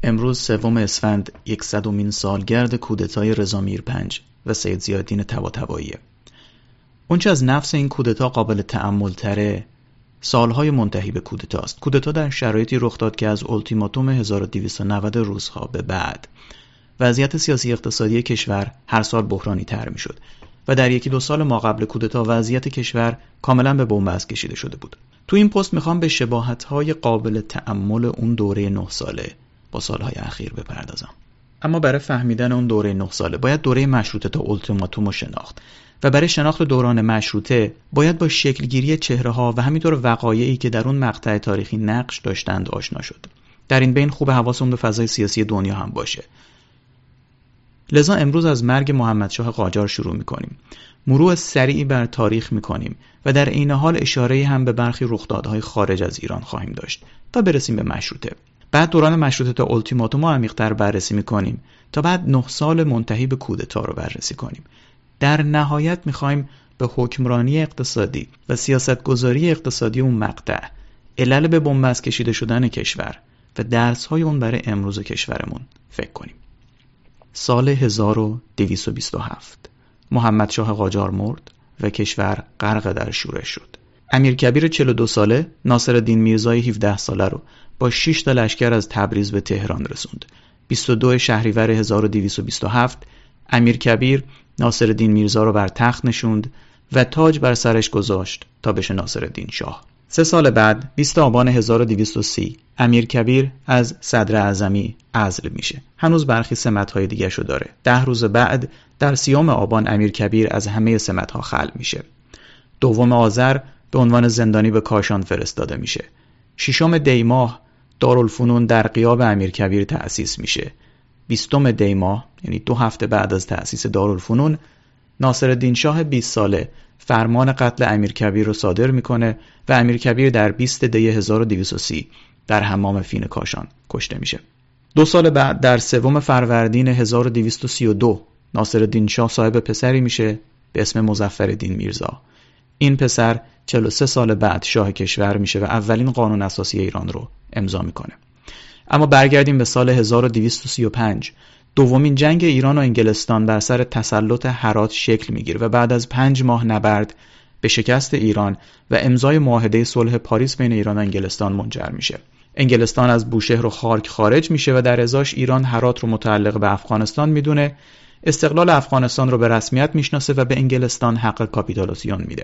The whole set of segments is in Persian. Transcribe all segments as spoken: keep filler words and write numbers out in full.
امروز سوم اسفند یکصدمین سالگرد کودتای رضا میرپنج و سید ضیاءالدین طباطباییه. اونچه از نفس این کودتا قابل تأمل تره سالهای منتهی به کودتاست. کودتا در شرایطی رخ داد که از اولتیماتوم هزار و دویست و نود روزها به بعد وضعیت سیاسی اقتصادی کشور هر سال بحرانی تر می شد و در یکی دو سال ما قبل کودتا وضعیت کشور کاملا به بنبست کشیده شده بود. تو این پست میخوام به شباهت‌های قابل تأمل اون دوره نه ساله با سالهای اخیر بپردازم. اما برای فهمیدن اون دوره نه ساله باید دوره مشروطه تا اولتیماتوم رو شناخت و برای شناخت دوران مشروطه باید با شکلگیری چهره‌ها و همینطور وقایعی که در اون مقطع تاریخی نقش داشتند آشنا شد. در این بین خوب حواسمون به فضای سیاسی دنیا هم باشه. لذا امروز از مرگ محمدشاه قاجار شروع می‌کنیم. مرور سریعی بر تاریخ می‌کنیم و در عین حال اشاره‌ای هم به برخی رخدادهای خارج از ایران خواهیم داشت تا برسیم به مشروطه. بعد دوران مشروطه تا اولتیماتوم رو عمیق‌تر بررسی می‌کنیم تا بعد نه سال منتهی به کودتا رو بررسی کنیم. در نهایت می‌خوایم به حکمرانی اقتصادی و سیاستگذاری اقتصادی اون مقطع، علل به بنبست کشیده شدن کشور و درس‌های اون برای امروز کشورمون فکر کنیم. سال هزار و دویست و بیست و هفت محمدشاه قاجار مرد و کشور غرق در شورش شد. امیرکبیر چهل و دو ساله ناصرالدین میرزای هفده ساله رو با شش تا لشکر از تبریز به تهران رسوند. بیست و دو شهریور هزار و دویست و بیست و هفت امیرکبیر ناصرالدین میرزا رو بر تخت نشوند و تاج بر سرش گذاشت تا بشه ناصرالدین شاه. سه سال بعد بیست آبان هزار و دویست و سی امیرکبیر از صدر اعظمی عزل میشه. هنوز برخی سمت‌های دیگه شو داره. ده روز بعد در سیوم آبان امیرکبیر از همه سمت‌ها خلع میشه. دوم آذر به عنوان زندانی به کاشان فرستاده میشه. ششم دی ماه دارالفنون در غیاب امیرکبیر تأسیس میشه. بیستم دی ماه یعنی دو هفته بعد از تأسیس دارالفنون ناصرالدین شاه بیست ساله فرمان قتل امیرکبیر رو صادر میکنه و امیرکبیر در بیست دی هزار و دویست و سی در حمام فین کاشان کشته میشه. دو سال بعد در سوم فروردین هزار و دویست و سی و دو ناصرالدین شاه صاحب پسری میشه به اسم مظفرالدین میرزا. این پسر چهل و سه سال بعد شاه کشور میشه و اولین قانون اساسی ایران رو امضا میکنه. اما برگردیم به سال هزار و دویست و سی و پنج. دومین جنگ ایران و انگلستان بر سر تسلط هرات شکل میگیره و بعد از پنج ماه نبرد به شکست ایران و امضای معاهده صلح پاریس بین ایران و انگلستان منجر میشه. انگلستان از بوشهر و خارک خارج میشه و در ازاش ایران هرات رو متعلق به افغانستان میدونه، استقلال افغانستان رو به رسمیت میشناسه و به انگلستان حق کاپیتولاسیون میده.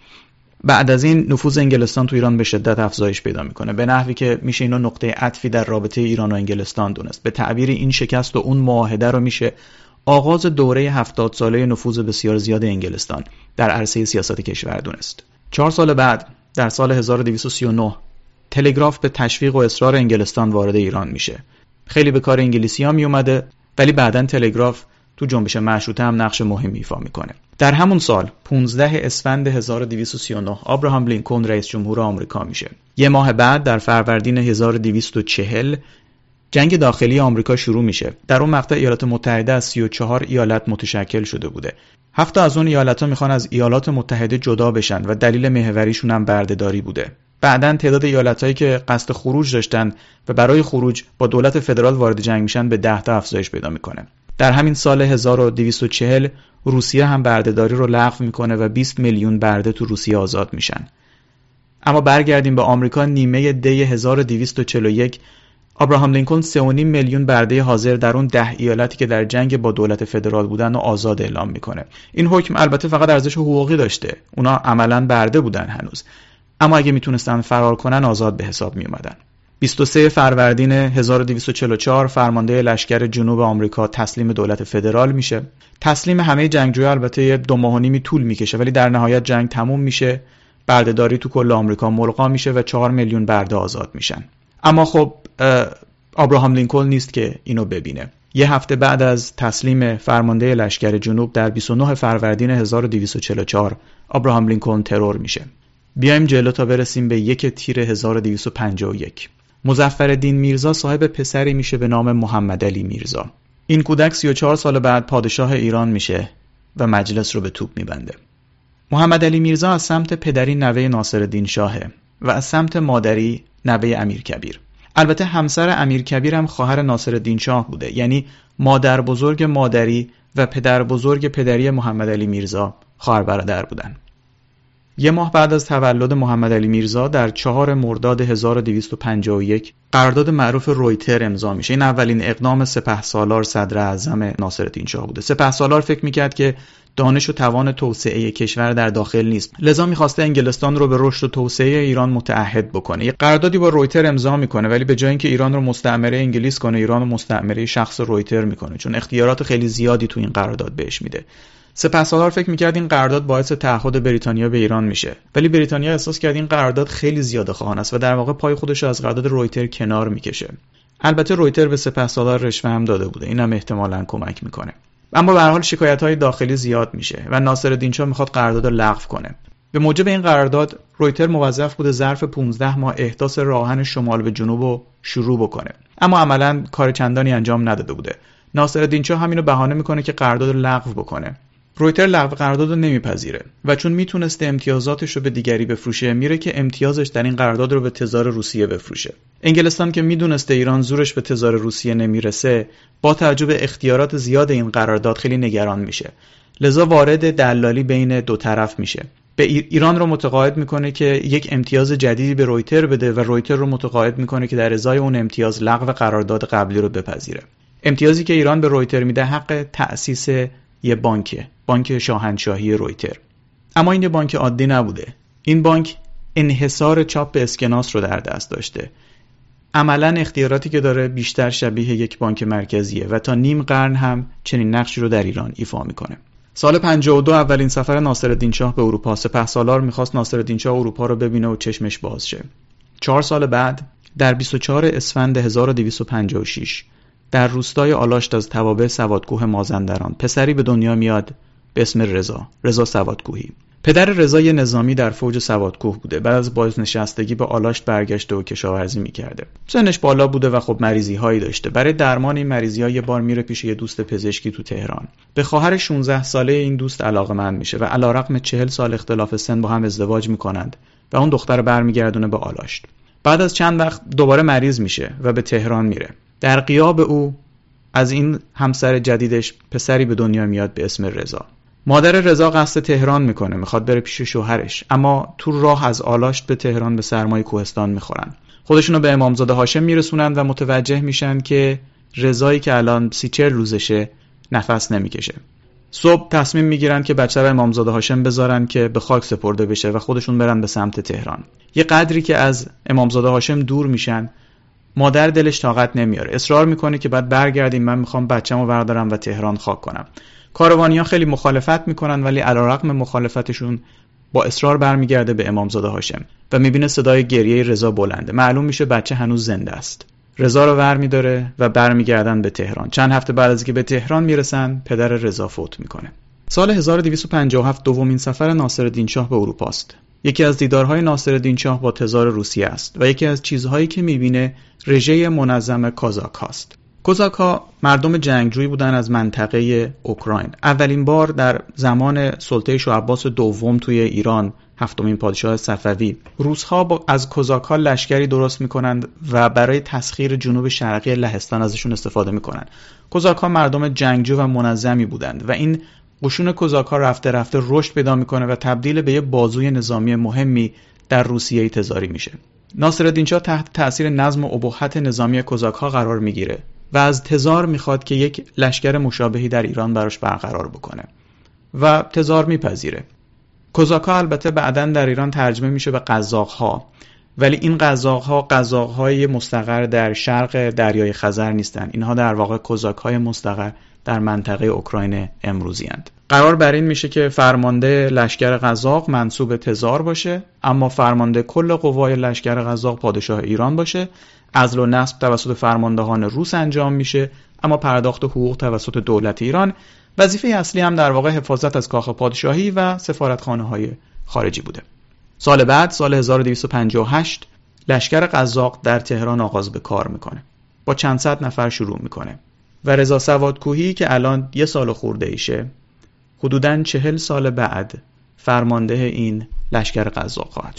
بعد از این نفوذ انگلستان تو ایران به شدت افزایش پیدا میکنه، به نحوی که میشه اینو نقطه عطفی در رابطه ایران و انگلستان دونست. به تعبیر این شکست و اون معاهده رو میشه آغاز دوره هفتاد ساله نفوذ بسیار زیاد انگلستان در عرصه سیاست کشور دونست. چهار سال بعد در سال هزار و دویست و سی و نه تلگراف به تشویق و اصرار انگلستان وارد ایران میشه. خیلی به کار انگلیسی ها می اومده ولی بعداً تلگراف تو جنبش مشروطه هم نقش مهمی ایفا میکنه. در همون سال پانزده اسفند هزار و دویست و سی و نه ابراهام لینکلن رئیس جمهور آمریکا میشه. یه ماه بعد در فروردین هزار و دویست و چهل جنگ داخلی آمریکا شروع میشه. در اون مقطع ایالات متحده از سی و چهار ایالت متشکل شده بوده. هفت از اون ایالت‌ها میخوان از ایالات متحده جدا بشن و دلیل محوریشون هم بردهداری بوده. بعداً تعداد ایالت‌هایی که قصد خروج داشتن و برای خروج با دولت فدرال وارد جنگ میشن به ده تا افزایش پیدا میکنه. در همین سال هزار و دویست و چهل روسیه هم بردهداری رو لغو میکنه و بیست میلیون برده تو روسیه آزاد میشن. اما برگردیم به آمریکا. نیمه دی هزار و دویست و چهل و یک ابراهام لینکلن سه و نیم میلیون برده حاضر در اون ده ایالتی که در جنگ با دولت فدرال بودن و آزاد اعلام میکنه. این حکم البته فقط ارزش حقوقی داشته. اونا عملاً برده بودن هنوز. اما اگه میتونستن فرار کنن آزاد به حساب میومدن. بیست و سه فروردین هزار و دویست و چهل و چهار فرمانده لشکر جنوب آمریکا تسلیم دولت فدرال میشه. تسلیم همه جنگجوها البته دو ماه و نیمی طول میکشه ولی در نهایت جنگ تموم میشه. بردهداری تو کل آمریکا ملغا میشه و چهار میلیون برده آزاد میشن. اما خب ابراهام لینکلن نیست که اینو ببینه. یه هفته بعد از تسلیم فرمانده لشکر جنوب در بیست و نه فروردین هزار و دویست و چهل و چهار ابراهام لینکلن ترور میشه. بیایم جلو تا برسیم به یک تیر هزار و دویست و پنجاه و یک. مظفرالدین میرزا صاحب پسری میشه به نام محمدعلی میرزا. این کودک سی و چهار سال بعد پادشاه ایران میشه و مجلس رو به توپ میبنده. محمدعلی میرزا از سمت پدری نوه ناصرالدین شاهه و از سمت مادری نوه امیرکبیر. البته همسر امیرکبیر هم خواهر ناصرالدین شاه بوده، یعنی مادر بزرگ مادری و پدر بزرگ پدری محمد علی میرزا خواهر برادر بودن. یه ماه بعد از تولد محمد علی میرزا در چهار مرداد هزار و دویست و پنجاه و یک قرارداد معروف رویتر امضا میشه. این اولین اقدام سپهسالار صدر اعظم ناصرالدین شاه بوده. سپهسالار فکر میکرد که دانش و توان توسعه کشور در داخل نیست، لذا میخواسته انگلستان رو به رشد و توسعه ایران متعهد بکنه. یه قراردادی با رویتر امضا میکنه، ولی به جای اینکه ایران رو مستعمره انگلیس کنه، ایران رو مستعمره شخص رویتر میکنه، چون اختیارات خیلی زیادی تو این قرارداد بهش میده. سپهسالار فکر میکرد این قرارداد باعث تعهد بریتانیا به ایران میشه، ولی بریتانیا احساس کرد این قرارداد خیلی زیاده خواهان است و در واقع پای خودش رو از قرارداد رویتر کنار میکشه. البته رویتر به سپهسالار رشوه هم داده بوده، اینم احتمالاً کمک میکنه. اما به هر حال شکایت‌های داخلی زیاد میشه و ناصرالدین شاه میخواد قرارداد رو لغو کنه. به موجب این قرارداد رویتر موظف بوده ظرف پانزده ماه احداث راهن شمال به جنوب رو شروع بکنه، اما عملاً کار چندانی انجام نداده بوده. ناصرالدین شاه همین رو بهانه میکنه که قرارداد رو لغو بکنه. رویتر لغو قرارداد رو نمیپذیره و چون میتونسته امتیازاتش رو به دیگری بفروشه، میره که امتیازش در این قرارداد رو به تزار روسیه بفروشه. انگلستان که میدونسته ایران زورش به تزار روسیه نمیرسه، با توجه به اختیارات زیاد این قرارداد خیلی نگران میشه، لذا وارد دلالی بین دو طرف میشه. به ایران رو متقاعد میکنه که یک امتیاز جدیدی به رویتر بده و رویتر رو متقاعد میکنه که در ازای اون امتیاز لغو قرارداد قبلی رو بپذیره. امتیازی که ایران به رویتر میده حق تأسیس یه بانکه، بانک شاهنشاهی رویتر. اما این یه بانک عادی نبوده. این بانک انحصار چاپ به اسکناس رو در دست داشته. عملاً اختیاراتی که داره بیشتر شبیه یک بانک مرکزیه و تا نیم قرن هم چنین نقشی رو در ایران ایفا میکنه. سال پنجاه و دو اولین سفر ناصرالدین شاه به اروپا. سپهسالار میخواست ناصرالدین شاه اروپا رو ببینه و چشمش باز شه. چهار سال بعد در بیست و چهارم اسفند هزار و دویست و پنجاه و شش در روستای آلاشت از توابع سوادکوه مازندران پسری به دنیا میاد به اسم رضا، رضا سوادکوهی. پدر رضا یه نظامی در فوج سوادکوه بوده. بعد از بازنشستگی به آلاشت برگشته و کشاورزی میکرده. سنش بالا بوده و خب مریضی هایی داشته. برای درمان این مریضی ها یه بار میره پیش یه دوست پزشکی تو تهران. به خواهر شانزده ساله این دوست علاقه‌مند میشه و علیرغم چهل سال اختلاف سن با هم ازدواج میکنند و اون دختر برمیگردونه به آلاشت. بعد از چند وقت دوباره مریض میشه و به تهران میره. در غیاب او از این همسر جدیدش پسری به دنیا میاد به اسم رضا. مادر رضا قصد تهران میکنه، میخواد بره پیش شوهرش، اما تو راه از آلاشت به تهران به سرمای کوهستان میخورن. خودشونو به امامزاده هاشم میرسونن و متوجه میشن که رضایی که الان سی چهل روزشه نفس نمیکشه. صبح تصمیم میگیرن که بچه رو امامزاده هاشم بذارن که به خاک سپرده بشه و خودشون برن به سمت تهران. یه قدری که از امامزاده هاشم دور میشن، مادر دلش طاقت نمیاره، اصرار میکنه که بعد برگردیم، من میخوام بچه‌مو بردارم و تهران خاک کنم. کاروانی‌ها خیلی مخالفت میکنن، ولی علیرغم مخالفتشون با اصرار برمیگرده به امامزاده هاشم و میبینه صدای گریه رضا بلنده. معلوم میشه بچه هنوز زنده است. رضا رو برمیداره و برمیگردن به تهران. چند هفته بعد از اینکه به تهران میرسن، پدر رضا فوت میکنه. سال هزار و دویست و پنجاه و هفت دومین سفر ناصرالدین شاه به اروپا است. یکی از دیدارهای ناصرالدین شاه با تزار روسیه است و یکی از چیزهایی که میبینه رژه منظم کازاک هاست. کوزاک ها مردم جنگجویی بودن از منطقه اوکراین. اولین بار در زمان سلطه شاه عباس دوم توی ایران، هفتمین پادشاه صفوی، روس‌ها از کوزاک ها لشکری درست میکنند و برای تسخیر جنوب شرقی لهستان ازشون استفاده میکنند. کوزاک ها مردم جنگجو و منظمی بودند و این قشون کوزاک ها رفته رفته رشد پیدا میکنه و تبدیل به یه بازوی نظامی مهمی در روسیه تزاری میشه. ناصرالدین شاه تحت تأثیر نظم و ابهت نظامی کوزاک ها قرار میگیره و از تزار میخواد که یک لشکر مشابهی در ایران براش برقرار بکنه و تزار میپذیره. کوزاک ها البته بعداً در ایران ترجمه میشه به قزاق ها، ولی این قزاق ها قزاق های مستقر در شرق دریای خزر نیستن. اینها در واقع کوزاک های مستقر در منطقه اوکراین امروزی اند. قرار بر این میشه که فرمانده لشکر قزاق منصوب تزار باشه، اما فرمانده کل قوای لشکر قزاق پادشاه ایران باشه. عزل و نصب توسط فرماندهان روس انجام میشه، اما پرداخت حقوق توسط دولت ایران. وظیفه اصلی هم در واقع حفاظت از کاخ پادشاهی و سفارتخانه های خارجی بوده. سال بعد، سال هزار و دویست و پنجاه و هشت، لشکر قزاق در تهران آغاز به کار میکنه. با چند صد نفر شروع میکنه و رضا سوادکوهی که الان یه سال خورده ایشه، حدوداً چهل سال بعد فرمانده این لشکر قزاق خواهد شد.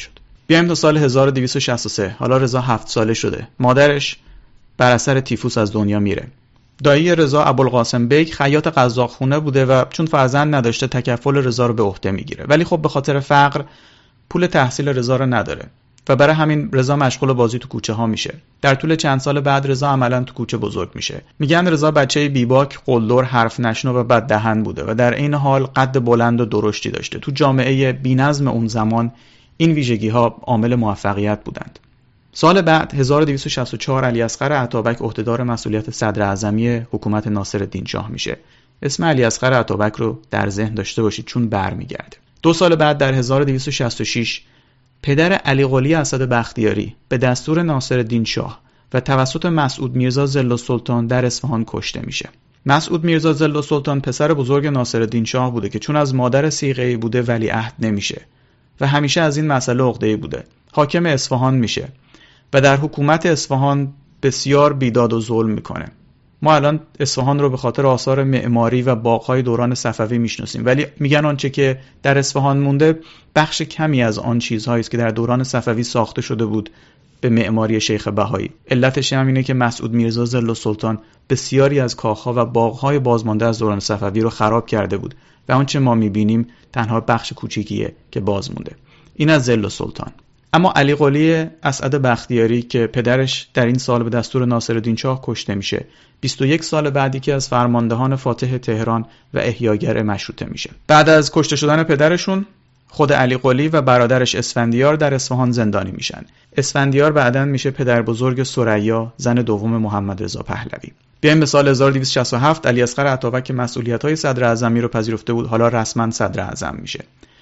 بیایم تا سال هزار و دویست و شصت و سه. حالا رضا هفت ساله شده. مادرش بر اثر تیفوس از دنیا میره. دایی رضا ابوالقاسم بیگ خیاط قزاقخونه بوده و چون فرزند نداشته تکفل رضا رو به عهده میگیره. ولی خب به خاطر فقر پول تحصیل رضا رو نداره و برای همین رضا مشغول بازی تو کوچه ها میشه. در طول چند سال بعد رضا عملاً تو کوچه بزرگ میشه. میگن رضا بچه بیباک، قلدر، حرف نشنو و بد دهن بوده و در این حال قد بلند و درشتی داشته. تو جامعه بی‌نظم اون زمان این ویژگی‌ها عامل موفقیت بودند. سال بعد هزار و دویست و شصت و چهار علیاصغر عطابک عهدهدار مسئولیت صدر اعظمی حکومت ناصرالدین شاه میشه. اسم علیاصغر عطابک رو در ذهن داشته باشید چون برمیگرده. دو سال بعد در هزار و دویست و شصت و شش پدر علی قلی اسد بختیاری به دستور ناصرالدین شاه و توسط مسعود میرزا ظل‌السلطان در اصفهان کشته میشه. مسعود میرزا ظل‌السلطان پسر بزرگ ناصرالدین شاه بوده که چون از مادر صیغه‌ای بوده ولیعهد نمیشه و همیشه از این مسئله عقده‌ای بوده. حاکم اصفهان میشه و در حکومت اصفهان بسیار بیداد و ظلم میکنه. ما الان اصفهان رو به خاطر آثار معماری و باغ‌های دوران صفوی میشناسیم، ولی میگن آنچه که در اصفهان مونده بخش کمی از آن چیزهایی است که در دوران صفوی ساخته شده بود به معماری شیخ بهایی. علتش هم اینه که مسعود میرزا ظل‌السلطان بسیاری از کاخ‌ها و باغ‌های بازمانده از دوران صفوی رو خراب کرده بود و آنچه ما می‌بینیم تنها بخش کوچیکیه که باز مونده. این از ظل‌السلطان. اما علی قلی اسد بختیاری که پدرش در این سال به دستور ناصرالدین شاه کشته میشه، بیست و یک سال بعدی که از فرماندهان فاتح تهران و احیاگر مشروطه میشه. بعد از کشته شدن پدرشون خود علی قلی و برادرش اسفندیار در اصفهان زندانی میشن. اسفندیار بعداً میشه پدر بزرگ ثریا، زن دوم محمد رضا پهلوی. بیایم به سال هزار و دویست و شصت و هفت. علیاصغر عطابک که مسئولیت‌های صدر اعظمی رو پذیرفته بود حالا رسما صدر اعظم میشه.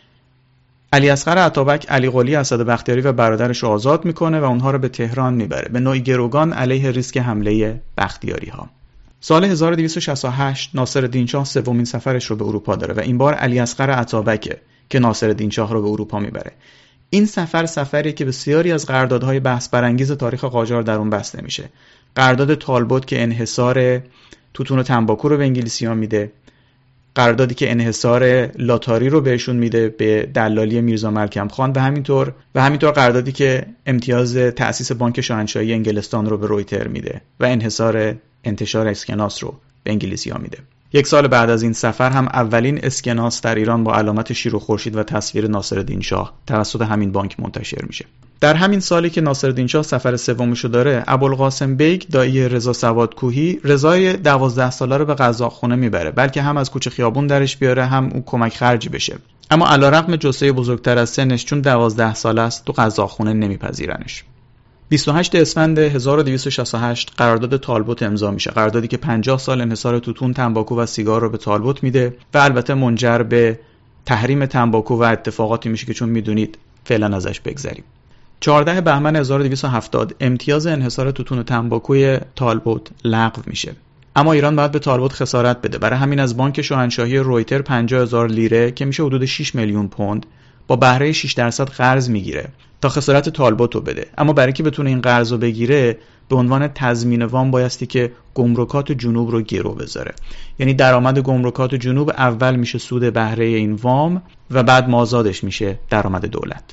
علیاصغر عطابک علی قلی اسد بختیاری و برادرش رو آزاد میکنه و اونها رو به تهران میبره، به نوعی گروگان علیه ریسک حمله بختیاری ها. سال هزار و دویست و شصت و هشت ناصرالدین شاه سومین سفرش رو به اروپا داره و این بار علیاصغر عطابک که ناصرالدین شاه رو به اروپا میبره. این سفر سفری که بسیاری از قراردادهای بحث برانگیز تاریخ قاجار در اون بسته میشه. قرارداد تالبوت که انحصار توتون و تنباکو رو به انگلیسی‌ها میده، قراردادی که انحصار لاتاری رو بهشون میده به دلالی میرزا ملکم خان و همینطور و همینطور قراردادی که امتیاز تأسیس بانک شاهنشاهی انگلستان رو به رویتر میده و انحصار انتشار اسکناس رو به انگلیسی‌ها میده. یک سال بعد از این سفر هم اولین اسکناس در ایران با علامت شیر و خورشید و تصویر ناصرالدین شاه توسط همین بانک منتشر میشه. در همین سالی که ناصرالدین شاه سفر سومشو داره، ابوالقاسم بیگ دایی رضا سوادکوهی رضای دوازده ساله رو به قزاقخونه میبره، بلکه هم از کوچه خیابون درش بیاره هم اون کمک خرجی بشه. اما علیرغم جثه بزرگتر از سنش چون دوازده ساله است تو قزاقخونه نمیپذیرنش. بیست و هشتم اسفند هزار و دویست و شصت و هشت قرارداد تالبوت امضا میشه، قراردادی که پنجاه سال انحصار توتون، تنباکو و سیگار رو به تالبوت میده و البته منجر به تحریم تنباکو و اتفاقاتی میشه که چون میدونید فعلا ازش بگذریم. چهاردهم بهمن هزار و دویست و هفتاد امتیاز انحصار توتون و تنباکوی تالبوت لغو میشه. اما ایران باید به تالبوت خسارت بده، برای همین از بانک شاهنشاهی رویتر پنجاه هزار لیره که میشه حدود شش میلیون پوند با بهره شش درصد قرض میگیره تا خسارت تالبوت رو بده. اما برای اینکه بتونه این قرض رو بگیره به عنوان تضمین وام بایستی که گمرکات جنوب رو گرو بذاره، یعنی درآمد گمرکات جنوب اول میشه سود بهره این وام و بعد مازادش میشه درآمد دولت.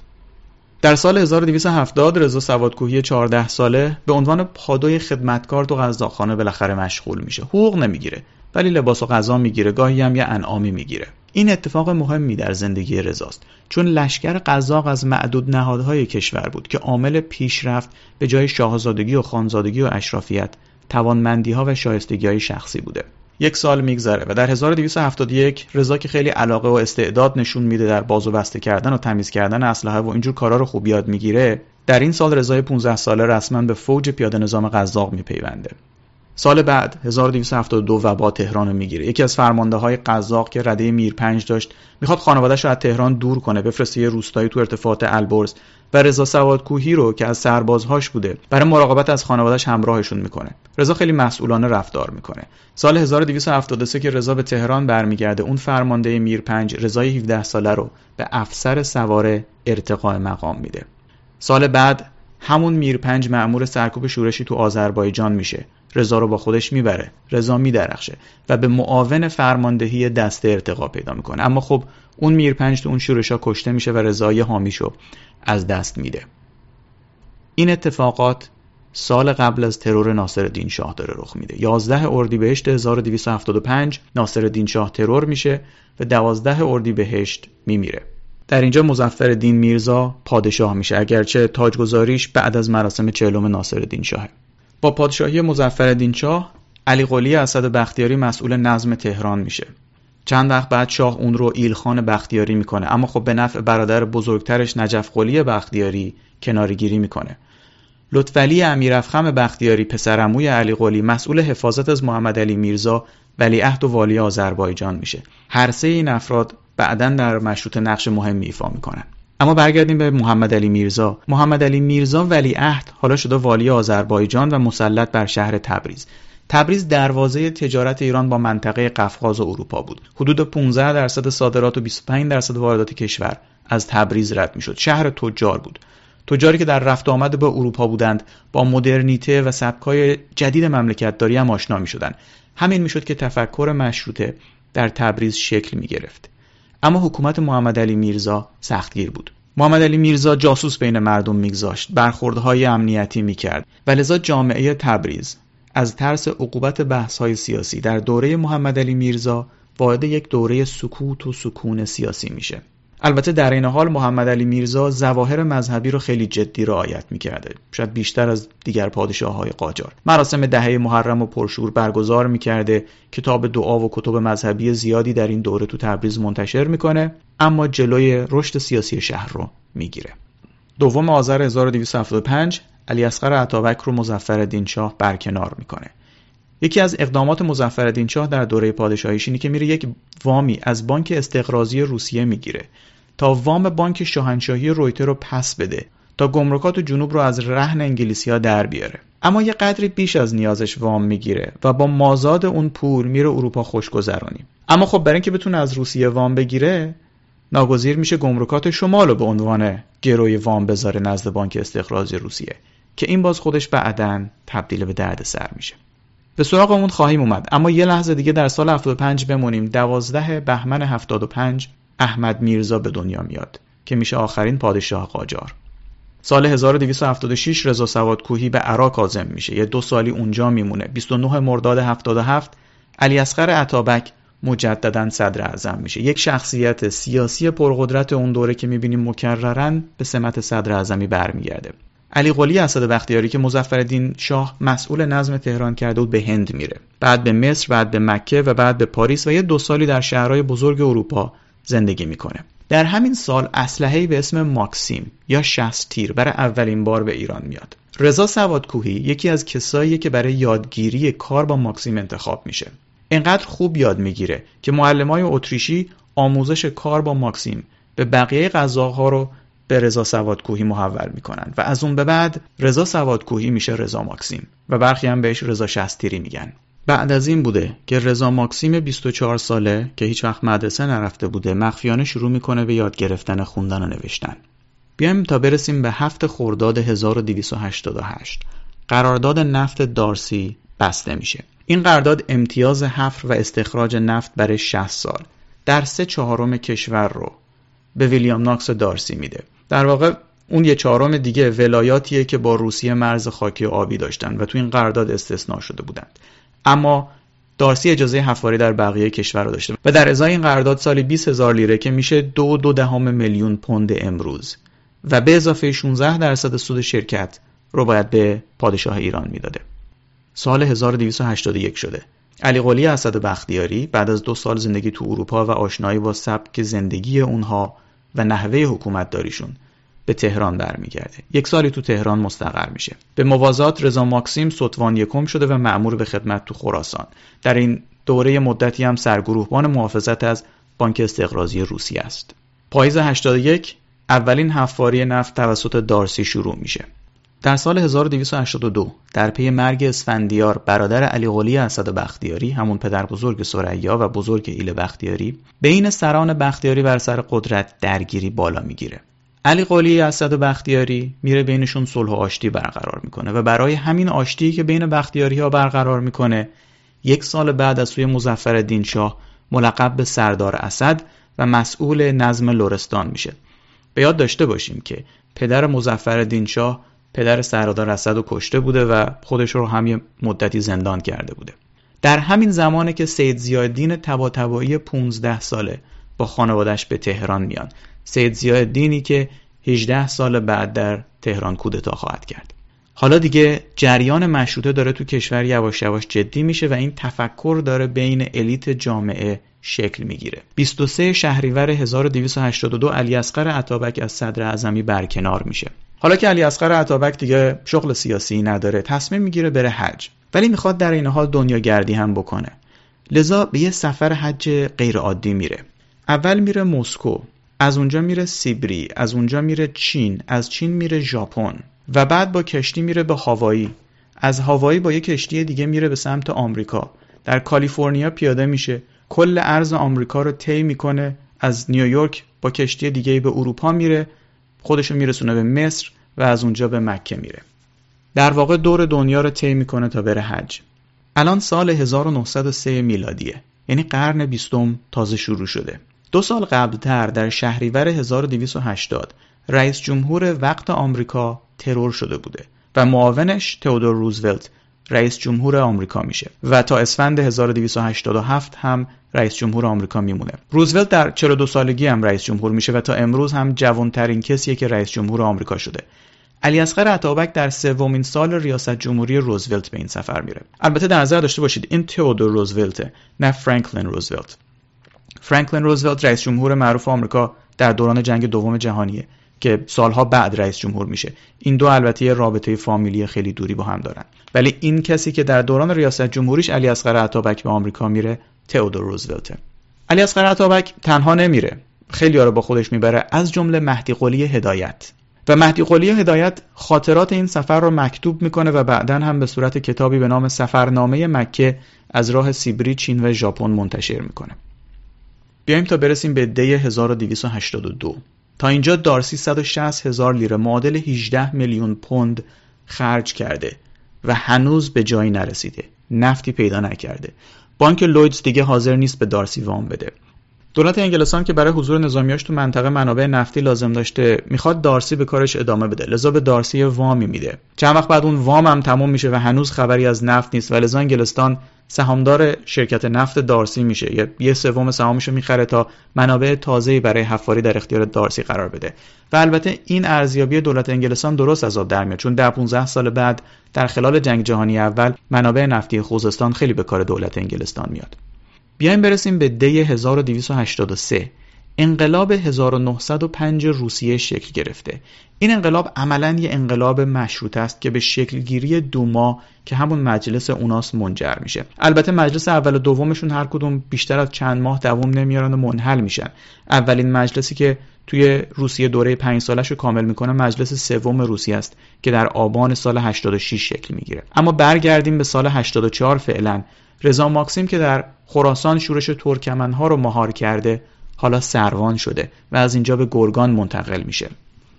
در سال هزار و دویست و هفتاد رضا سوادکوهی چهارده ساله به عنوان پادوی خدمتکار تو قزاقخانه بالاخره مشغول میشه. حقوق نمیگیره ولی لباس و غذا میگیره، گاهی هم یه انعامی میگیره. این اتفاق مهمی در زندگی رضاست چون لشکر قزاق از معدود نهادهای کشور بود که عامل پیشرفت به جای شاهزادگی و خانزادگی و اشرافیت توانمندی‌ها و شایستگی‌های شخصی بوده. یک سال میگذره و در هزار و دویست و هفتاد و یک رضا که خیلی علاقه و استعداد نشون میده در باز و بسته کردن و تمیز کردن اسلحه و اینجور کارا رو خوب یاد میگیره، در این سال رضای پانزده ساله رسما به فوج پیاده نظام قزاق میپیونده. سال بعد هزار و دویست و هفتاد و دو وبا تهران رو میگیره. یکی از فرمانده‌های قزاق که رده میرپنج داشت میخواد خانواده‌اش رو از تهران دور کنه، بفرسته یه روستایی تو ارتفاعات البرز و رضا سوادکوهی رو که از سربازهاش بوده برای مراقبت از خانواده‌اش همراهشون میکنه. رضا خیلی مسئولانه رفتار میکنه. سال هزار و دویست و هفتاد و سه که رضا به تهران برمیگرده، اون فرمانده میرپنج رضای هفده ساله رو به افسر سوار ارتقاء مقام میده. سال بعد همون میرپنج مأمور سرکوب شورشی تو آذربایجان میشه. رضا رو با خودش میبره. رضا میدرخشه و به معاون فرماندهی دسته ارتقا پیدا میکنه. اما خب اون میرپنج تو اون شورشا کشته میشه و رضای حامیشو از دست میده. این اتفاقات سال قبل از ترور ناصرالدین شاه داره رخ میده. یازده اردیبهشت هزار و دویست و هفتاد و پنج ناصرالدین شاه ترور میشه و دوازده اردیبهشت میمیره. در اینجا مظفرالدین میرزا پادشاه میشه، اگرچه تاجگذاریش بعد از مراسم چهلم ناصرالدین شاه. با پادشاهی مظفرالدین شاه، علی قلی اسد بختیاری مسئول نظم تهران میشه. چند وقت بعد شاه اون رو ایلخان بختیاری میکنه، اما خب به نفع برادر بزرگترش نجف قلی بختیاری کناره‌گیری میکنه. لطفعلی امیرافخم بختیاری پسرعموی علی قلی مسئول حفاظت از محمد علی میرزا ولیعهد و والی آذربایجان میشه. هر سه این افراد بعداً در مشروطه نقش مهمی ایفا میکنن. اما برگردیم به محمد علی میرزا. محمد علی میرزا ولیعهد حالا شده والی آذربایجان و مسلط بر شهر تبریز. تبریز دروازه تجارت ایران با منطقه قفقاز و اروپا بود. حدود پانزده درصد صادرات و بیست و پنج درصد واردات کشور از تبریز رد میشد. شهر تجار بود. تجاری که در رفت آمد به اروپا بودند، با مدرنیته و سبکای جدید مملکتداری هم آشنا میشدند. همین میشد که تفکر مشروطه در تبریز شکل میگرفت. اما حکومت محمد علی میرزا سختگیر بود. محمد علی میرزا جاسوس بین مردم میگذاشت، برخوردهای امنیتی میکرد و لذا جامعه تبریز از ترس عقوبت بحث‌های سیاسی در دوره محمد علی میرزا وارد یک دوره سکوت و سکون سیاسی میشه. البته در این حال محمد علی میرزا ظواهر مذهبی رو خیلی جدی رعایت میکرده، شاید بیشتر از دیگر پادشاه‌های قاجار. مراسم دهه محرم و پرشور برگزار میکرده، کتاب دعا و کتب مذهبی زیادی در این دوره تو تبریز منتشر میکنه، اما جلوی رشد سیاسی شهر رو میگیره. دوم آذر هزار و دویست و هفتاد و پنج علی اصغر عطابک رو مظفرالدین شاه برکنار میکنه. یکی از اقدامات مظفرالدین شاه در دوره پادشاهیش اینه که میره یک وامی از بانک استقراضی روسیه میگیره تا وام بانک شاهنشاهی رویتر رو پس بده، تا گمرکات جنوب رو از رهن انگلیسی‌ها در بیاره. اما یه قدری بیش از نیازش وام میگیره و با مازاد اون پول میره اروپا خوشگذرانی. اما خب برای اینکه بتونه از روسیه وام بگیره، ناگزیر میشه گمرکات شمال رو به عنوان گروی وام بذاره نزد بانک استقراضی روسیه که این باز خودش بعداً تبدیل به دردسر میشه. به سراغ اون خواهیم اومد، اما یه لحظه دیگه در سال هفتاد و پنج بمونیم. دوازده بهمن هفتاد و پنج احمد میرزا به دنیا میاد که میشه آخرین پادشاه قاجار. سال هزار و دویست و هفتاد و شش رضا سوادکوهی به عراق عازم میشه، یه دو سالی اونجا میمونه. بیست و نه مرداد هفتاد و هفت علی اصغر عطابک مجددا صدر اعظم میشه، یک شخصیت سیاسی پرقدرت اون دوره که میبینیم مکررن به سمت صدر اعظمی برمیگرده. علی قلی اسد بختیاری که مظفرالدین شاه مسئول نظم تهران کرده بود به هند میره، بعد به مصر، بعد به مکه و بعد به پاریس و یه دو سالی در شهرهای بزرگ اروپا زندگی میکنه. در همین سال اسلحه‌ای به اسم ماکسیم یا شصت تیر برای اولین بار به ایران میاد. رضا سوادکوهی یکی از کساییه که برای یادگیری کار با ماکسیم انتخاب میشه. اینقدر خوب یاد میگیره که معلمای اتریشی آموزش کار با ماکسیم به بقیه قزاق‌ها رو به رضا سوادکوهی محول میکنن و از اون به بعد رضا سوادکوهی میشه رضا ماکسیم و برخی هم بهش رضا شصت تیری میگن. بعد از این بوده که رضا ماکسیم بیست و چهار ساله که هیچ وقت مدرسه نرفته بوده مخفیانه شروع میکنه به یاد گرفتن خوندن و نوشتن. بیایم تا برسیم به هفت خرداد هزار و دویست و هشتاد و هشت. قرارداد نفت دارسی بسته میشه. این قرارداد امتیاز حفر و استخراج نفت برای شصت سال در سه چهارم کشور رو به ویلیام ناکس دارسی میده. در واقع اون یه چهارم دیگه ولایاتیه که با روسیه مرز خاکی و آبی داشتن و تو این قرارداد استثناء شده بودند. اما دارسی اجازه حفاری در بقیه کشور رو داشته و در ازای این قرارداد سالی بیست هزار لیره که میشه دو دو دهم میلیون پوند امروز و به اضافه شانزده درصد سود شرکت رو باید به پادشاه ایران میداده. سال هزار و دویست و هشتاد و یک شده. علی قلی اسد بختیاری بعد از دو سال زندگی تو اروپا و آشنایی با سبک زندگی اونها و نحوه حکومت داریشون به تهران برمیگرده. یک سالی تو تهران مستقر میشه. به موازات رضا ماکسیم ستوان یکم شده و مأمور به خدمت تو خراسان. در این دوره مدتی هم سرگروهبان محافظت از بانک استقراضی روسیه است. پاییز هشتاد و یک اولین حفاری نفت توسط دارسی شروع میشه. در سال هزار و دویست و هشتاد و دو در پی مرگ اسفندیار برادر علی قلی اسد بختیاری، همون پدر بزرگ ثریا و بزرگ ایل بختیاری، بین سران بختیاری بر سر قدرت درگیری بالا میگیره. علی قلی اسد و بختیاری میره بینشون صلح و آشتی برقرار میکنه و برای همین آشتی که بین بختیاری ها برقرار میکنه یک سال بعد از سوی مظفرالدین شاه ملقب به سردار اسد و مسئول نظم لرستان میشه. به یاد داشته باشیم که پدر مظفرالدین شاه پدر سردار اسد رو کشته بوده و خودش رو هم یه مدتی زندان کرده بوده. در همین زمانه که سید ضیاءالدین طباطبایی پانزده ساله با خانواده‌اش به تهران میان. سید ضیاءالدینی که هجده سال بعد در تهران کودتا خواهد کرد. حالا دیگه جریان مشروطه داره تو کشور یواش یواش جدی میشه و این تفکر داره بین الیت جامعه شکل میگیره. بیست و سوم شهریور هزار و دویست و هشتاد و دو علیاصغر عطابک از صدر اعظمی برکنار میشه. حالا که علیاصغر عطابک دیگه شغل سیاسی نداره، تصمیم میگیره بره حج، ولی میخواد در این حال دنیاگردی هم بکنه. لذا به یه سفر حج غیر عادی میره. اول میره مسکو، از اونجا میره سیبری، از اونجا میره چین، از چین میره ژاپن و بعد با کشتی میره به هاوایی. از هاوایی با یه کشتی دیگه میره به سمت آمریکا. در کالیفرنیا پیاده میشه، کل ارض آمریکا رو طی میکنه. از نیویورک با کشتی دیگه به اروپا میره، خودشو میرسونه به مصر و از اونجا به مکه میره. در واقع دور دنیا رو طی میکنه تا بره حج. الان سال هزار و نهصد و سه میلادیه، یعنی قرن بیستم تازه شروع شده. دو سال قبلتر در شهریور هزار و دویست و هشتاد رئیس جمهور وقت آمریکا ترور شده بوده و معاونش تئودور روزولت رئیس جمهور آمریکا میشه و تا اسفند هزار و دویست و هشتاد و هفت هم رئیس جمهور آمریکا میمونه. روزولت در چهل و دو سالگی هم رئیس جمهور میشه و تا امروز هم جوانترین کسیه که رئیس جمهور آمریکا شده. علیاصغر عطابک در سومین سال ریاست جمهوری روزولت به این سفر میره. البته در نظر داشته باشید این تئودور روزولت، نه فرانکلین روزولت. فرانکلین روزولت رئیس جمهور معروف آمریکا در دوران جنگ دوم جهانیه که سالها بعد رئیس جمهور میشه. این دو البته یه رابطه فامیلی خیلی دوری با هم دارن، ولی این کسی که در دوران ریاست جمهوریش علیاصغر عطابک به آمریکا میره تئودور روزولت. علیاصغر عطابک تنها نمیره، خیلی‌ها رو با خودش میبره، از جمله مهدی قلی هدایت. و مهدی قلی هدایت خاطرات این سفر رو مکتوب میکنه و بعداً هم به صورت کتابی به نام سفرنامه مکه از راه سیبری، چین و ژاپن منتشر میکنه. بیایم تا برسیم به دی هزار و دویست و هشتاد و دو. تا اینجا دارسی صد و شصت هزار لیره معادل هجده میلیون پوند خرج کرده و هنوز به جایی نرسیده. نفتی پیدا نکرده. بانک لویدز دیگه حاضر نیست به دارسی وام بده. دولت انگلستان که برای حضور نظامیاش تو منطقه منابع نفتی لازم داشته، میخواد دارسی به کارش ادامه بده، لذا به دارسی وامی میده. چند وقت بعد اون وام هم تموم میشه و هنوز خبری از نفت نیست و لذا انگلستان سهامدار شرکت نفت دارسی میشه، یه, یه سوم سهامشو میخره تا منابع تازه‌ای برای حفاری در اختیار دارسی قرار بده. و البته این ارزیابی دولت انگلستان درست از آب در میاد، چون ده پانزده سال بعد در خلال جنگ جهانی اول منابع نفتی خوزستان خیلی به کار دولت انگلستان میاد. بیایم برسیم به دی هزار و دویست و هشتاد و سه. انقلاب هزار و نهصد و پنج روسیه شکل گرفته. این انقلاب عملاً یه انقلاب مشروطه است که به شکلگیری دوما که همون مجلس اوناست منجر میشه. البته مجلس اول و دومشون هر کدوم بیشتر از چند ماه دوام نمیارن و منحل میشن. اولین مجلسی که توی روسیه دوره پنج سالش رو کامل میکنه مجلس سوم روسیه است که در آبان سال هشتاد و شش شکل میگیره. اما برگردیم به سال هشتاد و چهار. فعلا رضا ماکسیم که در خراسان شورش ترکمنها رو مهار کرده حالا سروان شده و از اینجا به گرگان منتقل میشه.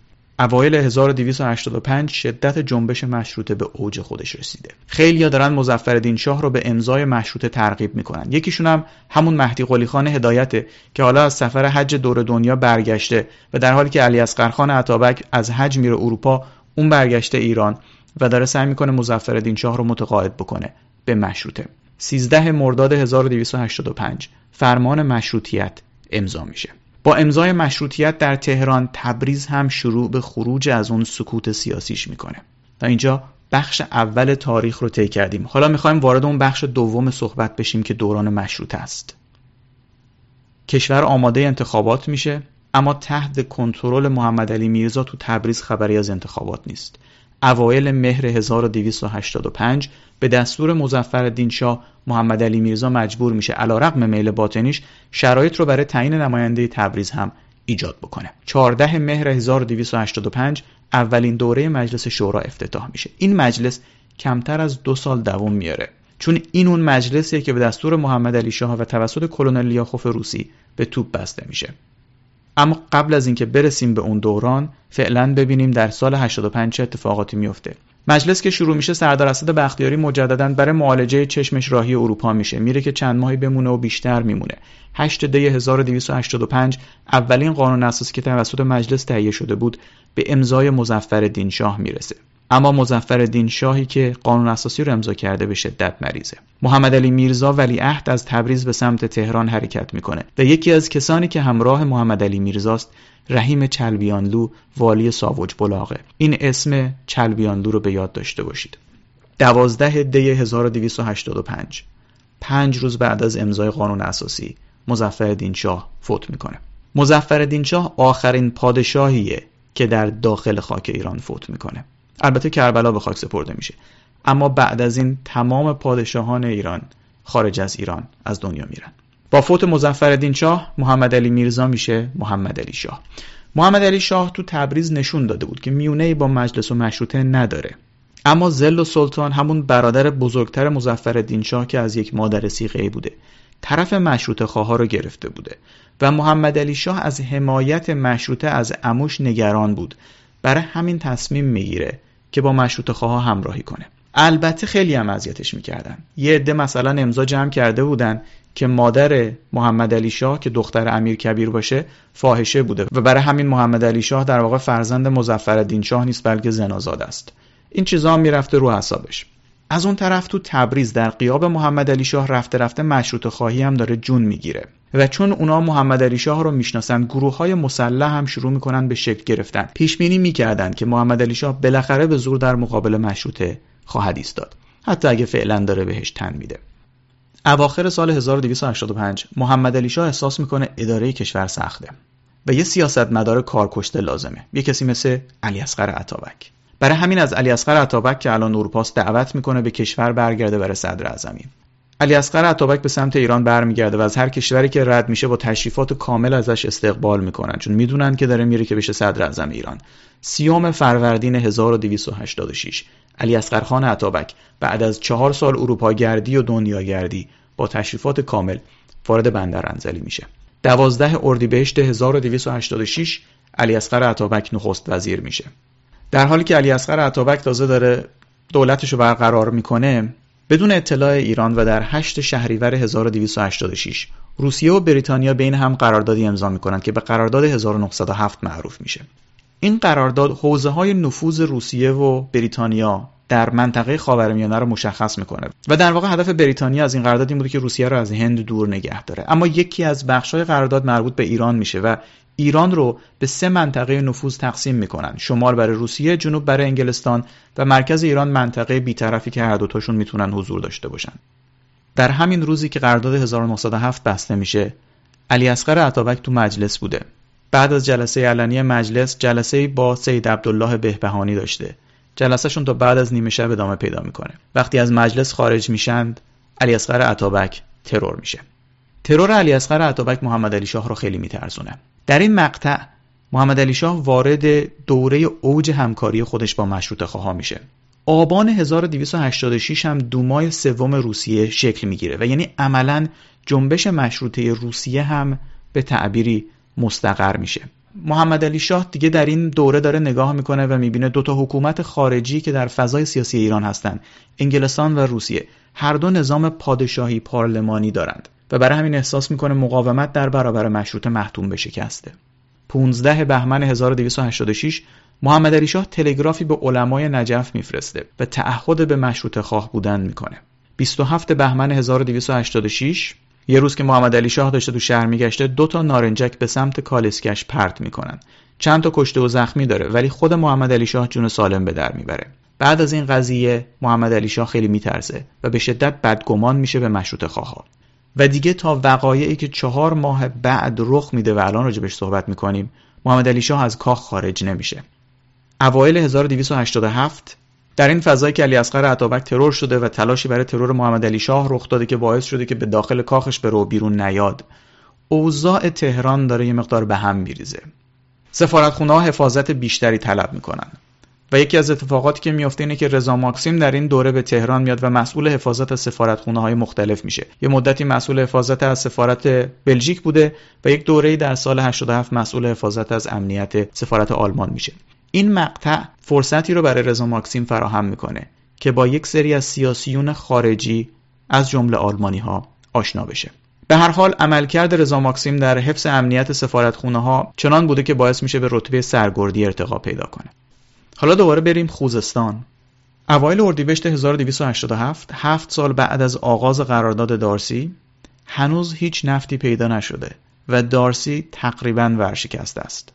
اوایل هزار و دویست و هشتاد و پنج شدت جنبش مشروطه به اوج خودش رسیده. خیلی‌ها دارن مظفرالدین شاه رو به امضای مشروطه ترغیب میکنن. یکیشون هم همون مهدی قلی خان هدایته که حالا از سفر حج دور دنیا برگشته و در حالی که علیاصغر خان عطابک از حج میره اروپا، اون برگشته ایران و داره سعی میکنه مظفرالدین شاه رو متقاعد بکنه به مشروطه. سیزده مرداد هزار و دویست و هشتاد و پنج فرمان مشروطیت امضا میشه. با امضای مشروطیت در تهران، تبریز هم شروع به خروج از اون سکوت سیاسیش میکنه. تا اینجا بخش اول تاریخ رو طی کردیم. حالا میخوایم وارد اون بخش دوم صحبت بشیم که دوران مشروطه است. کشور آماده انتخابات میشه، اما تحت کنترل محمد علی میرزا تو تبریز خبری از انتخابات نیست. اوایل مهر هزار و دویست و هشتاد و پنج به دستور مظفرالدین شاه محمد علی میرزا مجبور میشه علیرغم میل باطنیش شرایط رو برای تعیین نماینده تبریز هم ایجاد بکنه. چهاردهم مهر هزار و دویست و هشتاد و پنج اولین دوره مجلس شورا افتتاح میشه. این مجلس کمتر از دو سال دوام میاره، چون این اون مجلسیه که به دستور محمد علی شاه و توسط کلونل لیاخوف روسی به توپ بسته میشه. اما قبل از اینکه برسیم به اون دوران فعلا ببینیم در سال هشتاد و پنج چه اتفاقاتی میفته. مجلس که شروع میشه، سردار اسد بختیاری مجددا برای معالجه چشمش راهی اروپا میشه، میره که چند ماهی بمونه و بیشتر میمونه. هشت دی هزار و دویست و هشتاد و پنج اولین قانون اساسی که توسط مجلس تهیه شده بود به امضای مظفرالدین شاه میرسه. اما مظفرالدین شاهی که قانون اساسی رو امضا کرده به شدت مریضه. محمد علی میرزا ولیعهد از تبریز به سمت تهران حرکت میکنه و یکی از کسانی که همراه محمد علی میرزاست رحیم چلبیانلو والی ساوج بلاغه. این اسم چلبیانلو رو به یاد داشته باشید. دوازده دی هزار و دویست و هشتاد و پنج، پنج روز بعد از امضای قانون اساسی، مظفرالدین شاه فوت میکنه. مظفرالدین شاه آخرین پادشاهیه که در داخل خاک ایران فوت میکنه. البته کربلا به خاک سپرده میشه، اما بعد از این تمام پادشاهان ایران خارج از ایران از دنیا میرن. با فوت مظفرالدین شاه محمد علی میرزا میشه محمد علی شاه. محمد علی شاه تو تبریز نشون داده بود که میونه‌ای با مجلس و مشروطه نداره، اما ظل و سلطان همون برادر بزرگتر مظفرالدین شاه که از یک مادر سیغه‌ای بوده طرف مشروطه خواها رو گرفته بوده و محمد علی شاه از حمایت مشروطه از عموش نگران بود. برای همین تصمیم میگیره که با مشروطه خواها همراهی کنه. البته خیلی هم اذیتش میکردن. یه عده مثلا امضا جمع کرده بودن که مادر محمد علی شاه که دختر امیر کبیر باشه فاحشه بوده و برای همین محمد علی شاه در واقع فرزند مظفرالدین شاه نیست بلکه زنازاده است. این چیزا هم میرفته رو حسابش. از اون طرف تو تبریز در غیاب محمد علی شاه رفته رفته مشروطه خواهی هم داره جون میگیره و چون اونا محمد علی شاه رو میشناسن گروه‌های مسلح هم شروع میکنن به شکل گرفتن. پیش بینی میکردن که محمد علی شاه بالاخره به زور در مقابل مشروطه خواهد ایستاد، حتی اگه فعلا داره بهش تن میده. اواخر سال هزار و دویست و هشتاد و پنج محمد علی شاه احساس میکنه اداره کشور سخته و یه سیاستمدار کارکشته لازمه، یه کسی مثل علی اصغر عطابک. برای همین از علی اصغر عطابک که الان اروپاست دعوت میکنه به کشور برگرده برای صدر اعظمی. علی اصغر عطابک به سمت ایران برمیگرده و از هر کشوری که رد میشه با تشریفات کامل ازش استقبال میکنن، چون میدونن که داره میره که بشه صدر اعظم ایران. سیوم فروردین هزار و دویست و هشتاد و شش علی اصغر خان عطابک بعد از چهار سال اروپا گردی و دنیا گردی با تشریفات کامل وارد بندر انزلی میشه. دوازده اردیبهشت هزار و دویست و هشتاد و شش علی اصغر عطابک نخست وزیر میشه. در حالی که علی اصغر عطابک تازه داره دولتشو برقرار میکنه، بدون اطلاع ایران و در هشت شهریور هزار و دویست و هشتاد و شش روسیه و بریتانیا بین هم قراردادی امضا میکنند که به قرارداد هزار و نهصد و هفت معروف میشه. این قرارداد حوزه‌های نفوذ روسیه و بریتانیا در منطقه خاورمیانه رو مشخص میکنه و در واقع هدف بریتانیا از این قرارداد این بوده که روسیه رو از هند دور نگه داره. اما یکی از بخش‌های قرارداد مربوط به ایران میشه و ایران رو به سه منطقه نفوذ تقسیم میکنن: شمال برای روسیه، جنوب برای انگلستان و مرکز ایران منطقه بی‌طرفی که هر دو تاشون میتونن حضور داشته باشن. در همین روزی که قرارداد هزار و نهصد و هفت بسته میشه، علی اصغر عطابک تو مجلس بوده. بعد از جلسه علنی مجلس، جلسه‌ای با سید عبدالله بهبهانی داشته. جلسه‌شون تا بعد از نیمه شب ادامه پیدا میکنه. وقتی از مجلس خارج میشن، علی اصغر عطابک ترور میشه. ترور علی اصغر عطابک محمد علی شاه رو خیلی میترسونه. در این مقطع محمد علی شاه وارد دوره اوج همکاری خودش با مشروطه خواها میشه. آبان هزار و دویست و هشتاد و شش هم دومای سوم روسیه شکل میگیره و یعنی عملاً جنبش مشروطه روسیه هم به تعبیری مستقر میشه. محمد علی شاه دیگه در این دوره داره نگاه میکنه و میبینه دوتا حکومت خارجی که در فضای سیاسی ایران هستن، انگلستان و روسیه، هر دو نظام پادشاهی پارلمانی دارند و برای همین احساس میکنه مقاومت در برابر مشروطه محتوم به شکسته. پانزده بهمن هزار و دویست و هشتاد و شش محمد علی شاه تلگرافی به علمای نجف میفرسته و تعهد به مشروطه خواه بودن میکنه. بیست و هفتم بهمن هزار و دویست و هشتاد و شش یه روز که محمد علی شاه داشته تو شهر میگشته، دو تا نارنجک به سمت کالسکش پرت میکنن. چند تا کشته و زخمی داره ولی خود محمد علی شاه جون سالم به در میبره. بعد از این قضیه محمد علی شاه خیلی میترسه و به شدت بدگمان میشه به مشروطه خواها و دیگه تا وقایعی که چهار ماه بعد رخ میده و الان راجبش صحبت میکنیم، محمد علی شاه از کاخ خارج نمیشه. اوایل هزار و دویست و هشتاد و هفت در این فضایی که علی اصغر عطابک ترور شده و تلاشی برای ترور محمد علی شاه رخ داده که باعث شده که به داخل کاخش بره و بیرون نیاد، اوضاع تهران داره یه مقدار به هم میریزه. سفارتخونه‌ها حفاظت بیشتری طلب میکنن. و یکی از اتفاقاتی که میفته اینه که رضا ماکسیم در این دوره به تهران میاد و مسئول حفاظت از سفارتخونه‌های مختلف میشه. یه مدتی مسئول حفاظت از سفارت بلژیک بوده و یک دوره‌ای در سال هشتاد و هفت مسئول حفاظت از امنیت سفارت آلمان میشه. این مقطع فرصتی رو برای رضا ماکسیم فراهم میکنه که با یک سری از سیاسیون خارجی از جمله آلمانی‌ها آشنا بشه. به هر حال عملکرد رضا ماکسیم در حفظ امنیت سفارتخونه‌ها چنان بوده که باعث میشه به رتبه سرگردی ارتقا پیدا کنه. حالا دوباره بریم خوزستان. اوایل اردیبهشت هزار و دویست و هشتاد و هفت، هفت سال بعد از آغاز قرارداد دارسی، هنوز هیچ نفتی پیدا نشده و دارسی تقریباً ورشکسته است.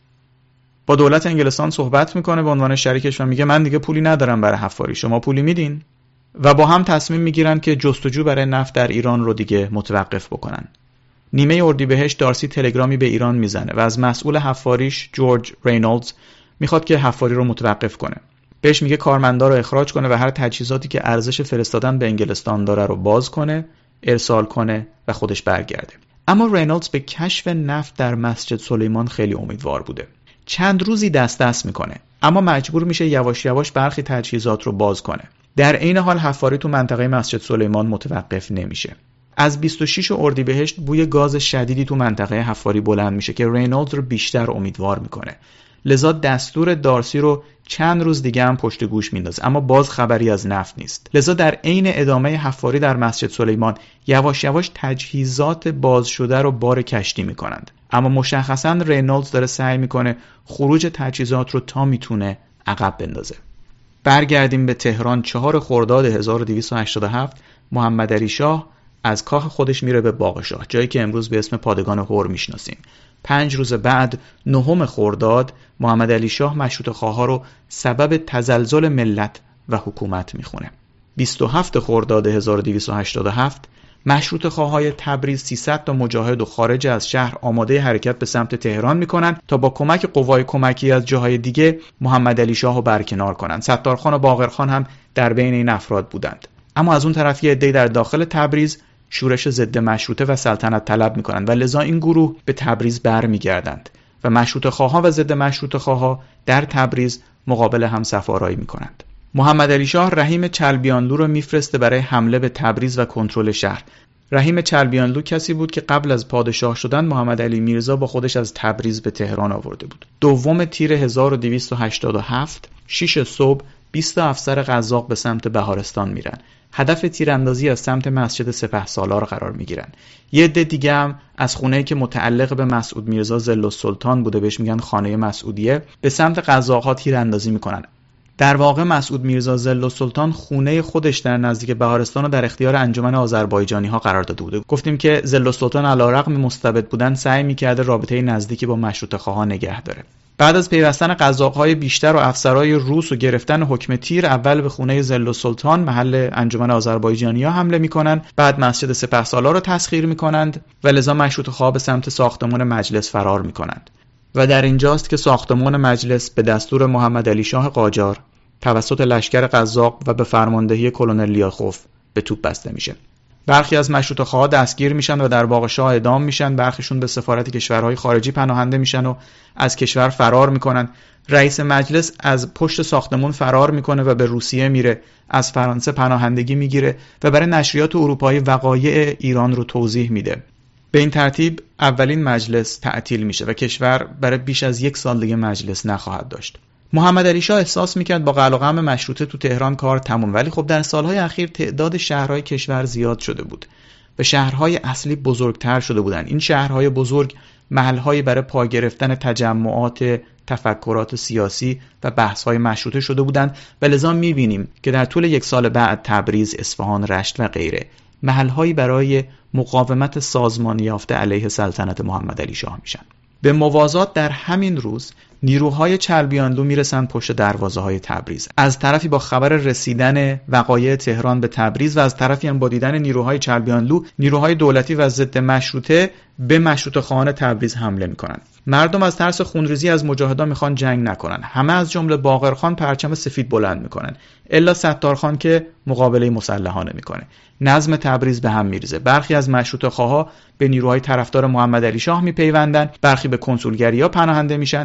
با دولت انگلستان صحبت میکنه به عنوان شریکش و میگه من دیگه پولی ندارم برای حفاری، شما پولی میدین؟ و با هم تصمیم میگیرن که جستجو برای نفت در ایران رو دیگه متوقف بکنن. نیمه اردیبهشت دارسی تلگرامی به ایران میزنه و از مسئول حفاریش جورج رینولدز میخواد که حفاری رو متوقف کنه. بهش میگه کارمندا رو اخراج کنه و هر تجهیزاتی که ارزش فرستادن به انگلستان داره رو باز کنه، ارسال کنه و خودش برگرده. اما رینولدز به کشف نفت در مسجد سلیمان خیلی امیدوار بوده. چند روزی دست دست میکنه اما مجبور میشه یواش یواش برخی تجهیزات رو باز کنه. در عین حال حفاری تو منطقه مسجد سلیمان متوقف نمیشه. از بیست و شش اردیبهشت بوی گاز شدیدی تو منطقه حفاری بلند میشه که رینولدز رو بیشتر امیدوار میکنه. لذا دستور دارسی رو چند روز دیگه هم پشت گوش میندازه اما باز خبری از نفت نیست. لذا در عین ادامه حفاری در مسجد سلیمان یواش یواش تجهیزات باز شده رو بار کشتی میکنند. اما مشخصاً رینولدز داره سعی میکنه خروج تجهیزات رو تا میتونه عقب بندازه. برگردیم به تهران. چهار خرداد هزار و دویست و هشتاد و هفت محمد علی شاه از کاخ خودش میره به باغ شاه، جایی که امروز به اسم پادگان هور میشناسیم. پنج روز بعد نهم خرداد محمد علی شاه مشروطه خواها رو سبب تزلزل ملت و حکومت میخونه. بیست و هفت خرداد هزار و دویست و هشتاد و هفت مشروطه خواهای تبریز سیصد تا مجاهد و خارج از شهر آماده حرکت به سمت تهران میکنن تا با کمک قوای کمکی از جاهای دیگه محمد علی شاه رو برکنار کنن. ستارخان و باقرخان هم در بین این افراد بودند. اما از اون طرف یه عده‌ای در داخل تبریز شورش ضد مشروطه و سلطنت طلب میکنند و لذا این گروه به تبریز برمیگردند و مشروطه خواها و ضد مشروطه خواها در تبریز مقابل هم سفارایی میکنند. محمد علی شاه رحیم چلبیانلو رو میفرسته برای حمله به تبریز و کنترل شهر. رحیم چلبیانلو کسی بود که قبل از پادشاه شدن محمد علی میرزا با خودش از تبریز به تهران آورده بود. دوم تیر هزار و دویست و هشتاد و هفت شش صبح بیست افسر قزاق به سمت بهارستان میرن. هدف تیراندازی از سمت مسجد سپهسالار قرار میگیرن. یه عده دیگه هم از خونه‌ای که متعلق به مسعود میرزا ظل‌السلطان بوده، بهش میگن خانه مسعودیه، به سمت قزاق‌ها تیراندازی میکنن. در واقع مسعود میرزا ظل‌السلطان خونه خودش در نزدیک بهارستان رو در اختیار انجمن آذربایجانی‌ها قرار داده بوده. گفتیم که ظل‌السلطان علیرغم مستبد بودن سعی می‌کرده رابطه نزدیکی با مشروطه‌خواها نگه داره. بعد از پیوستن قزاق‌های بیشتر و افسرهای روس و گرفتن حکم تیر، اول به خونه ظل‌السلطان محل انجمن آذربایجانی‌ها حمله می‌کنند، بعد مسجد سپهسالار رو تسخیر می‌کنند و لذا مشروطه‌خواه به سمت ساختمان مجلس فرار می‌کنند. و در اینجاست که ساختمان مجلس به دستور محمد علی شاه قاجار توسط لشکر قزاق و به فرماندهی کلونل لیاخوف به توپ بسته میشه. برخی از مشروطه‌خواها دستگیر میشن و در باغ شاه اعدام میشن، برخیشون به سفارت کشورهای خارجی پناهنده میشن و از کشور فرار میکنن. رئیس مجلس از پشت ساختمون فرار میکنه و به روسیه میره، از فرانسه پناهندگی میگیره و برای نشریات اروپایی وقایع ایران رو توضیح میده. به این ترتیب اولین مجلس تعطیل میشه و کشور برای بیش از یک سال دیگه مجلس نخواهد داشت. محمد علی شاه احساس میکرد با قلع و قم مشروطه تو تهران کار تموم، ولی خب در سالهای اخیر تعداد شهرهای کشور زیاد شده بود و شهرهای اصلی بزرگتر شده بودن. این شهرهای بزرگ محلهایی برای پا گرفتن تجمعات، تفکرات سیاسی و بحث‌های مشروطه شده بودند و لذا می‌بینیم که در طول یک سال بعد تبریز، اصفهان، رشت و غیره محلهایی برای مقاومت سازمانی یافته علیه سلطنت محمد علی شاه میشن. به موازات در همین روز نیروهای چلبیانلو میرسن پشت دروازه‌های تبریز. از طرفی با خبر رسیدن وقایع تهران به تبریز و از طرفی هم با دیدن نیروهای چلبیانلو، نیروهای دولتی و ضد مشروطه به مشروطه خواهان تبریز حمله میکنن. مردم از ترس خونریزی از مجاهدان میخوان جنگ نکنن. همه از جمله باقرخان پرچم سفید بلند میکنن، الا ستارخان که مقابله مسلحانه میکنه. نظم تبریز به هم میریزه. برخی از مشروطه خواها به نیروهای طرفدار محمد علی شاه میپیوندن، برخی به کنسولگری‌ها پناهنده میشن، برخی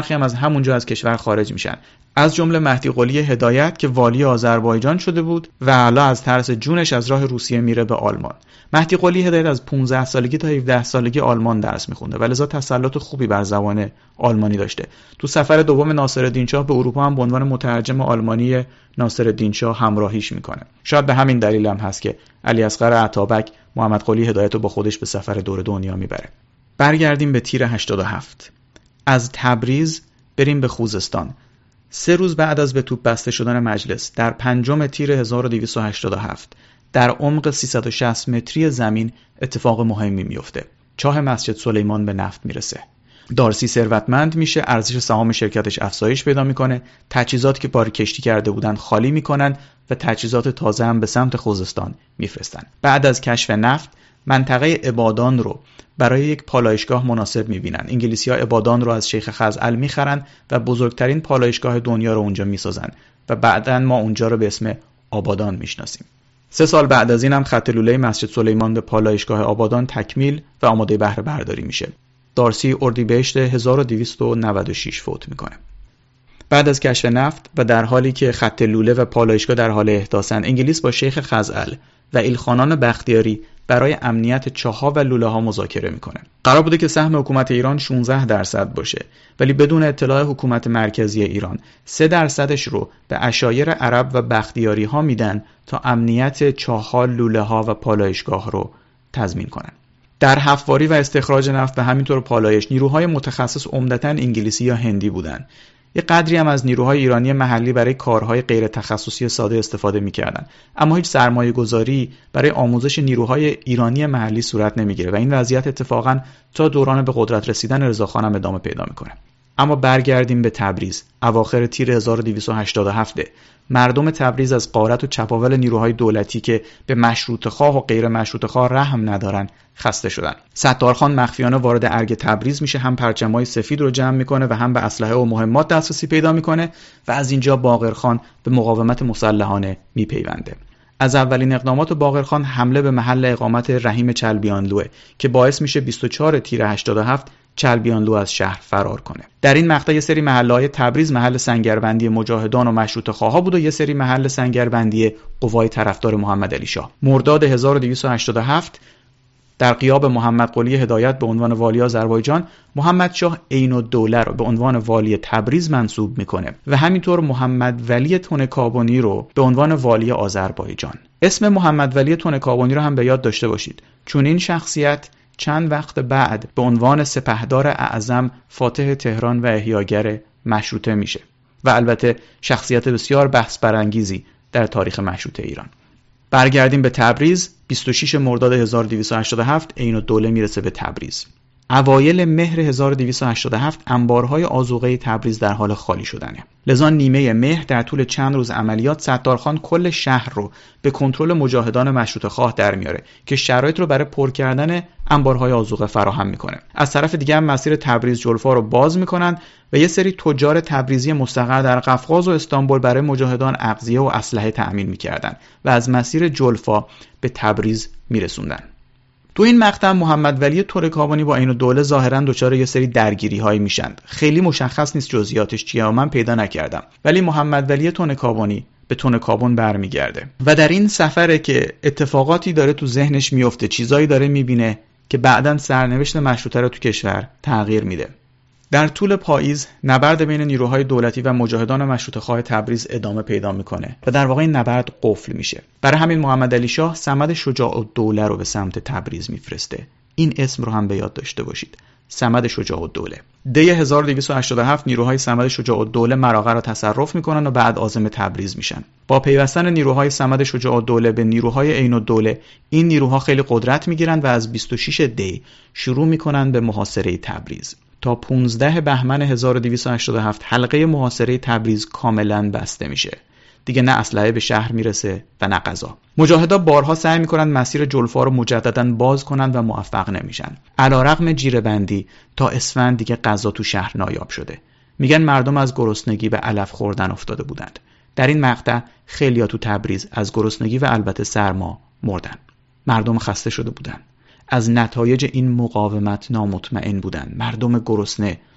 برخی هم از همونجا از کشور خارج میشن، از جمله مهدی قلی هدایت که والی آذربایجان شده بود و حالا از ترس جونش از راه روسیه میره به آلمان. مهدی قلی هدایت از پانزده سالگی تا هفده سالگی آلمان درس میخونده و لذا تسلط خوبی بر زبان آلمانی داشته. تو سفر دوم ناصرالدین شاه به اروپا هم به عنوان مترجم آلمانی ناصرالدین شاه همراهیش میکنه. شاید به همین دلیل هم هست که علی اصغر عطابک محمد قلی هدایت رو با خودش به سفر دور دنیا میبره. برگردیم به تیر هشتاد و هفت. از تبریز بریم به خوزستان. سه روز بعد از به توپ بسته شدن مجلس در پنجم تیر هزار و دویست و هشتاد و هفت در عمق سیصد و شصت متری زمین اتفاق مهمی میفته. چاه مسجد سلیمان به نفت میرسه. دارسی ثروتمند میشه، ارزش سهام شرکتش افزایش پیدا میکنه، تجهیزاتی که بار کشتی کرده بودن خالی میکنن و تجهیزات تازه هم به سمت خوزستان میفرستن. بعد از کشف نفت منطقه عبادان رو برای یک پالایشگاه مناسب میبینن. انگلیسی‌ها عبادان رو از شیخ خزعل میخرن و بزرگترین پالایشگاه دنیا رو اونجا میسازن و بعداً ما اونجا رو به اسم آبادان میشناسیم. سه سال بعد از این هم خط لوله مسجد سلیمان به پالایشگاه آبادان تکمیل و آماده بهره برداری میشه. دارسی اردیبهشت هزار و دویست و نود و شش فوت میکنه. بعد از کشف نفت و در حالی که خط لوله و پالایشگاه در حال احداثن، انگلیس با شیخ خزعل و ایلخانان بختیاری برای امنیت چاه‌ها و لوله‌ها مذاکره میکنه. قرار بوده که سهم حکومت ایران شانزده درصد باشه، ولی بدون اطلاع حکومت مرکزی ایران سه درصدش رو به عشایر عرب و بختیاری ها میدن تا امنیت چاه‌ها، لوله‌ها و پالایشگاه رو تضمین کنن. در حفاری و استخراج نفت و همینطور پالایش نیروهای متخصص عمدتاً انگلیسی یا هندی بودن. یه قدری هم از نیروهای ایرانی محلی برای کارهای غیر تخصصی ساده استفاده می‌کردن، اما هیچ سرمایه‌گذاری برای آموزش نیروهای ایرانی محلی صورت نمی‌گیره و این وضعیت اتفاقاً تا دوران به قدرت رسیدن رضاخان هم ادامه پیدا می‌کنه. اما برگردیم به تبریز. اواخر تیر هزار و دویست و هشتاد و هفت مردم تبریز از غارت و چپاول نیروهای دولتی که به مشروطه خواه و غیر مشروطه خواه رحم ندارن خسته شدن. ستارخان مخفیانه وارد ارگ تبریز میشه، هم پرچمای سفید رو جمع میکنه و هم به اسلحه و مهمات دسترسی پیدا میکنه و از اینجا باقرخان به مقاومت مسلحانه میپیونده. از اولین اقدامات باقرخان حمله به محل اقامت رحیم چلبیانلوه که باعث میشه بیست و چهار تیر هشتاد و هفت چلبیانلو از شهر فرار کنه. در این مقطع یه سری محله‌های تبریز محل سنگربندی مجاهدان و مشروطه خواها بود و یه سری محل سنگربندی قوای طرفدار محمد علی شاه. مرداد هزار و دویست و هشتاد و هفت در غیاب محمد قلی هدایت به عنوان والی آذربایجان، محمد شاه عین الدوله رو به عنوان والی تبریز منصوب میکنه و همینطور محمد ولی تونکابانی رو به عنوان والی آذربایجان. اسم محمد ولی تونکابانی رو هم به یاد داشته باشید، چون این شخصیت چند وقت بعد به عنوان سپهدار اعظم فاتح تهران و احیاگر مشروطه میشه و البته شخصیت بسیار بحث برانگیزی در تاریخ مشروطه ایران. برگردیم به تبریز. بیست و شش مرداد هزار و دویست و هشتاد و هفت عین الدوله میرسه به تبریز. اوایل مهر هزار و دویست و هشتاد و هفت انبارهای آذوقه تبریز در حال خالی شدنه. لذا نیمه مهر در طول چند روز عملیات ستارخان کل شهر رو به کنترل مجاهدان مشروطه خواه در میاره که شرایط رو برای پر کردن انبارهای آذوقه فراهم میکنه. از طرف دیگه هم مسیر تبریز جلفا رو باز میکنن و یه سری تجار تبریزی مستقر در قفقاز و استانبول برای مجاهدان اغذیه و اسلحه تأمین میکردن و از مسیر جلفا به تبریز میرسوندن. تو این مقطع محمد ولی تونکابانی با عین الدوله ظاهراً دچار یه سری درگیری‌هایی میشن. خیلی مشخص نیست جزئیاتش چیه و من پیدا نکردم. ولی محمد ولی تونکابانی به تونکابون برمیگرده و در این سفره که اتفاقاتی داره تو ذهنش میفته، چیزایی داره میبینه که بعداً سرنوشت مشروطه رو تو کشور تغییر میده. در طول پاییز نبرد بین نیروهای دولتی و مجاهدان مشروطه خواه تبریز ادامه پیدا میکنه و در واقع این نبرد قفل میشه. برای همین محمد علی شاه صمد شجاع الدوله رو به سمت تبریز میفرسته. این اسم رو هم به یاد داشته باشید، صمد شجاع الدوله. دی هزار و دویست و هشتاد و هفت نیروهای صمد شجاع الدوله مراغه را تصرف میکنن و بعد عازم تبریز میشن. با پیوستن نیروهای صمد شجاع الدوله به نیروهای عین الدوله، این نیروها خیلی قدرت میگیرن و از بیست و شش دی شروع میکنن به محاصره تبریز. تا پانزده بهمن هزار و دویست و هشتاد و هفت حلقه محاصره تبریز کاملا بسته میشه. دیگه نه اسلحه به شهر میرسه و نه غذا. مجاهدا بارها سعی میکنن مسیر جلفا رو مجددا باز کنن و موفق نمیشن. علیرغم جیره‌بندی تا اسفند دیگه غذا تو شهر نایاب شده. میگن مردم از گرسنگی به علف خوردن افتاده بودند. در این مقطع خیلیا تو تبریز از گرسنگی و البته سرما مردن. مردم خسته شده بودن. از نتایج این مقاومت نامطمئن بودن. مردم گرسنه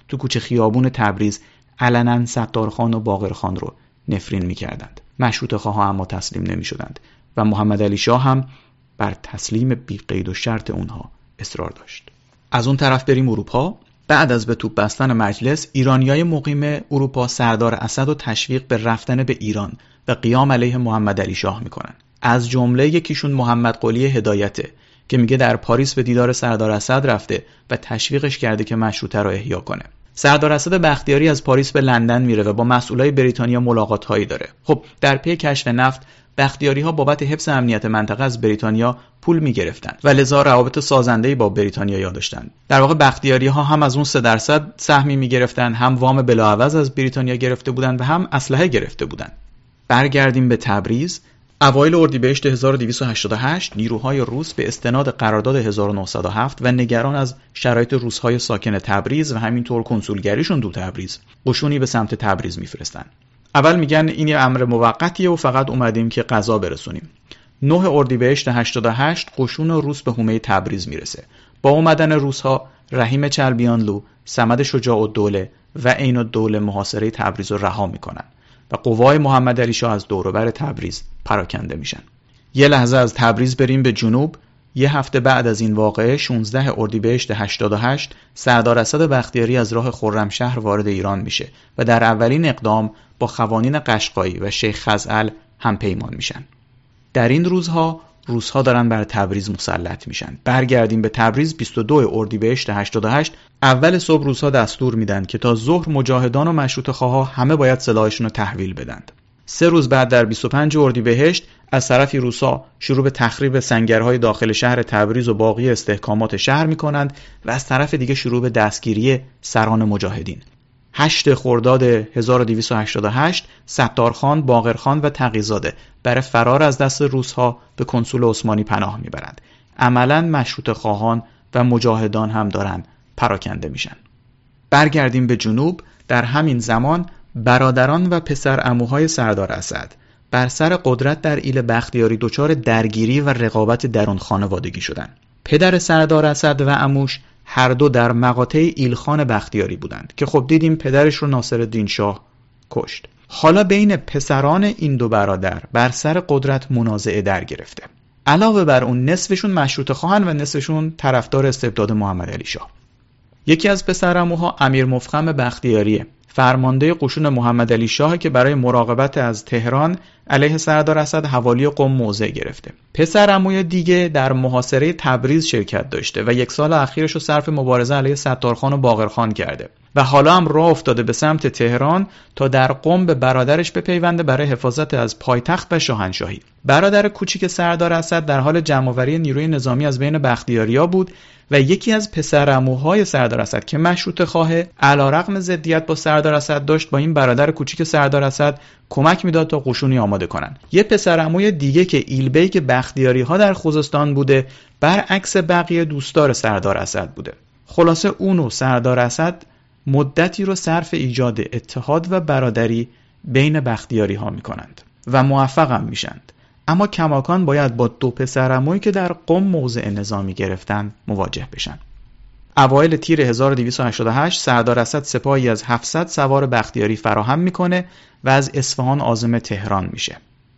تو کوچه خیابون تبریز علنا ستارخان و باقرخان رو نفرین می‌کردند. مشروطه خواها اما تسلیم نمی‌شدند و محمد علی شاه هم بر تسلیم بی قید و شرط اونها اصرار داشت. از اون طرف بریم اروپا. بعد از به توپ بستن مجلس، ایرانیای مقیم اروپا سردار اسد رو تشویق به رفتن به ایران و قیام علیه محمد علی شاه میکنن. از جمله یکیشون محمد قلی هدایته که میگه در پاریس به دیدار سردار اسد رفته و تشویقش کرده که مشروطه رو احیا کنه. سردار اسد بختیاری از پاریس به لندن میره و با مسئولای بریتانیا ملاقات‌هایی داره. خب در پی کشف نفت بختیاری‌ها بابت حفظ امنیت منطقه از بریتانیا پول می‌گرفتند و لذا روابط سازنده‌ای با بریتانیا داشتند. در واقع بختیاری‌ها هم از اون سه درصد سهمی می‌گرفتند، هم وام بلاعوض از بریتانیا گرفته بودند و هم اسلحه گرفته بودند. برگردیم به تبریز. اوایل اردیبهشت هزار و دویست و هشتاد و هشت نیروهای روس به استناد قرارداد هزار و نهصد و هفت و نگران از شرایط روس‌های ساکن تبریز و همینطور کنسولگریشون تو تبریز قشونی به سمت تبریز می‌فرستن. اول میگن این یه امر موقتیه و فقط اومدیم که غذا برسونیم. نه اردیبهشت هشتاد و هشت قشون روس به حومه تبریز میرسه. با اومدن روس‌ها رحیم چلبیانلو، صمد شجاع الدوله و عین الدوله محاصره تبریز رو رها میکنن و قوای محمد علی شاه از دور و بر تبریز پراکنده میشن. یه لحظه از تبریز بریم به جنوب. یه هفته بعد از این واقعه شانزده اردیبهشت هشتاد و هشت سردار اسد بختیاری از راه خرمشهر وارد ایران میشه و در اولین اقدام با خوانین قشقایی و شیخ خزعل هم پیمان میشن. در این روزها روس‌ها دارن بر تبریز مسلط میشن. برگردیم به تبریز. بیست و دو اردیبهشت هشتاد و هشت اول صبح روس‌ها دستور میدن که تا ظهر مجاهدان و مشروطه خواها همه باید سلاحشون رو تحویل بدن. سه روز بعد در بیست و پنج اردیبهشت از طرفی روس‌ها شروع به تخریب سنگرهای داخل شهر تبریز و باقی استحکامات شهر میکنند و از طرف دیگه شروع به دستگیری سران مجاهدین. هشت خرداد هزار و دویست و هشتاد و هشت ستارخان، باقرخان و تقی‌زاده برای فرار از دست روس‌ها به کنسول عثمانی پناه میبرند. عملاً مشروطه خواهان و مجاهدان هم دارن پراکنده میشن. برگردیم به جنوب. در همین زمان برادران و پسر عموهای سردار اسد بر سر قدرت در ایل بختیاری دچار درگیری و رقابت درون خانوادگی شدند. پدر سردار اسد و عموش هر دو در مقاطع ایلخان بختیاری بودند که خب دیدیم پدرش رو ناصرالدین شاه کشت. حالا بین پسران این دو برادر بر سر قدرت منازعه در گرفته. علاوه بر اون نصفشون مشروطه خواهن و نصفشون طرفدار استبداد محمد علی شاه. یکی از پسرعموها امیر مفخم بختیاریه، فرمانده قشون محمد علی شاه که برای مراقبت از تهران علیه سردار اسد حوالی قم موضع گرفته. پسر عموی دیگه در محاصره تبریز شرکت داشته و یک سال اخیرش رو صرف مبارزه علیه ستارخان و باقرخان کرده و حالا هم راه افتاده به سمت تهران تا در قم به برادرش بپیونده برای حفاظت از پایتخت و شاهنشاهی. برادر کوچیک سردار اسد در حال جمع‌آوری نیروی نظامی از بین بختیاریا بود و یکی از پسرعموهای سردار اسد که مشروطه خواهه علیرغم ضدیت با سردار اسد داشت با این برادر کوچیک سردار اسد کمک میداد تا قشونی آماده کنن. یه پسرعموی دیگه که ایلبیک بختیاری ها در خوزستان بوده برعکس بقیه دوستدار سردار اسد بوده. خلاصه اون و سردار اسد مدتی رو صرف ایجاد اتحاد و برادری بین بختیاری ها میکنند و موفق هم میشند. اما کماکان باید با دو پسرعمویی که در قم موضع نظامی گرفتن مواجه بشن. اوایل تیر هزار و دویست و هشتاد و هشت سردار اسد سپاهی از هفتصد سوار بختیاری فراهم میکنه و از اصفهان عازم تهران میشه.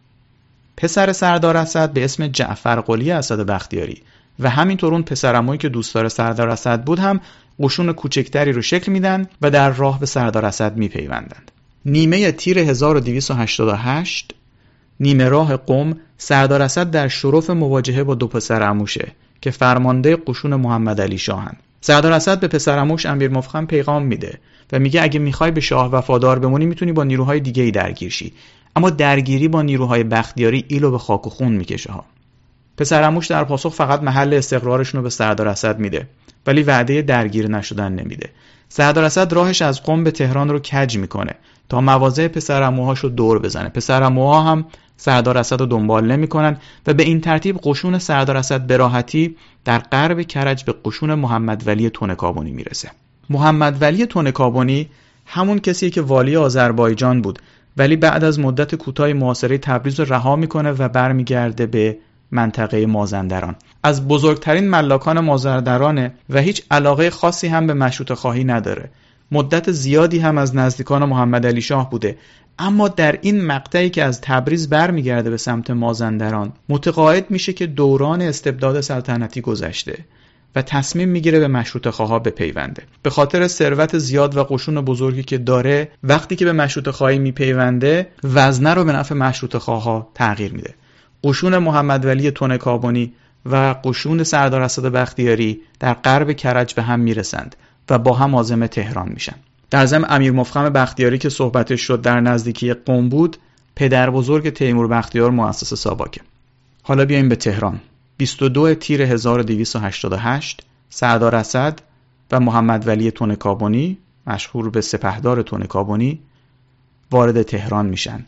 پسر سردار اسد به اسم جعفر قلی اسد بختیاری و همینطور اون پسرعمویی که دوستدار سردار اسد بود هم قشون کوچکتری رو شکل میدن و در راه به سردار اسد میپیوندند. نیمه تیر هزار و دویست و هشتاد و هشت نیمه راه قم سردار اسد در شرف مواجهه با دو پسرعموشه که فرمانده قشون محمد علی شاهن. سردار اسد به پسرعموش امیر مفخم پیغام میده و میگه اگه میخوای به شاه وفادار بمونی میتونی با نیروهای دیگه‌ای درگیر شی، اما درگیری با نیروهای بختیاری ایلو به خاک و خون میکشه ها. پسرعموش در پاسخ فقط محل استقرارشون رو به سردار اسد میده ولی وعده درگیر نشدن نمیده. سردار اسد راهش از قم به تهران رو کج میکنه تا مواضع پسرعموهاش رو دور بزنه. پسرعموها هم سردار اسد رو دنبال نمی‌کنن و به این ترتیب قشون سردار اسد به راحتی در غرب کرج به قشون محمد ولی تونکابونی میرسه. محمد ولی تونکابونی همون کسیه که والی آذربایجان بود ولی بعد از مدت کوتاه محاصره تبریز رو رها میکنه و برمیگرده به منطقه مازندران. از بزرگترین ملاکان مازندرانه و هیچ علاقه خاصی هم به مشروطه خواهی نداره. مدت زیادی هم از نزدیکان محمد علی شاه بوده، اما در این مقطعی که از تبریز برمیگرده به سمت مازندران متقاعد میشه که دوران استبداد سلطنتی گذشته و تصمیم میگیره به مشروطه خواها بپیونده. به خاطر ثروت زیاد و قشون بزرگی که داره، وقتی که به مشروطه خواهی میپیونده وزنه رو به نفع مشروطه خواها تغییر میده. قشون محمد ولی تنکابنی و قشون سردار اسد بختیاری در غرب کرج به هم میرسند و با هم عازم تهران میشن. در ضمن امیر مفخم بختیاری که صحبتش شد در نزدیکی قم بود، پدر بزرگ تیمور بختیار مؤسس ساواکه. حالا بیایم به تهران. بیست و دو تیر هزار و دویست و هشتاد و هشت سردار اسد و محمد ولی تنکابنی، مشهور به سپهدار تنکابنی، وارد تهران میشن.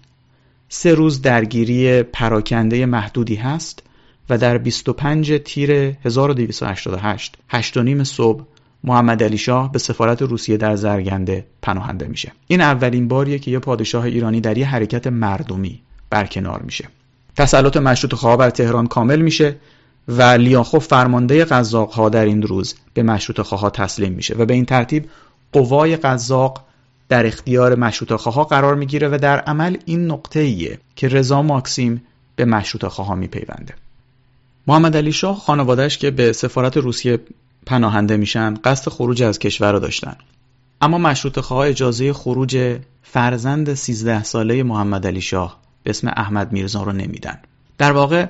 سه روز درگیری پراکنده محدودی هست و در بیست و پنج تیر هزار و دویست و هشتاد و هشت هشت و نیم صبح محمد علی شاه به سفارت روسیه در زرگنده پناهنده میشه. این اولین باریه که یه پادشاه ایرانی در یه حرکت مردمی برکنار میشه. تسلط مشروطه خواها بر تهران کامل میشه و لیاخوف فرمانده قزاق‌ها در این روز به مشروطه خواها تسلیم میشه و به این ترتیب قوای قزاق در اختیار مشروطه خواها قرار میگیره و در عمل این نقطه‌ایه که رضا ماکسیم به مشروطه خواها میپیونده. محمد علی شاه خانواده‌اش که به سفارت روسیه پناهنده میشن قصد خروج از کشور رو داشتن، اما مشروطه خواها اجازه خروج فرزند سیزده ساله محمد علی شاه به اسم احمد میرزا رو نمیدن. در واقع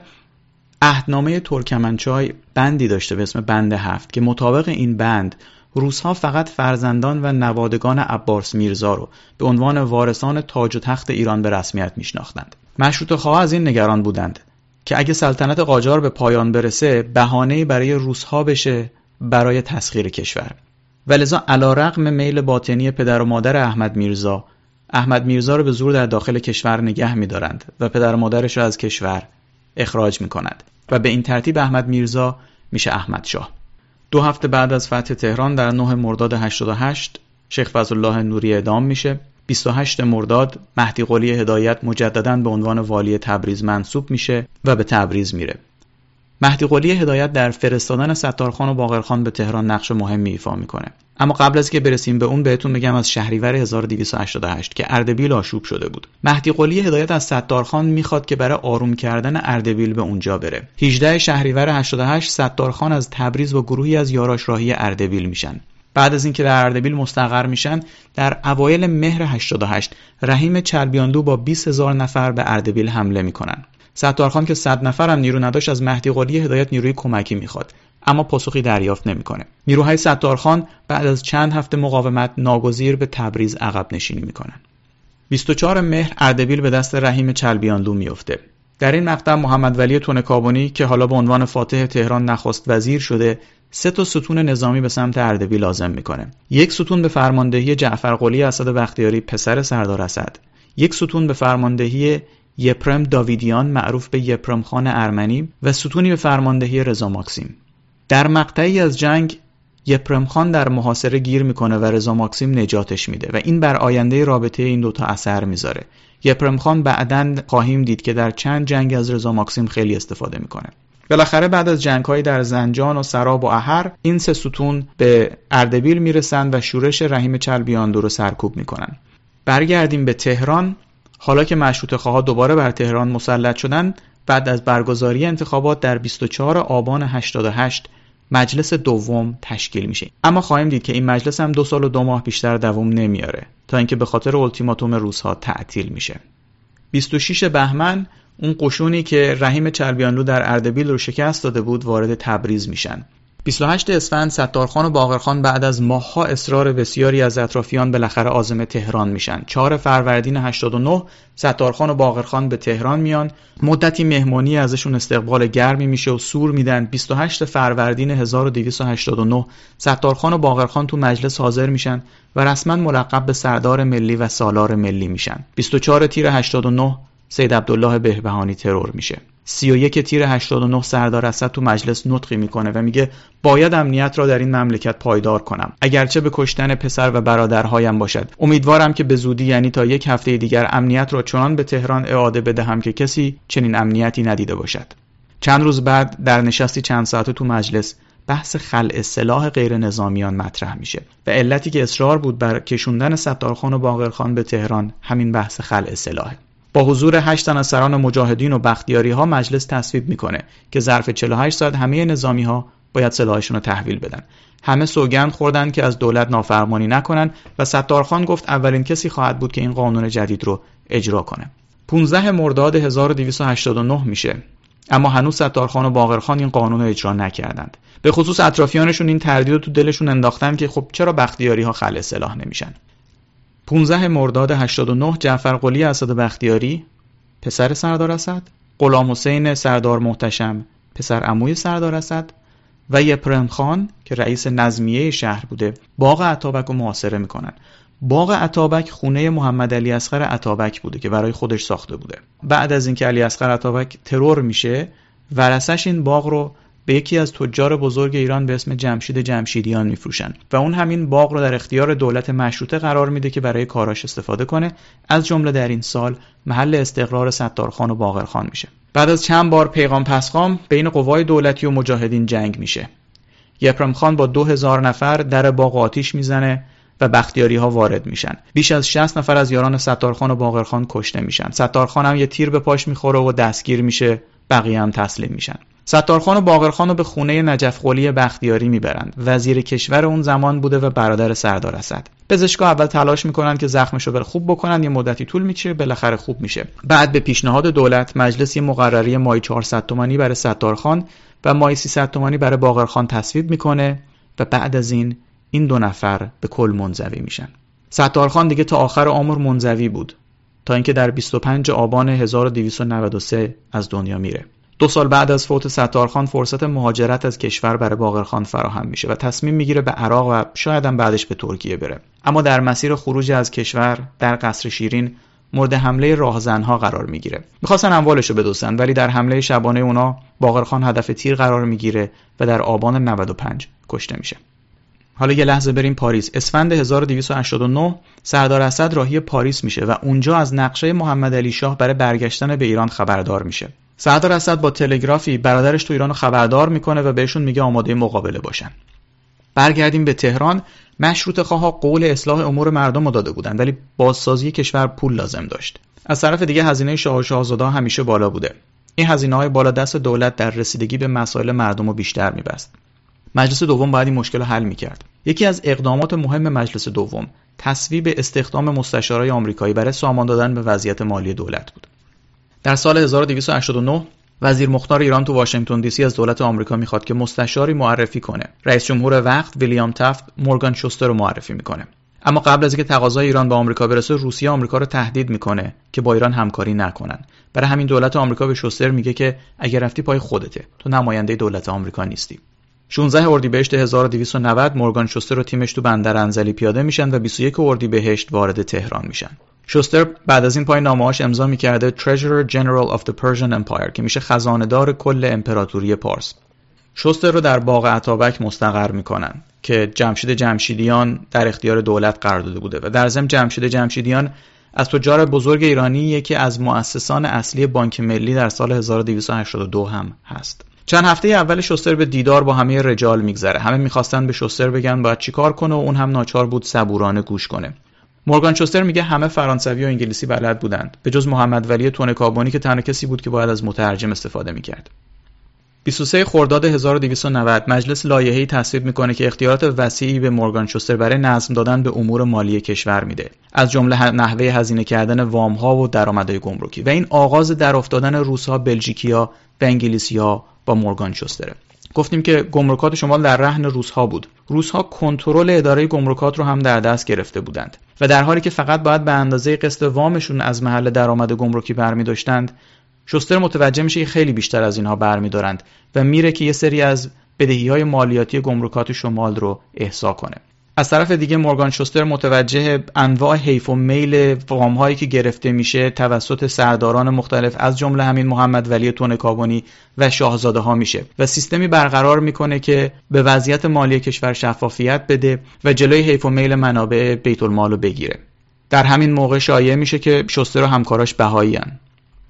عهدنامه ترکمنچای بندی داشته به اسم بند هفت که مطابق این بند روس‌ها فقط فرزندان و نوادگان عباس میرزا رو به عنوان وارثان تاج و تخت ایران به رسمیت میشناختند. مشروطه خواها از این نگران بودند که اگه سلطنت قاجار به پایان برسه بهانه‌ای برای روس‌ها بشه برای تسخیر کشور. ولذا علی‌رغم میل باطنی پدر و مادر احمد میرزا، احمد میرزا رو به زور در داخل کشور نگه می‌دارند و پدر و مادرش رو از کشور اخراج می‌کنند و به این ترتیب احمد میرزا میشه احمد شاه. دو هفته بعد از فتح تهران در نه مرداد هشتاد و هشت شیخ فضلالله نوری اعدام میشه. بیست و هشتم مرداد مهدی قلی هدایت مجدداً به عنوان والی تبریز منصوب میشه و به تبریز میره. مهدی قلی هدایت در فرستادن ستارخان و باقرخان به تهران نقش مهمی ایفا میکنه. اما قبل از که برسیم به اون بهتون بگم از شهریور هزار و دویست و هشتاد و هشت که اردبیل آشوب شده بود. مهدی قلی هدایت از ستارخان میخواد که برای آروم کردن اردبیل به اونجا بره. هجدهم شهریور هشتاد و هشت ستارخان از تبریز با گروهی از یاراش راهی اردبیل میشن. بعد از اینکه در اردبیل مستقر میشن، در اوایل مهر هشتاد و هشت رحیم چلبیانلو با بیست هزار نفر به اردبیل حمله میکنن. ستارخان که صد نفر هم نیرو نداشت از مهدی قلی هدایت نیروی کمکی میخواد، اما پاسخی دریافت نمیکنه. نیروهای ستارخان بعد از چند هفته مقاومت ناگزیر به تبریز عقب نشینی میکنن. بیست و چهارم مهر اردبیل به دست رحیم چلبیانلو میفته. در این مقطع محمد ولی تنکابنی که حالا به عنوان فاتح تهران نخست وزیر شده، سه تا ستون نظامی به سمت اردبیل لازم میکنه. یک ستون به فرماندهی جعفر قلی اسد بختیاری پسر سردار اسد، یک ستون به فرماندهی یپرم داویدیان معروف به یپرم خان ارمنی و ستونی به فرماندهی رضا ماکسیم. در مقطعی از جنگ یپرم خان در محاصره گیر میکنه و رضا ماکسیم نجاتش میده و این بر آینده رابطه این دوتا اثر میذاره. یپرم خان بعداً خواهیم دید که در چند جنگ از رضا ماکسیم خیلی استفاده میکنه. بالاخره بعد از جنگ‌های در زنجان و سراب و احر این سه ستون به اردبیل میرسند و شورش رحیم چلبیانلو رو سرکوب میکنن. برگردیم به تهران. حالا که مشروطه خواها دوباره بر تهران مسلط شدن، بعد از برگزاری انتخابات در بیست و چهارم آبان هشتاد و هشت مجلس دوم تشکیل میشه. اما خواهیم دید که این مجلس هم دو سال و دو ماه بیشتر دوام نمیاره تا اینکه به خاطر التیماتوم روس‌ها تعطیل میشه. بیست و ششم بهمن اون قشونی که رحیم چلبیانلو در اردبیل رو شکست داده بود وارد تبریز میشن. بیست و هشتم اسفند ستارخان و باقرخان بعد از ماه‌ها اصرار بسیاری از اطرافیان بالاخره عازم تهران میشن. چهارم فروردین هشتاد و نه ستارخان و باقرخان به تهران میان. مدتی مهمانی ازشون استقبال گرمی میشه و سور میدن. بیست و هشتم فروردین هزار و دویست و هشتاد و نه ستارخان و باقرخان تو مجلس حاضر میشن و رسما ملقب به سردار ملی و سالار ملی میشن. بیست و چهارم تیر هشتاد و نه سید عبدالله بهبهانی ترور میشه. سی و یکم تیر هشتاد و نه سردار اسد تو مجلس نطقی میکنه و میگه باید امنیت را در این مملکت پایدار کنم، اگرچه به کشتن پسر و برادرهایم باشد. امیدوارم که به زودی، یعنی تا یک هفته دیگر، امنیت را چنان به تهران اعاده بدهم که کسی چنین امنیتی ندیده باشد. چند روز بعد در نشستی چند ساعته تو مجلس بحث خلع سلاح غیر نظامیان مطرح میشه و علتی که اصرار بود بر کشوندن ستارخان و باقرخان به تهران همین بحث خلع سلاحه. با حضور هشت تن از سران مجاهدین و بختیاری ها مجلس تصویب میکنه که ظرف چهل و هشت ساعت همه نظامی ها باید سلاحشون رو تحویل بدن. همه سوگند خوردن که از دولت نافرمانی نکنن و ستارخان گفت اولین کسی خواهد بود که این قانون جدید رو اجرا کنه. پانزده مرداد هزار و دویست و هشتاد و نه میشه، اما هنوز ستارخان و باقرخان این قانون رو اجرا نکردند. به خصوص اطرافیانشون این تردید رو تو دلشون انداختن که خب چرا بختیاری ها خلع سلاح نمیشن. پانزده مرداد هشتاد و نه جعفر قلی اسد بختیاری پسر سردار اسد، غلام حسین سردار محتشم پسر عموی سردار اسد و یپرم خان که رئیس نظمیه شهر بوده باغ اتابک رو محاصره میکنن. باغ اتابک خونه محمد علی اصغر اتابک بوده که برای خودش ساخته بوده. بعد از اینکه علی اصغر اتابک ترور میشه، ورثش این باغ رو به یکی از تجار بزرگ ایران به اسم جمشید جمشیدیان میفروشن و اون همین باغ رو در اختیار دولت مشروطه قرار میده که برای کاراش استفاده کنه. از جمله در این سال محل استقرار ستارخان و باقرخان میشه. بعد از چند بار پیغام پسخام بین قوای دولتی و مجاهدین جنگ میشه. یپرم خان با دو هزار نفر در باغ آتیش میزنه و بختیاری ها وارد میشن. بیش از شصت نفر از یاران ستارخان و باقرخان کشته میشن. ستارخان هم یه تیر به پاش میخوره و دستگیر میشه، بقیه هم تسلیم میشن. ستارخان و باقرخان رو به خونه نجف قلی بختیاری میبرند. وزیر کشور اون زمان بوده و برادر سردار اسد. پزشکا اول تلاش میکنن که زخمشو بر خوب بکنن، یه مدتی طول میکشه، بالاخره خوب میشه. بعد به پیشنهاد دولت مجلس یه مقرری ماهی چهارصد تومانی برای ستارخان و ماهی سیصد تومانی برای باقرخان تصویب میکنه و بعد از این این دو نفر به کل منزوی میشن. ستارخان دیگه تا آخر عمر منزوی بود تا اینکه در بیست و پنجم آبان هزار و دویست و نود و سه از دنیا میره. دو سال بعد از فوت ستارخان فرصت مهاجرت از کشور برای باقرخان فراهم میشه و تصمیم میگیره به عراق و شاید هم بعدش به ترکیه بره. اما در مسیر خروج از کشور در قصر شیرین مورد حمله راهزنها قرار میگیره. میخواستن اموالشو بدزدن ولی در حمله شبانه اونا باقرخان هدف تیر قرار میگیره و در آبان نود و پنج کشته میشه. حالا یه لحظه بریم پاریس. اسفند هزار و دویست و هشتاد و نه سردار اسد راهی پاریس میشه و اونجا از نقشه محمد علی شاه برای برگشتن به ایران خبردار میشه. سردار اسد با تلگرافی برادرش تو ایران رو خبردار میکنه و بهشون میگه آماده مقابله باشن. برگردیم به تهران. مشروطه خواها قول اصلاح امور مردم رو داده بودن ولی بازسازی کشور پول لازم داشت. از طرف دیگه هزینه شاه و شاهزاده همیشه بالا بوده. این هزینه‌های بالا دست دولت در رسیدگی به مسائل مردم رو بیشتر میبست. مجلس دوم باید این مشکل رو حل میکرد. یکی از اقدامات مهم مجلس دوم تصویب استخدام مستشارای آمریکایی برای سامان دادن به وضعیت مالی دولت بود. در سال هزار و دویست و هشتاد و نه وزیر مختار ایران تو واشنگتن دی سی از دولت آمریکا میخواد که مستشاری معرفی کنه. رئیس جمهور وقت ویلیام تافت مورگان شوستر رو معرفی میکنه. اما قبل از اینکه تقاضای ایران به آمریکا برسه، روسیه آمریکا رو تهدید میکنه که با ایران همکاری نکنن. برای همین دولت آمریکا به شوستر میگه که اگر رفتی پای خودته، تو نماینده دولت آمریکا نیستی. شانزده اردیبهشت هزار و دویست و نود مورگان شوستر و تیمش تو بندر انزلی پیاده میشن و بیست و یک اردیبهشت وارد تهران میشن. شوستر بعد از این پای نامه‌هاش امضا می‌کرده Treasurer General of the Persian Empire که میشه خزانه‌دار کل امپراتوری پارس. شوستر رو در باغ اتابک مستقر میکنن که جمشید جمشیدیان در اختیار دولت قرار داده بوده و در ضمن جمشید جمشیدیان از تجار بزرگ ایرانی یکی از مؤسسان اصلی بانک ملی در سال هزار و دویست و هشتاد و دو هم هست. چند هفته اول شوستر به دیدار با همه رجال میگذره. همه میخواستن به شوستر بگن باید چیکار کنه و اون هم ناچار بود صبورانه گوش کنه. مورگان شوستر میگه همه فرانسوی و انگلیسی بلد بودند به جز محمد ولی تونکابونی که تنها کسی بود که باید از مترجم استفاده میکرد. بیست و سوم خرداد هزار و دویست و نود مجلس لایحه‌ای تصویب میکنه که اختیارات وسیعی به مورگان شوستر برای نظم دادن به امور مالی کشور میده، از جمله نحوه هزینه کردن وام‌ها و درآمدهای گمرکی و این آغاز در افتادن روس‌ها، بلژیکیا و انگلیسی‌ها با مورگان شوستر. گفتیم که گمرکات شمال در رهن روس‌ها بود. روس‌ها کنترل اداره گمرکات رو هم در دست گرفته بودند و در حالی که فقط باید به اندازه قسط وامشون از محل درآمد گمرکی برمی‌داشتند، شوستر متوجه میشه که خیلی بیشتر از اینها برمی‌دارند و میره که یه سری از بدهی‌های مالیاتی گمرکات شمال رو احضا کنه. از طرف دیگه مورگان شوستر متوجه انواع حیف و میل وام‌هایی که گرفته میشه توسط سرداران مختلف از جمله همین محمد ولی تونکابونی و شاهزاده‌ها میشه و سیستمی برقرار میکنه که به وضعیت مالی کشور شفافیت بده و جلوی حیف و میل منابع بیت المال رو بگیره. در همین موقع شایعه میشه که شوستر و همکاراش بهایی‌ان.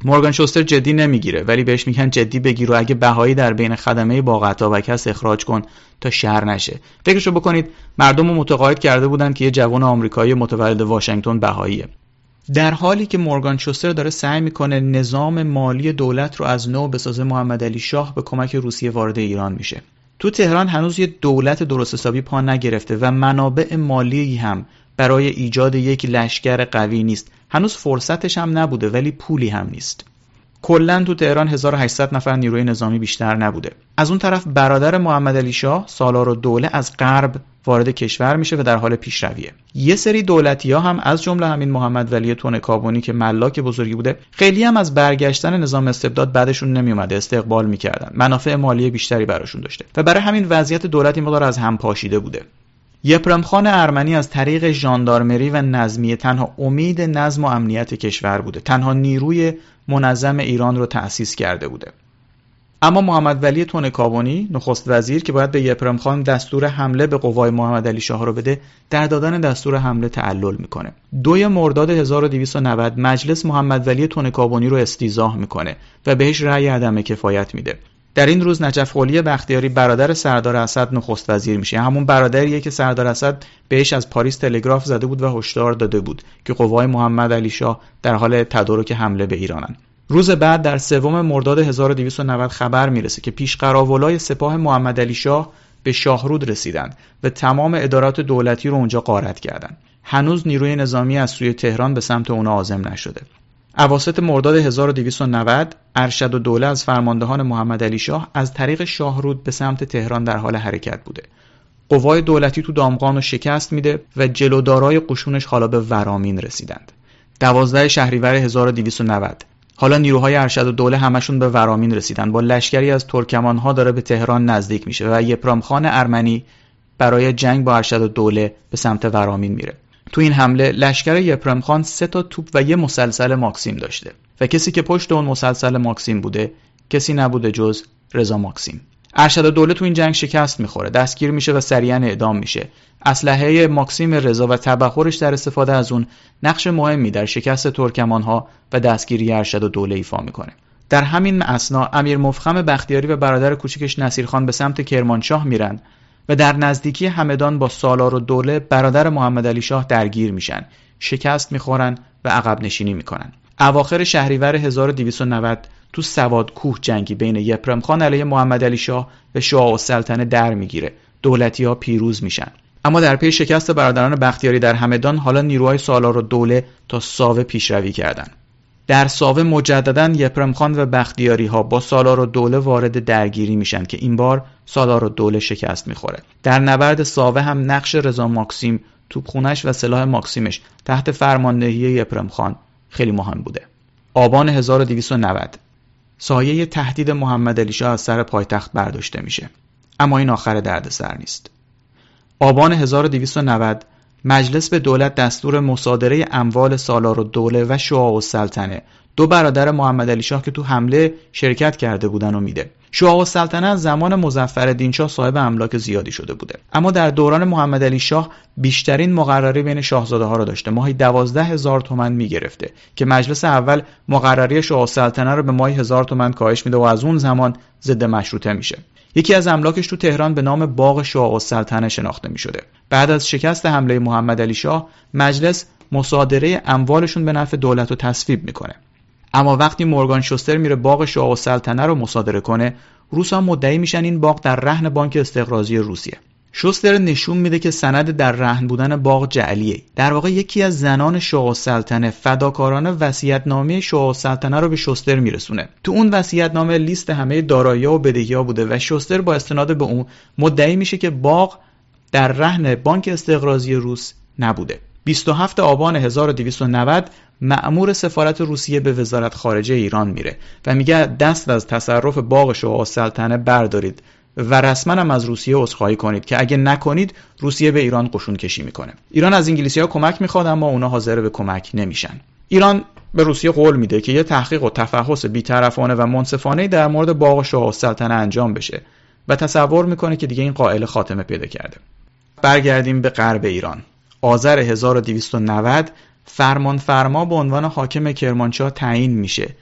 مورگان شوستر جدی نمیگیره، ولی بهش میگن جدی بگیر و اگه بهایی در بین خدمه باغ اتابک هست اخراج کن تا شر نشه. فکرشو بکنید مردم رو متقاعد کرده بودن که یه جوان آمریکایی متولد واشنگتن بهاییه. در حالی که مورگان شوستر داره سعی میکنه نظام مالی دولت رو از نو بسازه، محمد علی شاه به کمک روسیه وارد ایران میشه. تو تهران هنوز یه دولت درست حسابی پا نگرفته و منابع مالی هم برای ایجاد یک لشکر قوی نیست. هنوز فرصتش هم نبوده ولی پولی هم نیست. کلاً تو تهران هزار و هشتصد نفر نیروی نظامی بیشتر نبوده. از اون طرف برادر محمد علی شاه سالارالدوله از غرب وارد کشور میشه و در حال پیشرویه. یه سری دولتی‌ها هم از جمله همین محمد ولی تونکابونی که ملاک بزرگی بوده، خیلی هم از برگشتن نظام استبداد بعدشون نمیومده، استقبال میکردن. منافع مالی بیشتری براشون داشته و برای همین وضعیت دولت این مقدار از هم پاشیده بوده. یپرم خان ارمنی از طریق ژاندارمری و نظمیه تنها امید نظم و امنیت کشور بوده، تنها نیروی منظم ایران رو تأسیس کرده بوده. اما محمد ولی تونکابونی نخست وزیر که باید به یپرم خان دستور حمله به قوای محمد علی شاه رو بده، در دادن دستور حمله تعلل میکنه. دوی مرداد هزار و دویست و نود مجلس محمد ولی تونکابونی رو استیضاح میکنه و بهش رأی عدم کفایت میده. در این روز نجف قلی بختیاری برادر سردار اسد نخست وزیر میشه، همون برادریه که سردار اسد بهش از پاریس تلگراف زده بود و هشدار داده بود که قوای محمد علی شاه در حال تدارک حمله به ایرانن. روز بعد در سوم مرداد هزار و دویست و نود خبر میرسه که پیشقراولای سپاه محمد علی شاه به شاهرود رسیدن و تمام ادارات دولتی رو اونجا غارت کردن. هنوز نیروی نظامی از سوی تهران به سمت اونا عازم نشده. اواسط مرداد هزار و دویست و نود ارشدالدوله از فرماندهان محمد علی شاه از طریق شاهرود به سمت تهران در حال حرکت بوده. قوای دولتی تو دامغان رو شکست میده و جلودارای قشونش حالا به ورامین رسیدند. دوازده شهریور هزار و دویست و نود حالا نیروهای ارشدالدوله همشون به ورامین رسیدن. با لشکری از ترکمانها داره به تهران نزدیک میشه و یپرام خان ارمنی برای جنگ با ارشدالدوله به سمت ورامین میره. تو این حمله لشکر یپرم خان سه تا توپ و یه مسلسل ماکسیم داشته و کسی که پشت اون مسلسل ماکسیم بوده کسی نبوده جز رضا ماکسیم. ارشدالدوله تو این جنگ شکست میخوره، دستگیر میشه و سریعا اعدام میشه. اسلحه ماکسیم رضا و تبحرش در استفاده از اون نقش مهمی در شکست ترکمانها و دستگیری ارشدالدوله ایفا میکنه. در همین اثنا امیر مفخم بختیاری و برادر کوچکش نصیرخان به سمت کرمانشاه میرن و در نزدیکی همدان با سالارالدوله برادر محمد علی شاه درگیر میشن، شکست میخورن و عقب نشینی میکنن. اواخر شهریور هزار و دویست و نود تو سوادکوه جنگی بین یپرم خان علیه محمد علی شاه و شاه السلطنه در میگیره. دولتی‌ها پیروز میشن. اما در پی شکست برادران بختیاری در همدان حالا نیروهای سالارالدوله تا ساوه پیشروی کردن. در ساوه مجدداً یپرم خان و بختیاری ها با سالارالدوله وارد درگیری میشن که این بار سالارالدوله شکست میخوره. در نبرد ساوه هم نقش رضا ماکسیم، توپخونش و سلاح ماکسیمش تحت فرماندهی یپرم خان خیلی مهم بوده. آبان هزار و دویست و نود سایه تهدید محمد علی شاه از سر پایتخت برداشته میشه. اما این آخر دردسر نیست. آبان هزار و دویست و نود مجلس به دولت دستور مصادره اموال سالارالدوله و شاه السلطنه، دو برادر محمد علی شاه که تو حمله شرکت کرده بودن، رو میده. شاه السلطنه از زمان مظفرالدین شاه صاحب املاک زیادی شده بوده، اما در دوران محمد علی شاه بیشترین مقرری بین شاهزاده ها رو داشته. ماهی دوازده هزار تومان میگرفته که مجلس اول مقرری شاه السلطنه رو به ماهی هزار تومان کاهش میده و از اون زمان ضد مشروطه میشه. یکی از املاکش تو تهران به نام باغ شاه السلطنه شناخته می شده. بعد از شکست حمله محمد علی شاه مجلس مصادره اموالشون به نفع دولت رو تصویب میکنه. اما وقتی مورگان شوستر میره باغ شاه السلطنه رو مصادره کنه، روس‌ها مدعی میشن این باغ در رهن بانک استقراضی روسیه. شوستر نشون میده که سند در رهن بودن باغ جعلیه. در واقع یکی از زنان شاه السلطنه فداکارانه وصیت‌نامه شاه السلطنه رو به شوستر میرسونه. تو اون وصیت‌نامه لیست همه دارایی‌ها و بدهی‌ها بوده و شوستر با استناد به اون مدعی میشه که باغ در رهن بانک استقراضی روس نبوده. بیست و هفتم آبان هزار و دویست و نود مأمور سفارت روسیه به وزارت خارجه ایران میره و میگه دست از تصرف باغ شاه السلطنه بردارید و رسما هم از روسیه عذرخواهی کنید که اگه نکنید روسیه به ایران قشون کشی میکنه. ایران از انگلیسی‌ها کمک میخواد اما اونا حاضر به کمک نمیشن. ایران به روسیه قول میده که یه تحقیق و تفحص بی‌طرفانه و منصفانه در مورد باغ شاه السلطنه انجام بشه و تصور میکنه که دیگه این قائل خاتمه پیدا کرده. برگردیم به غرب ایران. آذر هزار و دویست و نود فرمان فرما به عنوان حاکم کرمانشاه تعیین میشه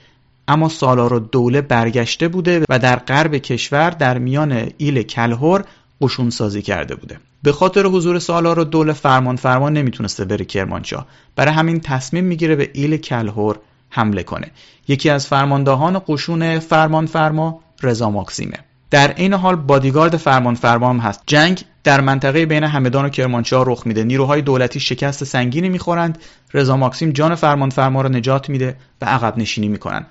اما سالارالدوله برگشته بوده و در غرب کشور در میان ایل کلهر قشون سازی کرده بوده. به خاطر حضور سالارالدوله فرمان فرمان نمیتونسته بره کرمانشاه، برای همین تصمیم میگیره به ایل کلهر حمله کنه. یکی از فرماندهان قشون فرمان فرما رضا ماکسیمه. در این حال بادیگارد فرمان فرما هم هست. جنگ در منطقه بین همدان و کرمانشاه رخ میده. نیروهای دولتی شکست سنگینی میخورند. رضا ماکسیم جان فرمان فرما رو نجات میده و عقب نشینی میکنن.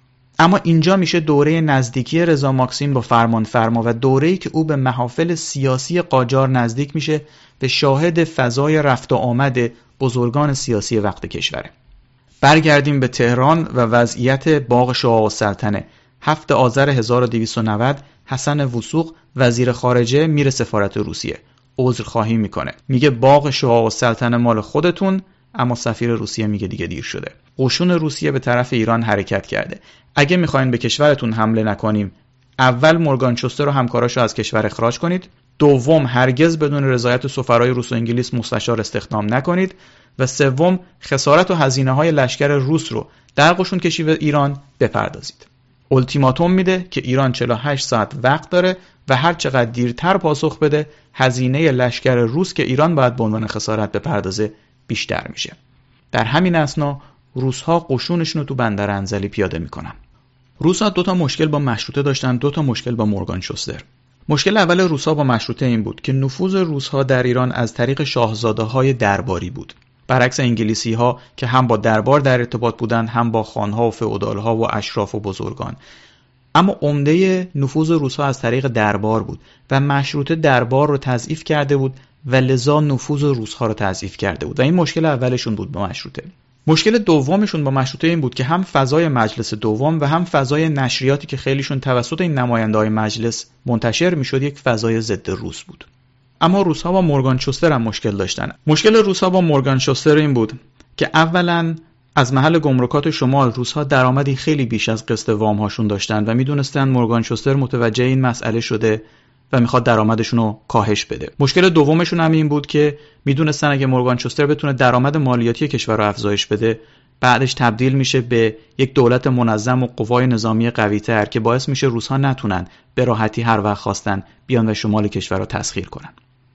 اما اینجا میشه دوره نزدیکی رضا ماکسیم با فرمان فرما و دوره‌ای که او به محافل سیاسی قاجار نزدیک میشه، به شاهد فضای رفت و آمد بزرگان سیاسی وقت کشوره. برگردیم به تهران و وضعیت باغ شاه السلطنه. هفتم آذر هزار و دویست و نود حسن وثوق وزیر خارجه میره سفارت روسیه، عذرخواهی میکنه، میگه باغ شاه السلطنه مال خودتون، اما سفیر روسیه میگه دیگه دیر شده. قشون روسیه به طرف ایران حرکت کرده. اگه میخواین به کشورتون حمله نکنیم، اول مورگان شوستر و همکاراشو از کشور اخراج کنید، دوم هرگز بدون رضایت سفرای روس و انگلیس مستشار استخدام نکنید و سوم خسارت و هزینه‌های لشکر روس رو در قشون کشی به ایران بپردازید. التیماتوم میده که ایران چهل و هشت ساعت وقت داره و هر چقدر دیرتر پاسخ بده، هزینه لشکر روس که ایران باید به عنوان خسارت بپردازه بیشتر میشه. در همین اثنا روس‌ها قشونشون رو تو بندر انزلی پیاده میکنن. روس‌ها دو تا مشکل با مشروطه داشتن، دو تا مشکل با مورگان شوستر. مشکل اول روس‌ها با مشروطه این بود که نفوذ روس‌ها در ایران از طریق شاهزاده‌های درباری بود، برعکس انگلیسی‌ها که هم با دربار در ارتباط بودن، هم با خانها و فئودال‌ها و اشراف و بزرگان. اما عمده نفوذ روس‌ها از طریق دربار بود و مشروطه دربار رو تضعیف کرده بود و لذا نفوذ روس‌ها رو تضعیف کرده بود و این مشکل اولشون بود با مشروطه. مشکل دومشون با مشروطه این بود که هم فضای مجلس دوم و هم فضای نشریاتی که خیلیشون توسط این نماینده‌های مجلس منتشر می‌شد یک فضای ضد روس بود. اما روس‌ها با مورگان شوستر هم مشکل داشتن. مشکل روس‌ها با مورگان شوستر این بود که اولاً از محل گمرکات شمال روس‌ها درآمدی خیلی بیش از قسط وام‌هاشون داشتن و می‌دونستن مورگان شوستر متوجه این مسئله شده و میخواد درآمدشون رو کاهش بده. مشکل دومشون هم این بود که میدونستن اگه مورگان شوستر بتونه درآمد مالیاتی کشور رو افزایش بده، بعدش تبدیل میشه به یک دولت منظم و قوای نظامی قوی‌تر که باعث میشه روس‌ها نتونن به راحتی هر وقت خواستن بیان و شمال کشور رو تسخیر کنن.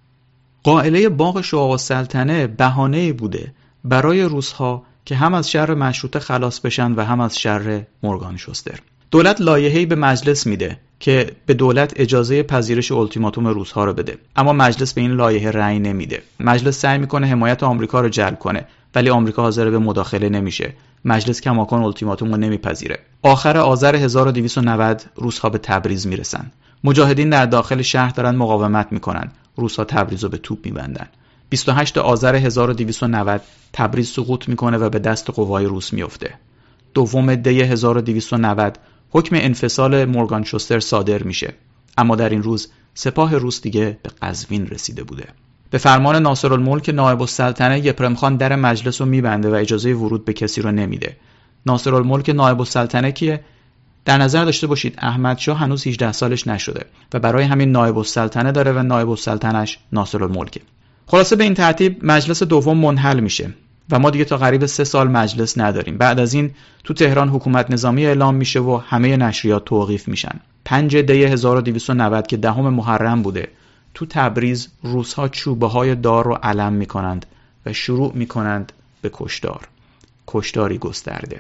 قائله باغ شاه السلطنه بهانه‌ای بوده برای روس‌ها که هم از شر مشروطه خلاص بشن و هم از شر مورگان شوستر. دولت لایحه‌ای به مجلس میده که به دولت اجازه پذیرش التیماتوم روس‌ها رو بده، اما مجلس به این لایحه رأی نمیده. مجلس سعی میکنه حمایت آمریکا رو جلب کنه ولی آمریکا حاضر به مداخله نمیشه. مجلس کماکان التیماتوم رو نمیپذیره. آخر آذر هزار و دویست و نود روس‌ها به تبریز میرسن. مجاهدین در داخل شهر دارن مقاومت میکنن. روس‌ها تبریز رو به توپ میبندن. بیست و هشتم آذر هزار و دویست و نود تبریز سقوط میکنه و به دست قوای روس میفته. دوم دی هزار و دویست و نود حکم انفصال مورگان شوستر صادر میشه، اما در این روز سپاه روس دیگه به قزوین رسیده بوده. به فرمان ناصرالملک نایب السلطنه یپرم خان در مجلس رو میبنده و اجازه ورود به کسی رو نمیده. ناصرالملک نایب السلطنه که در نظر داشته باشید احمد شاه هنوز هجده سالش نشده و برای همین نایب السلطنه داره و نایب السلطنش ناصرالملک. خلاصه به این ترتیب مجلس دوم منحل میشه و ما دیگه تا قریب سه سال مجلس نداریم. بعد از این تو تهران حکومت نظامی اعلام میشه و همه نشریات توقیف میشن. پنجم دی هزار و دویست و نود که دهم محرم بوده، تو تبریز روس‌ها چوبه های دار رو علم میکنند و شروع میکنند به کشتار. کشتاری گسترده.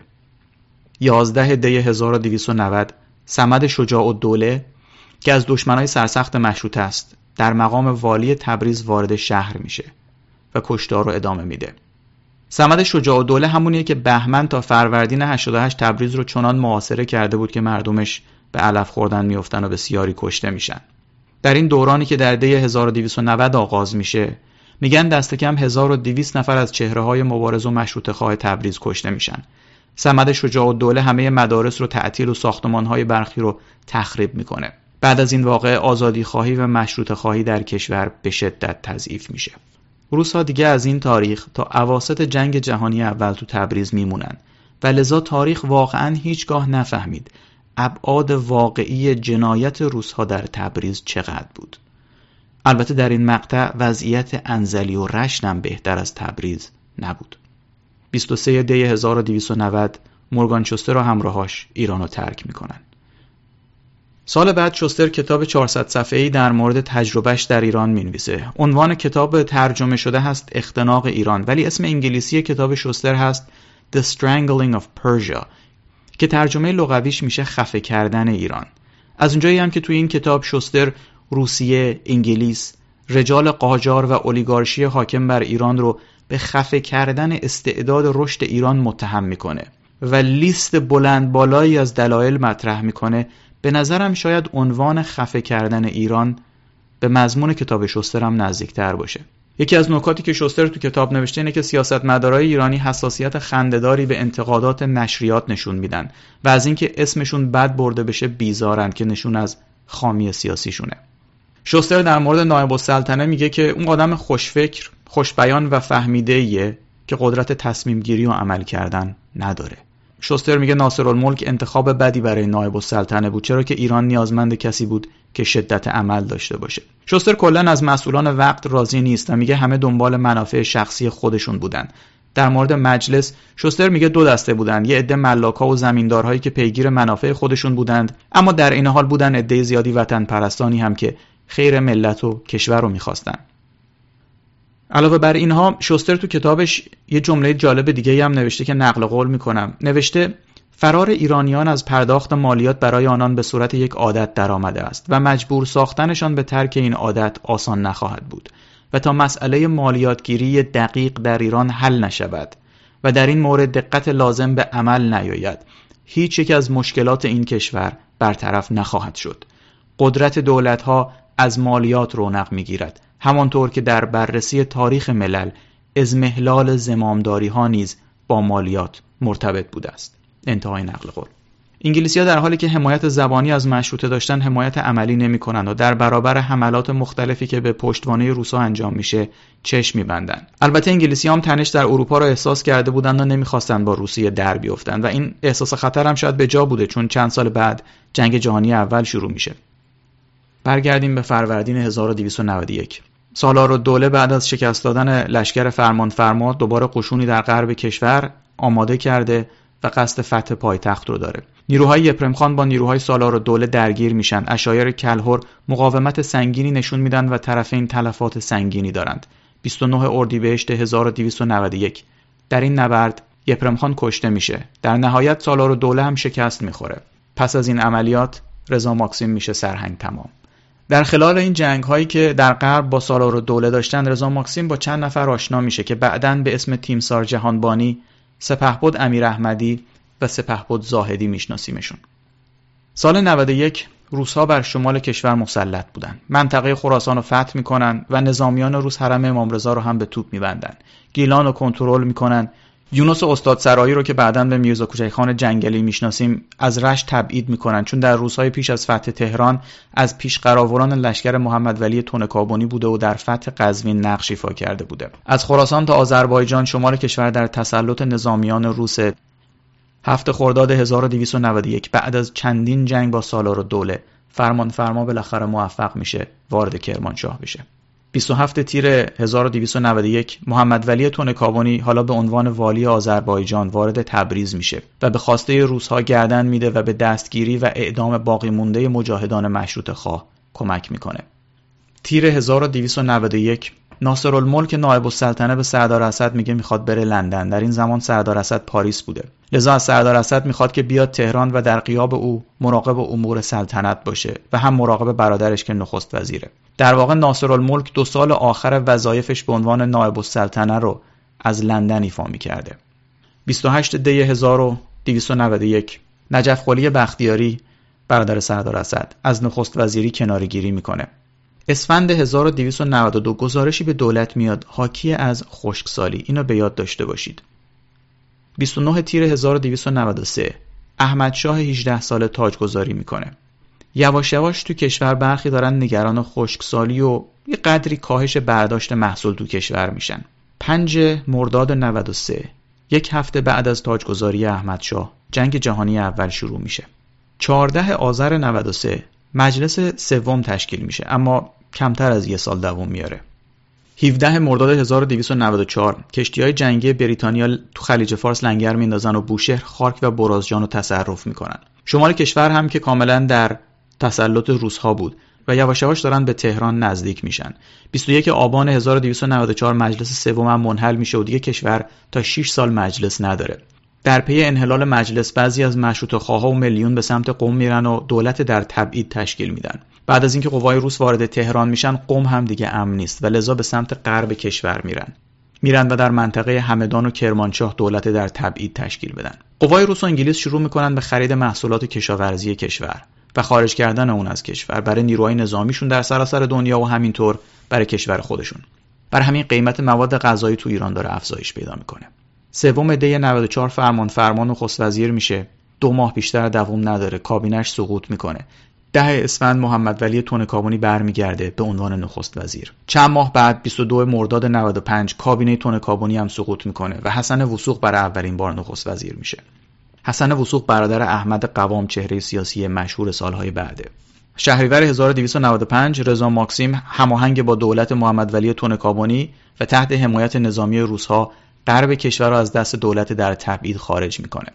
یازدهم دی هزار و دویست و نود صمد شجاع الدوله که از دشمنای سرسخت مشروطه است، در مقام والی تبریز وارد شهر میشه و کشتار رو ادامه میده. صمد شجاع الدوله همونیه که بهمن تا فروردین هشتاد و هشت تبریز رو چنان محاصره کرده بود که مردمش به علف خوردن میافتن و بسیاری کشته میشن. در این دورانی که در دی هزار و دویست و نود آغاز میشه، میگن دست کم هزار و دویست نفر از چهره‌های مبارز و مشروطه خواه تبریز کشته میشن. صمد شجاع الدوله همه مدارس رو تعطیل و ساختمان‌های برخی رو تخریب میکنه. بعد از این واقعه آزادی خواهی و مشروطه خواهی در کشور به شدت تضعیف میشه. روس‌ها دیگه از این تاریخ تا اواسط جنگ جهانی اول تو تبریز میمونن و لذا تاریخ واقعاً هیچگاه نفهمید ابعاد واقعی جنایت روس‌ها در تبریز چقدر بود. البته در این مقطع وضعیت انزلی و رشت هم بهتر از تبریز نبود. بیست و سوم دی هزار و دویست و نود مورگان شوستر و همراهاش ایران رو ترک میکنن. سال بعد شوستر کتاب چهارصد صفحه‌ای در مورد تجربهش در ایران مینویسه. عنوان کتاب ترجمه شده هست اختناق ایران، ولی اسم انگلیسی کتاب شوستر هست The Strangling of Persia که ترجمه لغویش میشه خفه کردن ایران. از اونجایی هم که توی این کتاب شوستر روسیه، انگلیس، رجال قاجار و اولیگارشی حاکم بر ایران رو به خفه کردن استعداد رشد ایران متهم میکنه و لیست بلند بالایی از دلایل مطرح میکنه، به نظرم شاید عنوان خفه کردن ایران به مضمون کتاب شوستر هم نزدیکتر باشه. یکی از نکاتی که شوستر تو کتاب نوشته اینه که سیاستمدارای ایرانی حساسیت خنده‌داری به انتقادات نشریات نشون میدن و از اینکه اسمشون بد برده بشه بیزارن که نشون از خامی سیاسیشونه. شوستر در مورد نایب السلطنه میگه که اون آدم خوشفکر، خوشبیان و فهمیده‌ایه که قدرت تصمیم گیری و عمل کردن نداره. شوستر میگه ناصرالملک انتخاب بدی برای نایب السلطنه بود، چرا که ایران نیازمند کسی بود که شدت عمل داشته باشه. شوستر کلاً از مسئولان وقت راضی نیست و میگه همه دنبال منافع شخصی خودشون بودن. در مورد مجلس شوستر میگه دو دسته بودن، یه عده ملاک‌ها و زمیندارهایی که پیگیر منافع خودشون بودند، اما در این حال بودن عده زیادی وطن پرستانی هم که خیر ملت و کشور رو میخواستن. علاوه بر اینها شوستر تو کتابش یه جمله جالب دیگه هم نوشته که نقل قول میکنم. نوشته فرار ایرانیان از پرداخت مالیات برای آنان به صورت یک عادت در آمده است و مجبور ساختنشان به ترک این عادت آسان نخواهد بود و تا مسئله مالیاتگیری دقیق در ایران حل نشود و در این مورد دقت لازم به عمل نیاید، هیچ یک از مشکلات این کشور برطرف نخواهد شد. قدرت دولت‌ها از مالیات رونق می‌گیرد، همانطور که در بررسی تاریخ ملل اضمحلال زمامداری‌ها نیز با مالیات مرتبط بوده است. انتهای نقل قول. انگلیسی‌ها در حالی که حمایت زبانی از مشروطه داشتن، حمایت عملی نمی‌کنند و در برابر حملات مختلفی که به پشتوانه روس‌ها انجام میشه چشم می‌بندند. البته انگلیسی‌ها هم تنش در اروپا را احساس کرده بودند و نمی‌خواستند با روسیه در بیفتند و این احساس خطر هم شاید به جا بوده، چون چند سال بعد جنگ جهانی اول شروع میشه. برگردیم به فروردین هزار و دویست و نود و یک. سالارالدوله بعد از شکست دادن لشکر فرمانفرما دوباره قشونی در غرب کشور آماده کرده و قصد فتح پایتخت رو داره. نیروهای یپرم خان با نیروهای سالارالدوله درگیر میشن. عشایر کلهر مقاومت سنگینی نشون میدن و طرفین تلفات سنگینی دارند. بیست و نه اردیبهشت هزار و دویست و نود و یک در این نبرد یپرم خان کشته میشه. در نهایت سالارالدوله هم شکست میخوره. پس از این عملیات رضا ماکسیم میشه سرهنگ تمام. در خلال این جنگ هایی که در غرب با سالارالدوله داشتن، رضا ماکسیم با چند نفر آشنا میشه که بعداً به اسم تیمسار جهانبانی، سپهبد امیر احمدی و سپهبد زاهدی میشناسیمشون. سال نود و یک روس‌ها بر شمال کشور مسلط بودن. منطقه خراسان رو فتح میکنن و نظامیان روس حرم امام رضا رو هم به توپ میبندن. گیلان رو کنترل میکنن. یونس استاد سرایی رو که بعداً به میرزا کوچکخان جنگلی میشناسیم از رشت تبعید میکنن، چون در روزهای پیش از فتح تهران از پیشقراوران لشکر محمد ولی تونکابونی بوده و در فتح قزوین نقش ایفا کرده بوده. از خراسان تا آذربایجان شمال کشور در تسلط نظامیان روس. هفت خرداد هزار و دویست و نود و یک بعد از چندین جنگ با سالارالدوله فرمانفرما بالاخره موفق میشه وارد کرمانشاه بشه. بیست و هفتم تیر هزار و دویست و نود و یک محمد ولی تونکابونی حالا به عنوان والی آذربایجان وارد تبریز میشه و به خواسته روس‌ها گردن میده و به دستگیری و اعدام باقی مونده مجاهدان مشروطه خواه کمک میکنه. تیر هزار و دویست و نود و یک ناصرالملک نایب السلطنه به سردار اسد میگه میخواد بره لندن. در این زمان سردار اسد پاریس بوده، لذا از سردار اسد میخواد که بیاد تهران و در غیاب او مراقب امور سلطنت باشه و هم مراقب برادرش که نخست وزیره. در واقع ناصرالملک دو سال آخر وظایفش به عنوان نایب السلطنه رو از لندن ایفا میکرده. بیست و هشتم دی هزار و دویست و نود و یک نجف قلی بختیاری برادر سردار اسد از نخست وزیری کناره‌گیری میکنه. اسفند هزار و دویست و نود و دو گزارشی به دولت میاد حاکی از خشکسالی. اینو به یاد داشته باشید. بیست و نهم تیر هزار و دویست و نود و سه احمد شاه هجده ساله تاجگذاری میکنه. یواش یواش تو کشور برخی دارن نگران خشکسالی و یه قدری کاهش برداشت محصول تو کشور میشن. پنجم مرداد نود و سه یک هفته بعد از تاجگذاری احمد شاه جنگ جهانی اول شروع میشه. چهاردهم آذر نود و سه مجلس سوم تشکیل میشه، اما کمتر از یه سال دوام میاره. هفدهم مرداد هزار و دویست و نود و چهار کشتی‌های جنگی بریتانیا تو خلیج فارس لنگر میندازن و بوشهر، خارک و برازجان رو تصرف میکنن. شمال کشور هم که کاملا در تسلط روس‌ها بود و یواش یواش دارن به تهران نزدیک میشن. بیست و یکم آبان هزار و دویست و نود و چهار مجلس سوم هم منحل میشه و دیگه کشور تا شش سال مجلس نداره. در پی انحلال مجلس بعضی از مشروطه‌خواها و میلیون به سمت قم میرن و دولت در تبعید تشکیل میدن. بعد از اینکه قوای روس وارد تهران میشن، قم هم دیگه امن نیست و لذا به سمت غرب کشور میرن. میرن و در منطقه همدان و کرمانشاه دولت در تبعید تشکیل بدن. قوای روس و انگلیس شروع میکنن به خرید محصولات کشاورزی کشور و خارج کردن اون از کشور برای نیروهای نظامیشون در سراسر دنیا و همینطور برای کشور خودشون. بر همین قیمت مواد غذایی تو ایران داره افزایش پیدا میکنه. سوم دی نود و چهار فرمان فرمان نخست وزیر میشه. دو ماه بیشتر دوام نداره، کابینش سقوط میکنه. ده اسفند محمد ولی تونکابونی برمیگرده به عنوان نخست وزیر. چند ماه بعد بیست و دوم مرداد نود و پنج کابینه تونکابونی هم سقوط میکنه و حسن وثوق برای اولین بار نخست وزیر میشه. حسن وثوق برادر احمد قوام چهره سیاسی مشهور سالهای بعده. شهریور هزار و دویست و نود و پنج رضا ماکسیم هماهنگ با دولت محمد ولی تونکابونی و تحت حمایت نظامی روس‌ها غرب کشور را از دست دولت در تبعید خارج میکنه.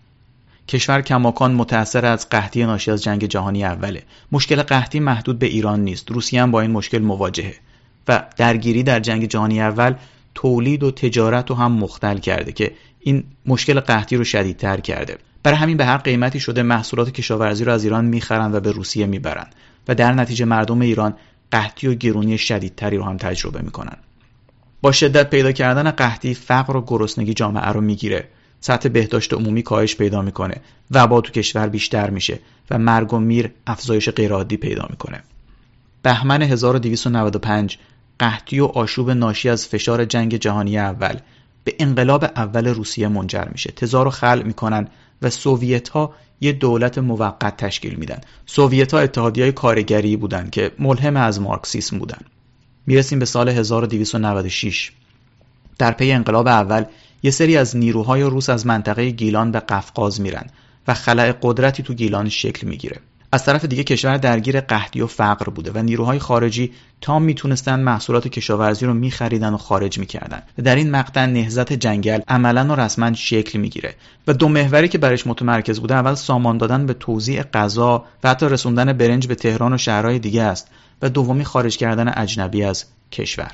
کشور کماکان متأثر از قحطی ناشی از جنگ جهانی اوله. مشکل قحطی محدود به ایران نیست. روسیه هم با این مشکل مواجهه و درگیری در جنگ جهانی اول تولید و تجارت رو هم مختل کرده که این مشکل قحطی رو شدیدتر کرده. برای همین به هر قیمتی شده محصولات کشاورزی رو از ایران میخرن و به روسیه میبرن و در نتیجه مردم ایران قحطی و گرونی شدیدتری رو هم تجربه میکنن. با شدت پیدا کردن قحطی، فقر و گرسنگی جامعه رو میگیره. سطح بهداشت عمومی کاهش پیدا میکنه، وبا تو کشور بیشتر میشه و مرگ و میر افزایش غیرعادی پیدا میکنه. بهمن هزار و دویست و نود و پنج قحطی و آشوب ناشی از فشار جنگ جهانی اول به انقلاب اول روسیه منجر میشه. تزار رو خلع میکنن و سوویت‌ها یه دولت موقت تشکیل میدن. سوویت‌ها اتحادیه‌های کارگری بودن که ملهم از مارکسیسم بودن. میرسیم به سال هزار و دویست و نود و شش. در پی انقلاب اول یه سری از نیروهای روس از منطقه گیلان به قفقاز میرن و خلأ قدرتی تو گیلان شکل میگیره. از طرف دیگه کشور درگیر قحطی و فقر بوده و نیروهای خارجی تا میتونستن محصولات کشاورزی رو میخریدن و خارج میکردن و در این مقطع نهضت جنگل عملاً و رسما شکل میگیره و دو محوری که برش متمرکز بوده اول سامان دادن به توزیع غذا و حتی رسوندن برنج به تهران و شهرهای دیگه است و دومی خارج کردن اجنبی از کشور.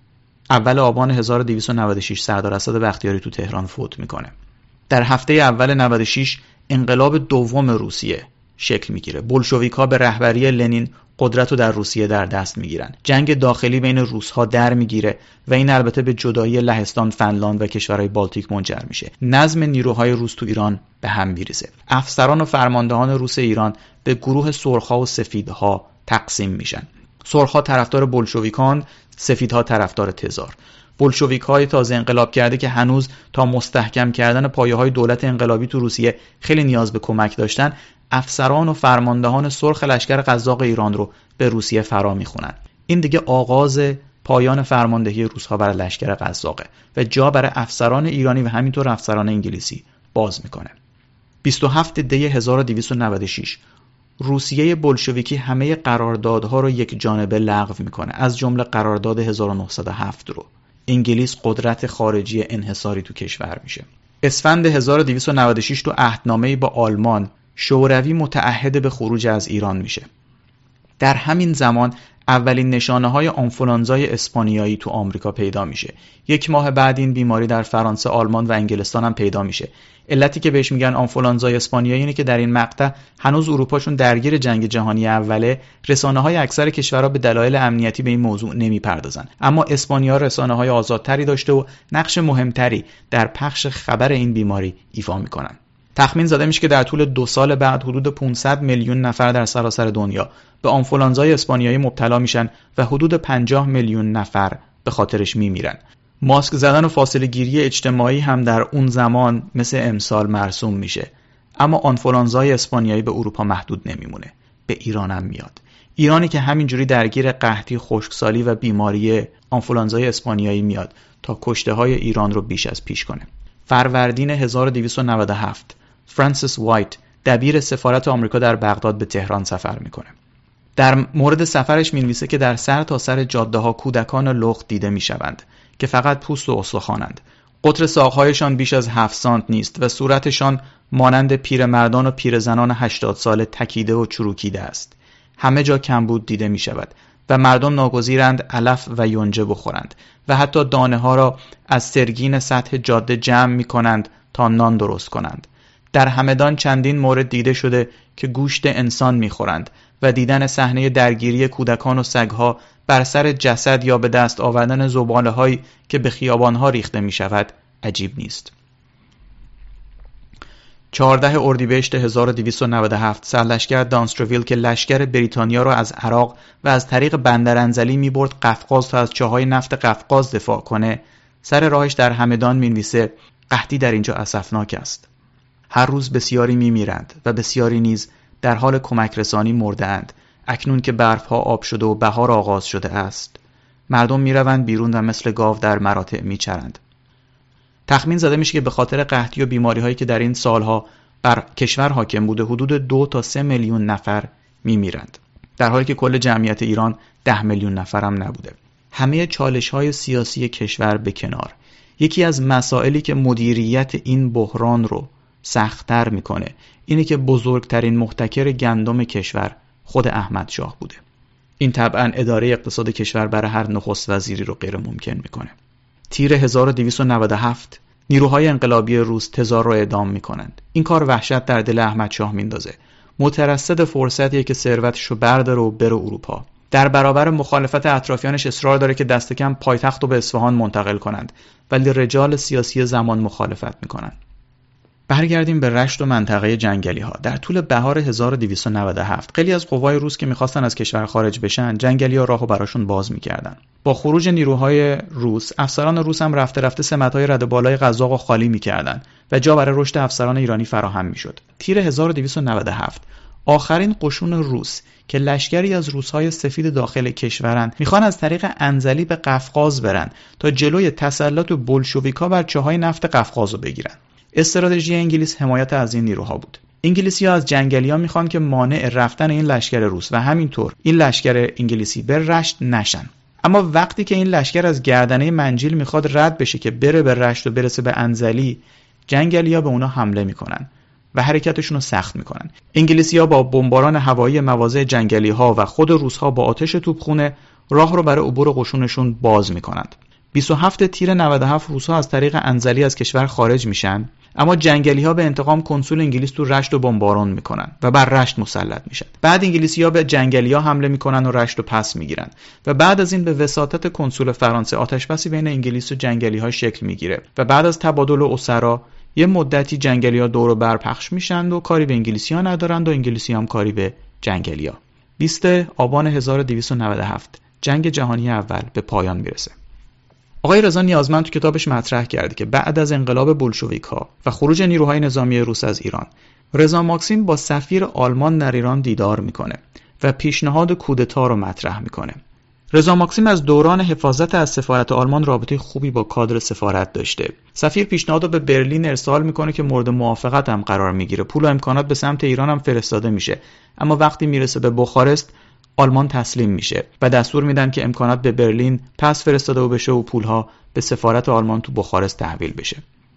اول آبان هزار و دویست و نود و شش سردار اسد بختیاری تو تهران فوت میکنه. در هفته اول نود و شش انقلاب دوم روسیه شکل میگیره. بولشویک‌ها به رهبری لنین قدرت رو در روسیه در دست میگیرن. جنگ داخلی بین روس‌ها در میگیره و این البته به جدایی لهستان، فنلاند و کشورهای بالتیک منجر میشه. نظم نیروهای روس تو ایران به هم میریزه. افسران و فرماندهان روس ایران به گروه سرخ‌ها و سفیدها تقسیم میشن. سرخ‌ها طرفدار بولشویکان، سفیدها طرفدار تزار. بولشویک‌های تازه انقلاب کرده که هنوز تا مستحکم کردن پایه‌های دولت انقلابی تو روسیه خیلی نیاز به کمک داشتن، افسران و فرماندهان سرخ لشکر قزاق ایران رو به روسیه فرا میخونن. این دیگه آغاز پایان فرماندهی روس‌ها بر لشکر قزاقه و جا برای افسران ایرانی و همینطور افسران انگلیسی باز میکنه. بیست و هفتم دی هزار و دویست و نود و شش روسیه بولشویکی همه قراردادها رو یک جانبه لغو میکنه، از جمله قرارداد هزار و نهصد و هفت رو. انگلیس قدرت خارجی انحصاری تو کشور میشه. اسفند هزار و دویست و نود و شش تو عهدنامه‌ای با آلمان شوروی متعهد به خروج از ایران میشه. در همین زمان اولین نشانه‌های آنفولانزای اسپانیایی تو آمریکا پیدا میشه. یک ماه بعد این بیماری در فرانسه، آلمان و انگلستان هم پیدا میشه. علتی که بهش میگن آنفولانزای اسپانیایی اینه که در این مقطع هنوز اروپاشون درگیر جنگ جهانی اوله، رسانه‌های اکثر کشورها به دلایل امنیتی به این موضوع نمیپردازن. اما اسپانیا رسانه‌های آزادتری داشته و نقش مهمتری در پخش خبر این بیماری ایفا میکنن. تخمین زده میشه که در طول دو سال بعد حدود پانصد میلیون نفر در سراسر دنیا به آنفولانزای اسپانیایی مبتلا میشن و حدود پنجاه میلیون نفر به خاطرش میمیرن. ماسک زدن و فاصله گیری اجتماعی هم در اون زمان مثل امسال مرسوم میشه. اما آنفولانزای اسپانیایی به اروپا محدود نمیمونه، به ایران هم میاد. ایرانی که همینجوری درگیر قحطی، خشکسالی و بیماری آنفولانزای اسپانیایی میاد تا کشته های ایران رو بیش از پیش کنه. فروردین هزار و دویست و نود و هفت فرانسیس وایت دبیر سفارت آمریکا در بغداد به تهران سفر میکنه. در مورد سفرش می‌نویسه که در سر تا سر جاده‌ها کودکان لخت دیده می‌شوند که فقط پوست و استخوانند. قطر ساق‌هایشان بیش از هفت سانت نیست و صورتشان مانند پیرمردان و پیرزنان هشتاد ساله تکیده و چروکیده است. همه جا کمبود دیده می‌شود و مردم ناگزیرند علف و یونجه بخورند و حتی دانه‌ها را از سرگین سطح جاده جمع می‌کنند تا نان درست کنند. در همدان چندین مورد دیده شده که گوشت انسان می‌خورند و دیدن صحنه درگیری کودکان و سگ‌ها بر سر جسد یا به دست آوردن زباله‌هایی که به خیابان‌ها ریخته می‌شود عجیب نیست. چهاردهم اردیبهشت هزار و دویست و نود و هفت سرلشکر دانستروویل که لشکر بریتانیا را از عراق و از طریق بندر انزلی می‌برد قفقاز تا از چاهای نفت قفقاز دفاع کنه، سر راهش در همدان می‌نویسه قحطی در اینجا اسفناک است. هر روز بسیاری می‌میرند و بسیاری نیز در حال کمک رسانی مرده‌اند. اکنون که برف‌ها آب شده و بهار آغاز شده است، مردم می‌روند بیرون و مثل گاو در مراتع می‌چرند. تخمین زده میشه که به خاطر قحطی و بیماری‌هایی که در این سالها بر کشور حاکم بوده حدود دو تا سه میلیون نفر می‌میرند، در حالی که کل جمعیت ایران ده میلیون نفر هم نبوده. همه چالش‌های سیاسی کشور به کنار، یکی از مسائلی که مدیریت این بحران رو سخت‌تر می‌کنه اینه که بزرگترین محتکر گندم کشور خود احمد شاه بوده. این طبعاً اداره اقتصاد کشور برای هر نخست وزیری رو غیر ممکن می‌کنه. تیر هزار و دویست و نود و هفت نیروهای انقلابی روس تزار را اعدام می‌کنند. این کار وحشت در دل احمد شاه میندازه. مترصد فرصتیه که ثروتش رو برداره و بره اروپا. در برابر مخالفت اطرافیانش اصرار داره که دست کم پایتخت رو به اصفهان منتقل کنند، ولی رجال سیاسی زمان مخالفت می‌کنند. برگردیم به رشت و منطقه جنگلی ها. در طول بهار هزار و دویست و نود و هفت خیلی از قوای روس که می‌خواستن از کشور خارج بشن، جنگلی ها راهو براشون باز می‌کردن. با خروج نیروهای روس، افسران روس هم رفته رفته سمت‌های رده بالای قزاق رو خالی می‌کردن و جا برای رشد افسران ایرانی فراهم می‌شد. تیر هزار و دویست و نود و هفت آخرین قشون روس که لشکری از روس‌های سفید داخل کشورن میخوان از طریق انزلی به قفقاز برن تا جلوی تسلط بولشویک‌ها بر چاهای نفت قفقاز رو بگیرن. استراتژی انگلیس حمایت از این نیروها بود. انگلیسی‌ها از جنگلی‌ها میخوان که مانع رفتن این لشکر روس و همینطور این لشکر انگلیسی به رشت نشن. اما وقتی که این لشکر از گردنه منجیل میخواد رد بشه که بره به رشت و برسه به انزلی، جنگلی‌ها به اونا حمله میکنن و حرکتشون رو سخت میکنن. انگلیسی‌ها با بمباران هوایی مواضع جنگلی‌ها و خود روس‌ها با آتش توپخانه راه رو برای عبور قشونشون باز میکنند. بیست و هفتم تیر نود و هفت روس‌ها از طریق انزلی از کشور خارج میشن، اما جنگلی‌ها به انتقام کنسول انگلیس تو رشت و بمباران میکنن و بر رشت مسلط میشن. بعد انگلیسی‌ها به جنگلی‌ها حمله میکنن و رشت رو پس میگیرن و بعد از این به وساطت کنسول فرانسه آتش‌بسی بین انگلیس و جنگلی‌ها شکل میگیره و بعد از تبادل اسرا یه مدتی جنگلی‌ها دور و بر پخش میشن و کاری به انگلیسی‌ها ندارند و انگلیسی‌ها هم کاری به جنگلی‌ها. بیستم آبان هزار و دویست و نود و هفت جنگ جهانی اول به پایان میرسه. آقای رضا نیازمند تو کتابش مطرح کرده که بعد از انقلاب بولشویک‌ها و خروج نیروهای نظامی روس از ایران، رضا ماکسیم با سفیر آلمان در ایران دیدار میکنه و پیشنهاد کودتا رو مطرح میکنه. رضا ماکسیم از دوران حفاظت از سفارت آلمان رابطه خوبی با کادر سفارت داشته. سفیر پیشنهاد رو به برلین ارسال میکنه که مورد موافقت هم قرار میگیره. پول و امکانات به سمت ایران هم فرستاده میشه. اما وقتی میرسه به بخارست، آلمان تسلیم میشه و دستور میدن که امکانات به برلین پس فرستاده بشه و پولها به سفارت آلمان تو بخارست تحویل بشه.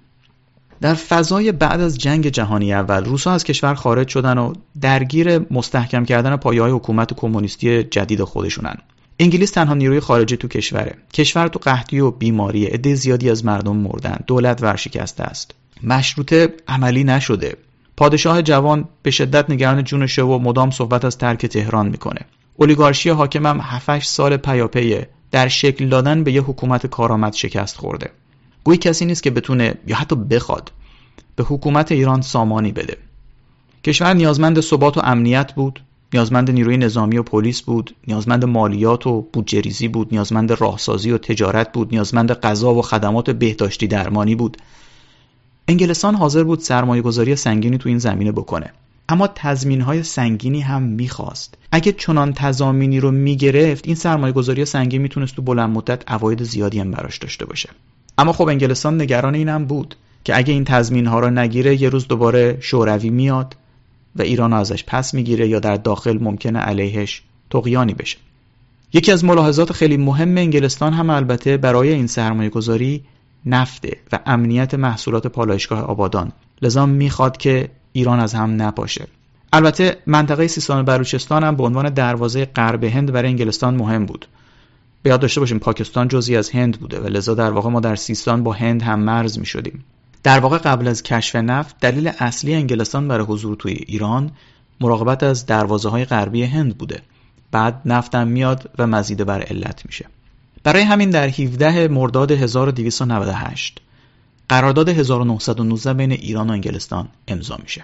در فضای بعد از جنگ جهانی اول روس‌ها از کشور خارج شدن و درگیر مستحکم کردن پایه‌های حکومت کمونیستی جدید خودشونن. انگلیس تنها نیروی خارجی تو کشوره. کشور تو قحطی و بیماری، عده زیادی از مردم مردن، دولت ورشکسته است. مشروطه عملی نشده. پادشاه جوان به شدت نگران جونشه و مدام صحبت از ترک تهران میکنه. اولیگارشی حاکم هم هفت هشت سال پیاپی در شکل دادن به یه حکومت کارآمد شکست خورده. گویی کسی نیست که بتونه یا حتی بخواد به حکومت ایران سامانی بده. کشور نیازمند ثبات و امنیت بود، نیازمند نیروی نظامی و پلیس بود، نیازمند مالیات و بودجه ریزی بود، نیازمند راهسازی و تجارت بود، نیازمند غذا و خدمات بهداشتی درمانی بود. انگلستان حاضر بود سرمایه‌گذاری سنگینی تو این زمینه بکنه، اما تضمین‌های سنگینی هم می‌خواست. اگه چنان تضامینی رو می‌گرفت، این سرمایه‌گذاری سنگین میتونست تو بلند مدت عواید زیادی هم براش داشته باشه. اما خب انگلستان نگران اینم بود که اگه این تضمین‌ها رو نگیره، یه روز دوباره شوروی میاد و ایران ازش پس میگیره یا در داخل ممکنه علیهش طغیانی بشه. یکی از ملاحظات خیلی مهم انگلستان هم البته برای این سرمایه‌گذاری نفته و امنیت محصولات پالایشگاه آبادان، لذا میخواد که ایران از هم نپاشه. البته منطقه سیستان و بلوچستان هم به عنوان دروازه غرب هند برای انگلستان مهم بود. به یاد داشته باشیم پاکستان جزئی از هند بوده و لذا در واقع ما در سیستان با هند هم مرز می شدیم. در واقع قبل از کشف نفت دلیل اصلی انگلستان برای حضور توی ایران مراقبت از دروازه های غربی هند بوده. بعد نفت هم میاد و مزید بر علت میشه. برای همین در هفدهم مرداد هزار و دویست و نود و هشت قرارداد هزار و نهصد و نوزده بین ایران و انگلستان امضا میشه.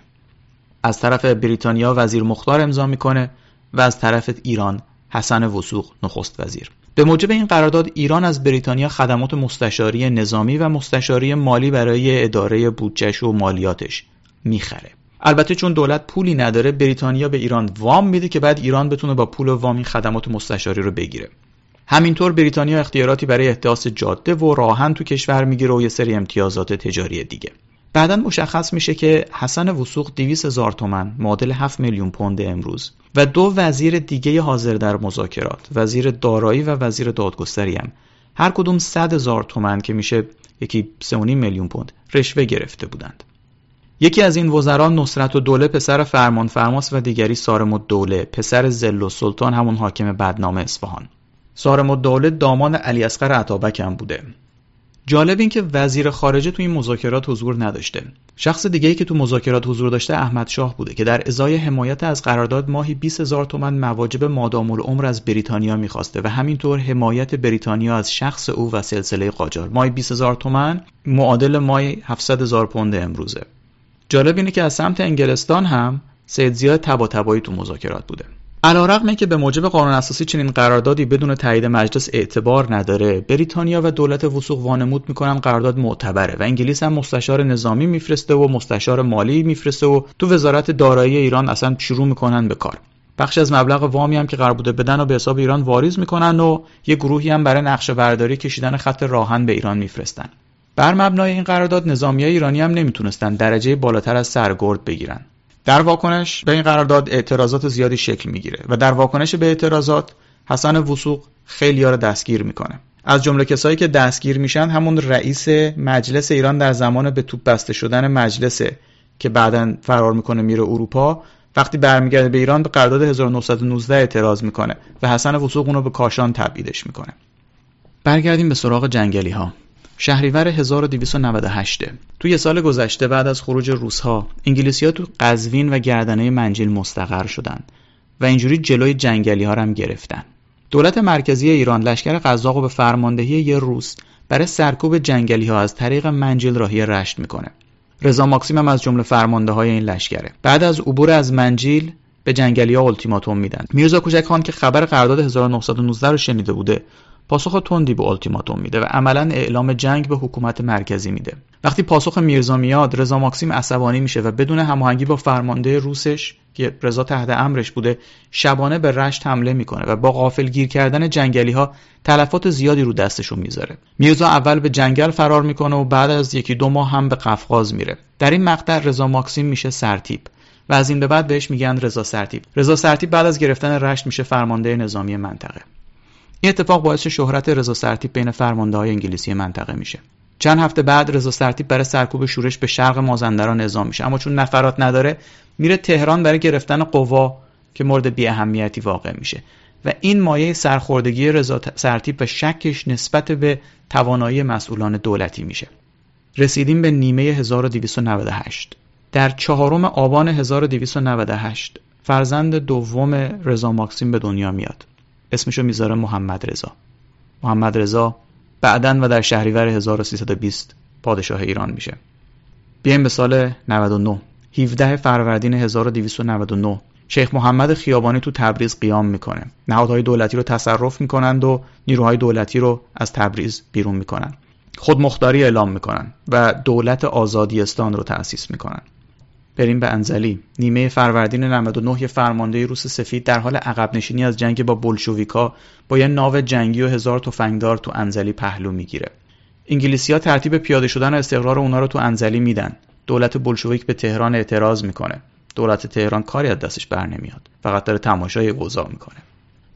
از طرف بریتانیا وزیر مختار امضا میکنه و از طرف ایران حسن وثوق نخست وزیر. به موجب این قرارداد ایران از بریتانیا خدمات مستشاری نظامی و مستشاری مالی برای اداره بودجه‌اش و مالیاتش میخره. البته چون دولت پولی نداره بریتانیا به ایران وام میده که بعد ایران بتونه با پول و وام این خدمات مستشاری رو بگیره. همینطور بریتانیا اختیاراتی برای احداث جاده و راهن تو کشور میگیره و یه سری امتیازات تجاری دیگه. بعداً مشخص میشه که حسن وثوق دویست هزار تومان معادل هفت میلیون پوند امروز و دو وزیر دیگه حاضر در مذاکرات، وزیر دارایی و وزیر دادگستری هم هر کدوم صد هزار تومان که میشه یکی سه و نیم میلیون پوند رشوه گرفته بودند. یکی از این وزران نصرت الدوله پسر فرمانفرماست و دیگری صارم الدوله پسر ظل السلطان همون حاکم بدنام اصفهان. صارم الدوله دامان علی اصغر عطابک هم بوده. جالب این که وزیر خارجه تو این مذاکرات حضور نداشته. شخص دیگه‌ای که تو مذاکرات حضور داشته احمد شاه بوده که در ازای حمایت از قرارداد ماهی بیست هزار تومان مواجب مادام العمر از بریتانیا می‌خواسته و همینطور حمایت بریتانیا از شخص او و سلسله قاجار. ماهی بیست هزار تومان معادل ماهی هفتصد هزار پوند امروزه. جالب اینه که از سمت انگلستان هم سید زیاد طباطبایی تو مذاکرات بوده. علی‌رغم اینکه به موجب قانون اساسی چنین قراردادی بدون تایید مجلس اعتبار نداره، بریتانیا و دولت وثوق وانمود میکنن قرارداد معتبره و انگلیس هم مستشار نظامی میفرسته و مستشار مالی میفرسته و تو وزارت دارایی ایران اصلا شروع میکنن به کار. بخش از مبلغ وامی هم که قرار بوده بدن و به حساب ایران واریز میکنن و یه گروهی هم برای نقشه برداری کشیدن خط راهن به ایران میفرستن. بر مبنای این قرارداد نظامیای ایرانی هم نمیتونستن درجه بالاتر از سرگرد بگیرن. در واکنش به این قرارداد اعتراضات زیادی شکل میگیره و در واکنش به اعتراضات حسن وثوق خیلی‌ها رو دستگیر میکنه. از جمله کسایی که دستگیر میشن همون رئیس مجلس ایران در زمان به توپ بسته شدن مجلسه که بعداً فرار میکنه میره اروپا. وقتی برمیگرده به ایران به قرارداد هزار و نهصد و نوزده اعتراض میکنه و حسن وثوق اونو به کاشان تبعیدش میکنه. برگردیم به سراغ جنگلی‌ها. شهریور هزار و دویست و نود و هشت توی سال گذشته بعد از خروج روس‌ها انگلیسی‌ها تو قزوین و گردنه منجیل مستقر شدن و اینجوری جلوی جنگلی‌ها رو هم گرفتن. دولت مرکزی ایران لشکر قزاقو به فرماندهی یه روس برای سرکوب جنگلی‌ها از طریق منجیل راهی رشت میکنه. رضا ماکسیم هم از جمله فرمانده‌های این لشکره. بعد از عبور از منجیل به جنگلی‌ها التیماتوم میدن. میرزا کوچک خان که خبر قرارداد هزار و نهصد و نوزده رو شنیده بوده پاسخ تندی به التیماتوم میده و عملاً اعلام جنگ به حکومت مرکزی میده. وقتی پاسخ میرزا میاد رضا ماکسیم عصبانی میشه و بدون هماهنگی با فرمانده روسش که رضا تحت امرش بوده شبانه به رشت حمله میکنه و با غافلگیر کردن جنگلی‌ها تلفات زیادی رو دستشون میذاره. میرزا اول به جنگل فرار میکنه و بعد از یکی دو ماه هم به قفقاز میره. در این مقطع رضا ماکسیم میشه سرتیپ و از این به بعد بهش میگن رضا سرتیپ. رضا سرتیپ بعد از گرفتن رشت میشه فرمانده نظامی منطقه. این اتفاق باعث شهرت رضا سرتیپ بین فرمانده‌های انگلیسی منطقه میشه. چند هفته بعد رضا سرتیپ برای سرکوب شورش به شرق مازندران اعزام میشه، اما چون نفرات نداره میره تهران برای گرفتن قوا که مورد بی اهمیتی واقع میشه و این مایه سرخوردگی رضا سرتیپ و شکش نسبت به توانایی مسئولان دولتی میشه. رسیدیم به نیمه هزار و دویست و نود و هشت. در چهارم آبان هزار و دویست و نود و هشت فرزند دوم رضا ماکسیم به دنیا میاد. اسمشو میذاره محمد رضا. محمد رضا بعداً و در شهریور هزار و سیصد و بیست پادشاه ایران میشه. بیایم به سال نود و نه. هفدهم فروردین هزار و دویست و نود و نه شیخ محمد خیابانی تو تبریز قیام میکنه. نهادهای دولتی رو تصرف میکنند و نیروهای دولتی رو از تبریز بیرون میکنن. خودمختاری اعلام میکنن و دولت آزادیستان رو تأسیس میکنن. بریم به انزلی. نیمه فروردین نود و نه یه فرمانده روس سفید در حال عقب نشینی از جنگ با بولشویکا با یه ناو جنگی و هزار تفنگدار تو انزلی پهلو میگیره. انگلیسی‌ها ترتیب پیاده شدن و استقرار اونا رو تو انزلی میدن. دولت بولشویک به تهران اعتراض میکنه. دولت تهران کاری از دستش بر نمیاد. فقط داره تماشای اوضاع میکنه.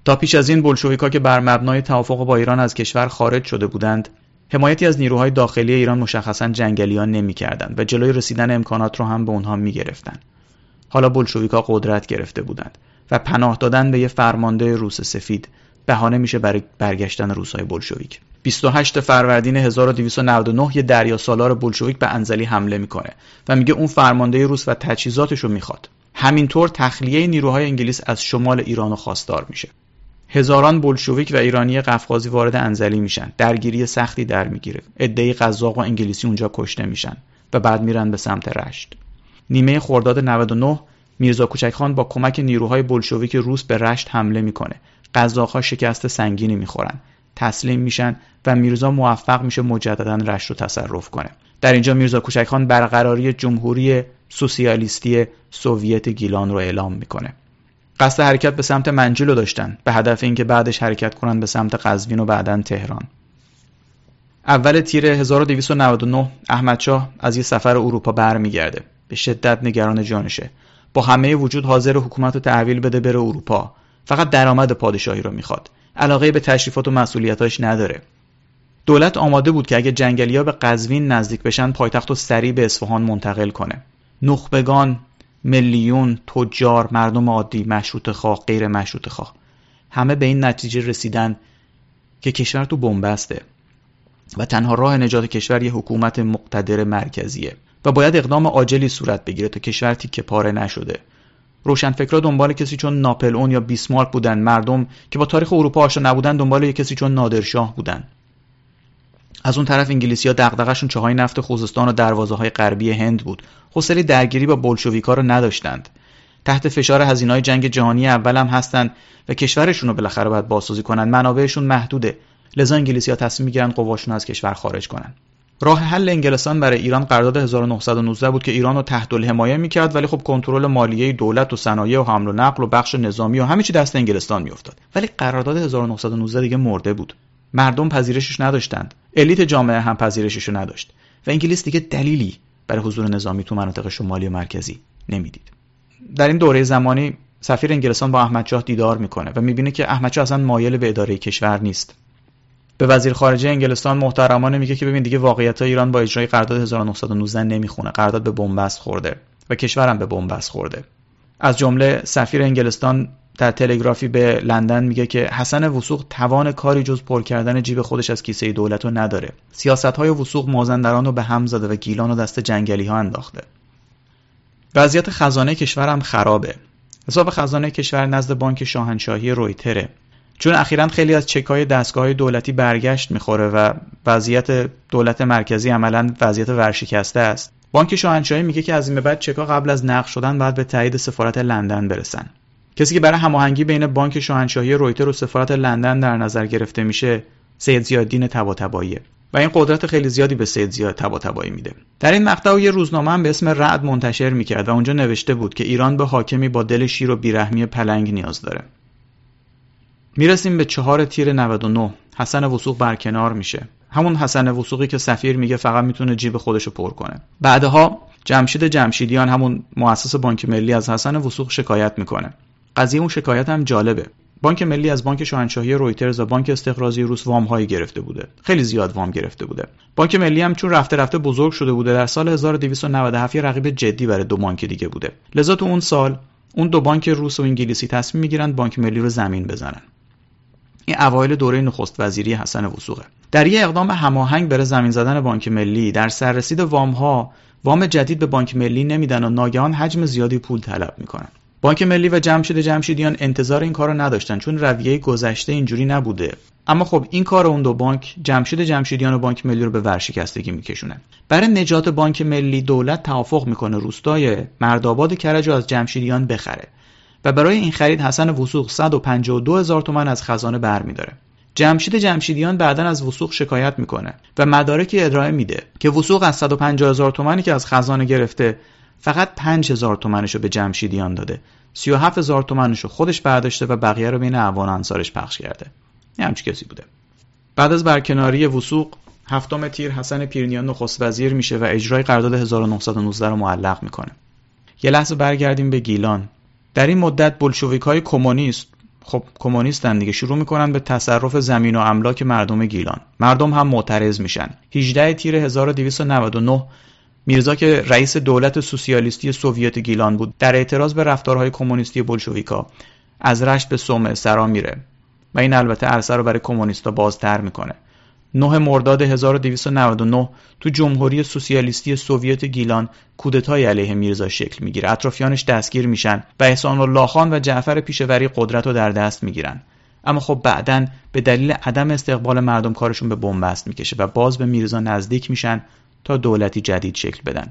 تا پیش از این بولشویک‌ها که بر مبنای توافق با ایران از کشور خارج شده بودند، حمایتی از نیروهای داخلی ایران مشخصاً جنگلیان نمی‌کردند و جلوی رسیدن امکانات رو هم به اونها می‌گرفتند. حالا بولشویک‌ها قدرت گرفته بودند و پناه دادن به یه فرمانده روس سفید بهانه میشه برای برگشتن روس‌های بولشویک. بیست و هشتم فروردین هزار و دویست و نود و نه یه دریا سالار بولشویک به انزلی حمله میکنه و میگه اون فرمانده روس و تجهیزاتش رو میخواد. همینطور تخلیه نیروهای انگلیس از شمال ایران خواستار میشه. هزاران بولشویک و ایرانی قفقازی وارد انزلی میشن. درگیری سختی در میگیره. عده‌ای قزاق و انگلیسی اونجا کشته میشن و بعد میرن به سمت رشت. نیمه خرداد نود و نه میرزا کوچکخان با کمک نیروهای بولشویک روس به رشت حمله میکنه. قزاق‌ها شکست سنگینی میخورن، تسلیم میشن و میرزا موفق میشه مجددا رشت رو تصرف کنه. در اینجا میرزا کوچکخان برقراری جمهوری سوسیالیستی سوویت گیلان رو اعلام میکنه. قصد حرکت به سمت منجل رو داشتن به هدف اینکه بعدش حرکت کنن به سمت قزوین و بعداً تهران. اول تیر هزار و دویست و نود و نه احمدشاه از یه سفر اروپا برمیگرده. به شدت نگران جانشه. با همه وجود حاضر حکومت رو تحویل بده بره اروپا. فقط درآمد پادشاهی رو میخواد. علاقه به تشریفات و مسئولیتاش نداره. دولت آماده بود که اگه جنگلی‌ها به قزوین نزدیک بشن پایتخت رو سریع به اصفهان منتقل کنه. نخبگان، ملیون، تجار، مردم عادی، مشروطه خواه، غیر مشروطه خواه، همه به این نتیجه رسیدن که کشور تو بنبسته و تنها راه نجات کشور یه حکومت مقتدر مرکزیه و باید اقدام عاجلی صورت بگیره تا کشور تیکه پاره نشده. روشنفکرها دنبال کسی چون ناپلئون یا بیسمارک بودن. مردم که با تاریخ اروپا آشنا نبودن دنبال یک کسی چون نادرشاه بودن. از اون طرف انگلیسی‌ها دغدغه‌شون چاهای نفت خوزستان و دروازه‌های غربی هند بود. حوصله درگیری با بولشویک‌ها رو نداشتند. تحت فشار هزینه‌های جنگ جهانی اول هم هستن و کشورشون رو بالاخره باید بازسازی کنن. منابعشون محدوده. لذا انگلیسی‌ها تصمیم می‌گیرن قواشون از کشور خارج کنن. راه حل انگلستان برای ایران قرارداد هزار و نهصد و نوزده بود که ایران رو تحت الحمایه می‌کرد، ولی خب کنترل مالیه دولت و صنایع و حمل و نقل و بخش نظامی و همه چی دست انگلستان می‌افتاد. ولی قرارداد هزار و نهصد و نوزده دیگه مرده بود. مردم پذیرشش نداشتند. الیت جامعه هم پذیرشش رو نداشت و انگلیس دیگه دلیلی برای حضور نظامی تو مناطق شمالی و مرکزی نمیدید. در این دوره زمانی سفیر انگلستان با احمدشاه دیدار میکنه و میبینه که احمدشاه اصلا مایل به اداره کشور نیست. به وزیر خارجه انگلستان محترمانه میگه که ببین دیگه واقعیت‌های ایران با اجرای قرارداد هزار و نهصد و نوزده نمیخونه. قرارداد به بنبست خورده و کشورم به بنبست خورده. از جمله سفیر انگلستان در تلگرافی به لندن میگه که حسن وثوق توان کاری جز پر کردن جیب خودش از کیسه دولت رو نداره. سیاست‌های وثوق مازندران رو به هم زده و گیلان رو دست جنگلی‌ها انداخته. وضعیت خزانه کشور هم خرابه. حساب خزانه کشور نزد بانک شاهنشاهی رویتره. چون اخیراً خیلی از چک‌های دستگاه‌های دولتی برگشت می‌خوره و وضعیت دولت مرکزی عملاً وضعیت ورشکسته است. بانک شاهنشاهی میگه که از این به بعد چک‌ها قبل از نقد شدن باید به تایید سفارت لندن برسن. کسی که برای هماهنگی بین بانک شاهنشاهی رویتر و سفارت لندن در نظر گرفته میشه سید ضیاءالدین طباطبایی و این قدرت خیلی زیادی به سید ضیاء طباطبایی میده. در این مقطع یه روزنامه هم به اسم رعد منتشر میکرد و اونجا نوشته بود که ایران به حاکمی با دل شیر و بیرحمی پلنگ نیاز داره. میرسیم به چهار تیر نود و نه. حسن وثوق برکنار میشه. همون حسن وثوقی که سفیر میگه فقط میتونه جیب خودشو پر کنه. بعدها جمشید جمشیدیان همون مؤسس بانک ملی از حسن وثوق شکایت میکنه. قضیه اون شکایت هم جالبه. بانک ملی از بانک شاهنشاهی رویترز و بانک استخراجی روس وام هایی گرفته بوده. خیلی زیاد وام گرفته بوده. بانک ملی هم چون رفته رفته بزرگ شده بوده در سال هزار و دویست و نود و هفت یه رقیب جدی برای دو بانک دیگه بوده. لذا تو اون سال اون دو بانک روس و انگلیسی تصمیم میگیرن بانک ملی رو زمین بزنن. این اوایل دوره نخست وزیری حسن وثوقه. در یه اقدام هماهنگ برای زمین زدن بانک ملی در سررسید وام ها وام جدید به بانک ملی نمیدن و ناگهان حجم زیادی پول طلب میکنن. بانک ملی و جمشید جمشیدیان انتظار این کارو نداشتن چون رویه گذشته اینجوری نبوده. اما خب این کار اون دو بانک جمشید جمشیدیان و بانک ملی رو به ورشکستگی میکشونه. برای نجات بانک ملی دولت توافق میکنه روستای مردآباد کرج از جمشیدیان بخره و برای این خرید حسن وثوق صد و پنجاه و دو هزار تومان از خزانه برمی‌داره. جمشید جمشیدیان بعداً از وثوق شکایت میکنه و مدارکی ارائه میده که وثوق از صد و پنجاه هزار تومانی که از خزانه گرفته فقط پنج هزار تومانشو به جمشیدیان داده. سی و هفت هزار تومانشو خودش برداشته و بقیه رو بین اعوان و انصارش پخش کرده. یه همچین کسی بوده. بعد از برکناری وثوق هفتم تیر حسن پیرنیان نخست وزیر میشه و اجرای قرارداد هزار و نهصد و نوزده رو معلق میکنه. یه لحظه برگردیم به گیلان. در این مدت بولشویک‌های کمونیست خب کمونیستن دیگه، شروع میکنن به تصرف زمین و املاک مردم گیلان. مردم هم معترض میشن. هجدهم تیر هزار و دویست و نود و نه میرزا که رئیس دولت سوسیالیستی سوویت گیلان بود، در اعتراض به رفتارهای کمونیستی بولشویکا از رشت به صومعه سرا میره و این البته عرصه رو برای کمونیستا بازتر میکنه. نهم مرداد هزار و دویست و نود و نه تو جمهوری سوسیالیستی سوویت گیلان کودتای علیه میرزا شکل میگیره. اطرافیانش دستگیر میشن و احسان الله خان و جعفر پیشوری قدرت رو در دست میگیرن. اما خب بعدن به دلیل عدم استقبال مردم کارشون به بنبست میکشه و باز به میرزا نزدیک میشن تا دولتی جدید شکل بدن.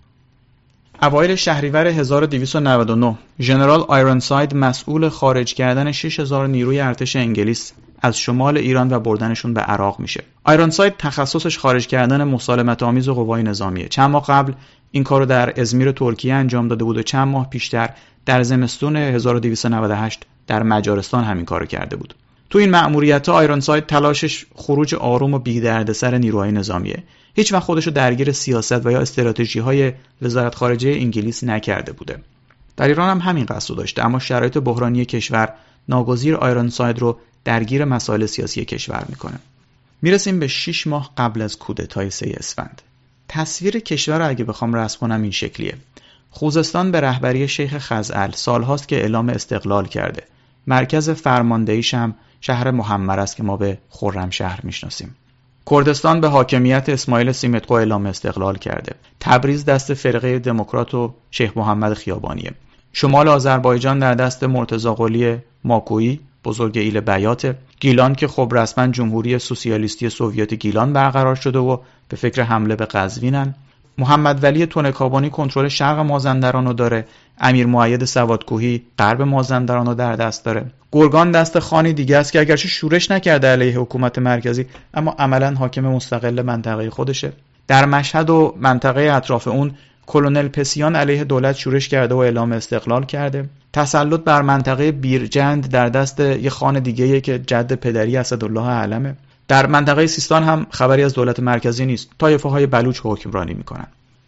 اوایل شهریور هزار و دویست و نود و نه ژنرال آیرونساید مسئول خارج کردن شش هزار نیروی ارتش انگلیس از شمال ایران و بردنشون به عراق میشه. آیرونساید تخصصش خارج کردن مسالمت آمیز و قوای نظامیه. چند ماه قبل این کارو در ازمیر ترکیه انجام داده بود و چند ماه پیشتر در زمستون هزار و دویست و نود و هشت در مجارستان همین کارو کرده بود. تو این مأموریت‌ها آیرونساید تلاشش خروج آروم و بی‌دردسر نیروهای نظامیه. هیچ وقت خودشو درگیر سیاست و یا استراتژی‌های وزارت خارجه انگلیس نکرده بوده. در ایران هم همین قصد داشته، اما شرایط بحرانی کشور ناگزیر آیرونساید رو درگیر مسائل سیاسی کشور میکنه. میرسیم به شش ماه قبل از کودتای سه اسفند. تصویر کشور رو اگه بخوام رسم کنم این شکلیه. خوزستان به رهبری شیخ خزعل سالهاست که اعلام استقلال کرده. مرکز فرماندهیش هم شهر محمر است که ما به خرمشهر میشناسیم. کردستان به حاکمیت اسماعیل سیمتقو اعلام استقلال کرده. تبریز دست فرقه دموکرات و شیخ محمد خیابانیه. شمال آذربایجان در دست مرتضی قلی ماکویی بزرگ ایل بیات. گیلان که خب رسما جمهوری سوسیالیستی سوویت گیلان برقرار شده و به فکر حمله به قزوینن. محمد ولی تونکابانی کنترل شرق مازندران رو داره. امیر مؤید سوادکوهی غرب مازندران رو در دست داره. گرگان دست خانی دیگه است که اگرچه شورش نکرده علیه حکومت مرکزی، اما عملاً حاکم مستقل منطقه خودشه. در مشهد و منطقه اطراف اون کلونل پسیان علیه دولت شورش کرده و اعلام استقلال کرده. تسلط بر منطقه بیرجند در دست یه خان دیگه‌ایه که جد پدری اسدالله علمه. در منطقه سیستان هم خبری از دولت مرکزی نیست. طایفه‌های بلوچ حکمرانی میکنن.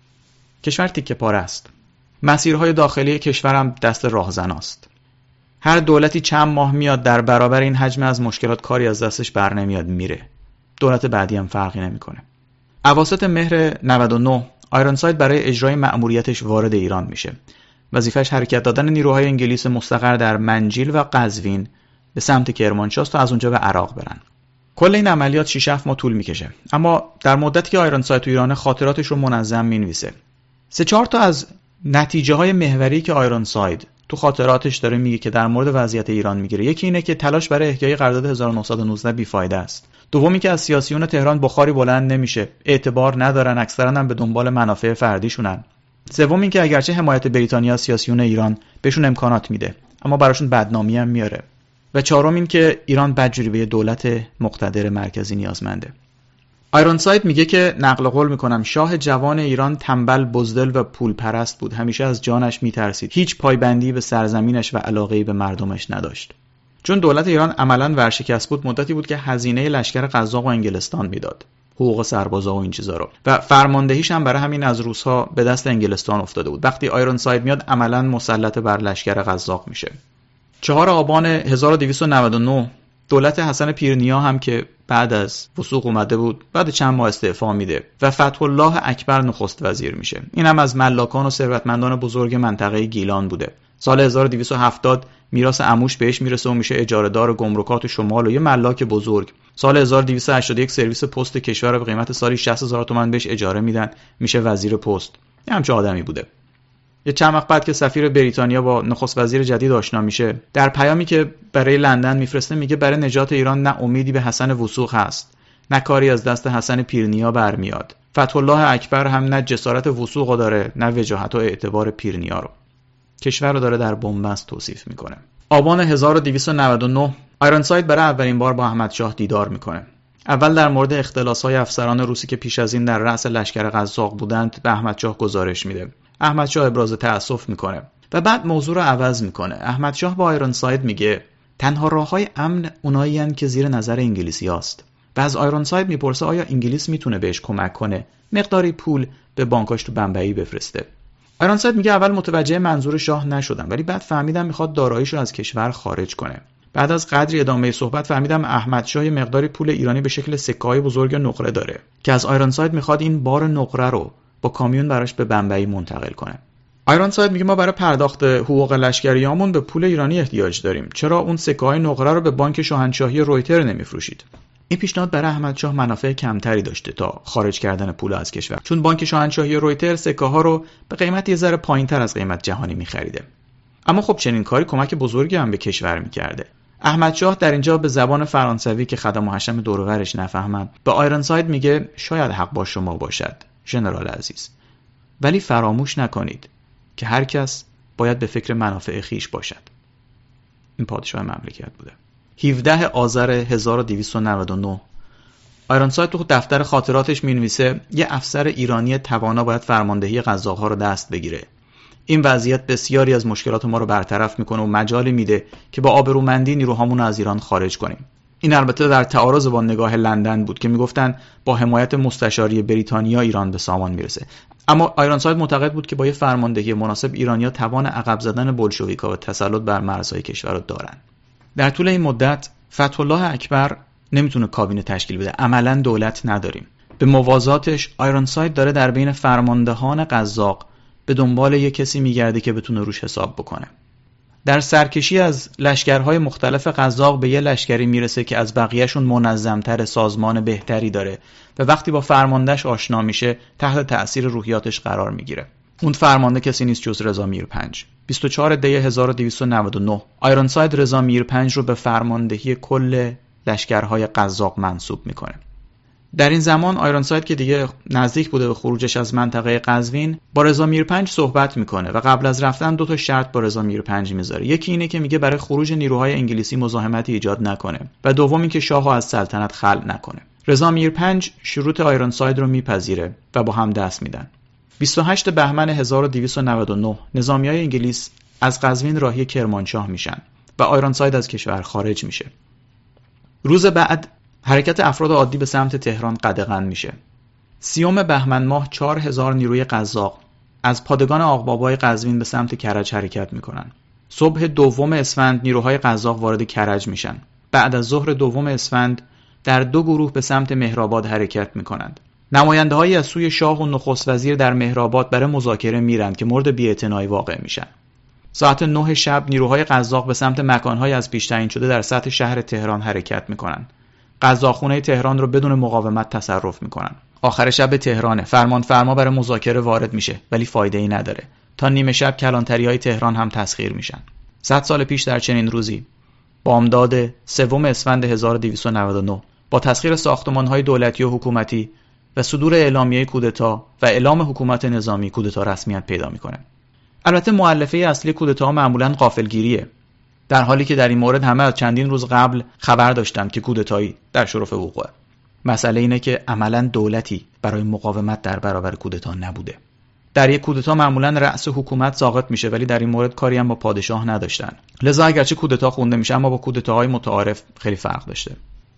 کشور تیکه پاره است. مسیرهای داخلی کشور هم دست راهزناست. هر دولتی چند ماه میاد در برابر این حجم از مشکلات کاری از دستش بر نمیاد میره. دولت بعدی هم فرقی نمیکنه. اواسط مهر نود و نه آیرونساید برای اجرای مأموریتش وارد ایران میشه. وظیفش حرکت دادن نیروهای انگلیس مستقر در منجیل و قزوین به سمت کرمانشاه تا از اونجا به عراق برن. کل این عملیات شش هفت ماه طول میکشه، اما در مدتی که آیرونساید تو ایران خاطراتش رو منظم مینویسه. سه چهار تا از نتیجه های محوری که آیرونساید تو خاطراتش داره میگه که در مورد وضعیت ایران میگیره، یکی اینه که تلاش برای احیای قرارداد هزار و نهصد و نوزده بیفایده است. دومی که از سیاسیون تهران بخاری بلند نمیشه، اعتبار ندارن، اکثرا هم به دنبال منافع فردیشونن. سومی که اگرچه حمایت بریتانیا سیاسیون ایران بهشون امکانات میده، اما براشون بدنامی هم میاره. و چهارم این که ایران بدجوری به دولت مقتدر مرکزی نیازمنده. آیرونساید میگه که نقل قول میکنم شاه جوان ایران تنبل، بزدل و پول پرست بود. همیشه از جانش میترسید. هیچ پایبندی به سرزمینش و علاقه‌ای به مردمش نداشت. چون دولت ایران عملاً ورشکست بود، مدتی بود که هزینه لشکر قزاق و انگلستان میداد، حقوق سربازا و این چیزا رو، و فرماندهیش هم برای همین از روس‌ها به دست انگلستان افتاده بود. وقتی آیرونساید میاد عملاً مسلط بر لشکر قزاق میشه. چهارم آبان هزار و دویست و نود و نه دولت حسن پیرنیا هم که بعد از وثوق اومده بود، بعد چند ماه استعفا میده و فتح الله اکبر نخست وزیر میشه. این هم از ملاکان و ثروتمندان بزرگ منطقه گیلان بوده. سال هزار و دویست و هفتاد میراث عموش بهش میرسه و میشه اجاره‌دار گمرکات شمال و یه ملاک بزرگ. سال هزار و دویست و هشتاد و یک سرویس پست کشور به قیمت سالی شصت هزار تومان بهش اجاره میدن، میشه وزیر پست. یه همچه آدمی بوده. یه چند وقت بعد که سفیر بریتانیا با نخست وزیر جدید آشنا میشه، در پیامی که برای لندن میفرسته میگه برای نجات ایران نه امیدی به حسن وثوق هست، نه کاری از دست حسن پیرنیا برمیاد. فتح الله اکبر هم نه جسارت وثوق داره، نه وجاهت و اعتبار پیرنیا رو. کشور رو داره در بنبست توصیف میکنه. آبان هزار و دویست و نود و نه آیرونساید برای اولین بار با احمد شاه دیدار میکنه. اول در مورد اختلاس‌های افسران روسی که پیش از این در رأس لشکر قزاق بودند به احمد شاه گزارش میده. احمد شاه ابراز تأسف میکنه و بعد موضوع رو عوض میکنه. احمد شاه با آیرونساید میگه تنها راههای امن اونایی هستند که زیر نظر انگلیسی‌هاست. و از آیرونساید میپرسه آیا انگلیس میتونه بهش کمک کنه مقداری پول به بانکاش تو بمبئی بفرسته. آیرونساید میگه اول متوجه منظور شاه نشدم، ولی بعد فهمیدم میخواد داراییشو از کشور خارج کنه. بعد از قدری ادامه صحبت فهمیدم احمدشاه مقداری پول ایرانی به شکل سکه‌های بزرگ نقره داره که از آیرونساید میخواد این بار نقره رو با کامیون براش به بمبئی منتقل کنه. آیرونساید میگه ما برای پرداخت حقوق لشکریامون به پول ایرانی احتیاج داریم. چرا اون سکه‌های نقره رو به بانک شاهنشاهی رویتر نمیفروشید؟ این پیشنهاد برای احمدشاه منافع کمتری داشته تا خارج کردن پول از کشور، چون بانک شاهنشاهی رویتر سکه‌ها رو به قیمت یه ذره پایین‌تر از قیمت جهانی می‌خریده. اما خب چنین کاری کمک بزرگی هم به کشور می‌کرده. احمدشاه در اینجا به زبان فرانسوی که خدم و حشم دور و برش نفهمن به آیرونساید میگه شاید حق با شما باشد ژنرال عزیز، ولی فراموش نکنید که هر کس باید به فکر منافع خیش باشد. این پادشاه مملکت بوده. هفدهم آذر هزار و دویست و نود و نه آیرونساید تو دفتر خاطراتش می‌نویسه یه افسر ایرانی توانا باید فرماندهی قزاق‌ها رو دست بگیره. این وضعیت بسیاری از مشکلات ما رو برطرف میکنه و مجالی میده که با آبرومندی نیروهامون رو از ایران خارج کنیم. این البته در تعارض با نگاه لندن بود که میگفتن با حمایت مستشاری بریتانیا ایران به سامان میرسه. اما آیرونساید معتقد بود که با یه فرماندهی مناسب ایرانی‌ها توان عقب زدن بولشویک‌ها و تسلط بر مرزهای کشور رو دارن. در طول این مدت فتح‌الله اکبر نمیتونه کابینه تشکیل بده. عملاً دولت نداریم. به موازاتش آیرونساید داره در بین فرماندهان قزاق به دنبال یک کسی میگرده که بتونه روش حساب بکنه. در سرکشی از لشکرهای مختلف قزاق به یه لشکری میرسه که از بقیهشون منظمتر، سازمان بهتری داره و وقتی با فرماندهش آشنا میشه تحت تأثیر روحیاتش قرار میگیره. اون فرمانده کسی نیست جز رضا میرپنج. بیست و چهارم دی هزار و دویست و نود و نه آیرونساید رضا میرپنج رو به فرماندهی کل لشکرهای قزاق منصوب میکنه. در این زمان آیرونساید که دیگه نزدیک بوده به خروجش از منطقه قزوین با رضا میرپنج صحبت میکنه و قبل از رفتن دو تا شرط با رضا میرپنج میذاره. یکی اینه که میگه برای خروج نیروهای انگلیسی مزاحمتی ایجاد نکنه و دوم اینکه شاهو از سلطنت خلع نکنه. رضا میرپنج شروط آیرونساید رو میپذیره و با هم دست میدن. بیست و هشتم بهمن هزار و دویست و نود و نه نظامیای انگلیس از قزوین راهی کرمانشاه میشن و آیرونساید از کشور خارج میشه. روز بعد حرکت افراد عادی به سمت تهران قدغن میشه. سیوم بهمن ماه چهار هزار نیروی قزاق از پادگان آقبابای قزوین به سمت کرج حرکت میکنن. صبح دوم اسفند نیروهای قزاق وارد کرج میشن. بعد از ظهر دوم اسفند در دو گروه به سمت مهرآباد حرکت میکنند. نماینده‌هایی از سوی شاه و نخست وزیر در مهرآباد برای مذاکره میرند که مورد بی‌اعتنایی واقع میشن. ساعت نه شب نیروهای قزاق به سمت مکان‌های از پیش تعیین شده در سطح شهر تهران حرکت میکنن. قزاقخونه تهران رو بدون مقاومت تصرف میکنن. آخر شب تهرانه. فرمان فرما برای مذاکره وارد میشه ولی فایده ای نداره. تا نیمه شب کلانتری‌های تهران هم تسخیر میشن. صد سال پیش در چنین روزی بامداد سوم اسفند هزار و دویست و نود و نه با تسخیر ساختمان‌های دولتی و حکومتی و صدور اعلامیه کودتا و اعلام حکومت نظامی کودتا رسمیت پیدا میکنه. البته مؤلفه اصلی کودتا معمولاً غافلگیریه، در حالی که در این مورد همه از چندین روز قبل خبر داشتند که کودتایی در شرف وقوعه. مسئله اینه که عملاً دولتی برای مقاومت در برابر کودتا نبوده. در یک کودتا معمولاً رأس حکومت ساقط میشه ولی در این مورد کاری هم با پادشاه نداشتن. لذا اگرچه کودتا خونده میشه اما با کودتاهای متعارف خیلی فرق داشته.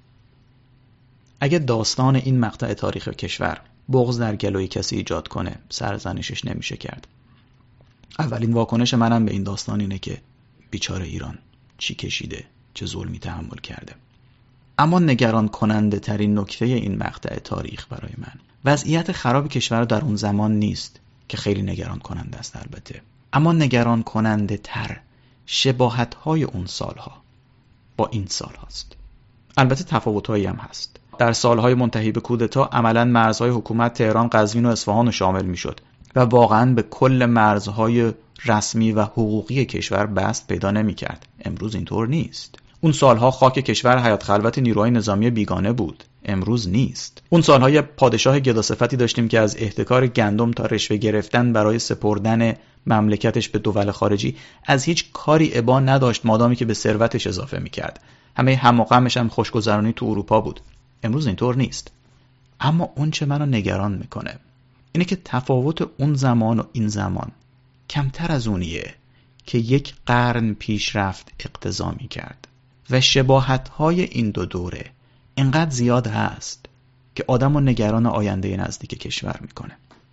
اگه داستان این مقطع تاریخ کشور بغض در گلوی کسی ایجاد کنه سرزنشش نمیشه کرد. اولین واکنش منم به این داستان اینه که بیچاره ایران چی کشیده، چه ظلمی تحمل کرده. اما نگران کننده ترین نکته این مقطع تاریخ برای من وضعیت خراب کشور در اون زمان نیست که خیلی نگران کننده است البته، اما نگران کننده تر شباهت های اون سالها با این سال هاست. البته تفاوت‌هایی هم هست. در سالهای منتهی به کودتا عملاً مرزهای حکومت تهران، قزوین و اصفهان رو شامل می‌شد و واقعاً به کل مرزهای رسمی و حقوقی کشور بست پیدا نمی‌کرد. امروز اینطور نیست. اون سالها خاک کشور حیات خلوت نیروهای نظامی بیگانه بود. امروز نیست. اون سالها یه پادشاه گداصفتی داشتیم که از احتکار گندم تا رشوه گرفتن برای سپردن مملکتش به دول خارجی از هیچ کاری ابا نداشت مادامی که به ثروتش اضافه می‌کرد. همه هم و غمش هم خوشگذرانی تو اروپا بود. امروز اینطور نیست. اما اون چه منو نگران میکنه اینه که تفاوت اون زمان و این زمان کمتر از اونیه که یک قرن پیش رفت اقتضا میکرد و شباهت‌های این دو دوره اینقدر زیاد هست که آدمو نگران آینده نزدیک کشور میکنه.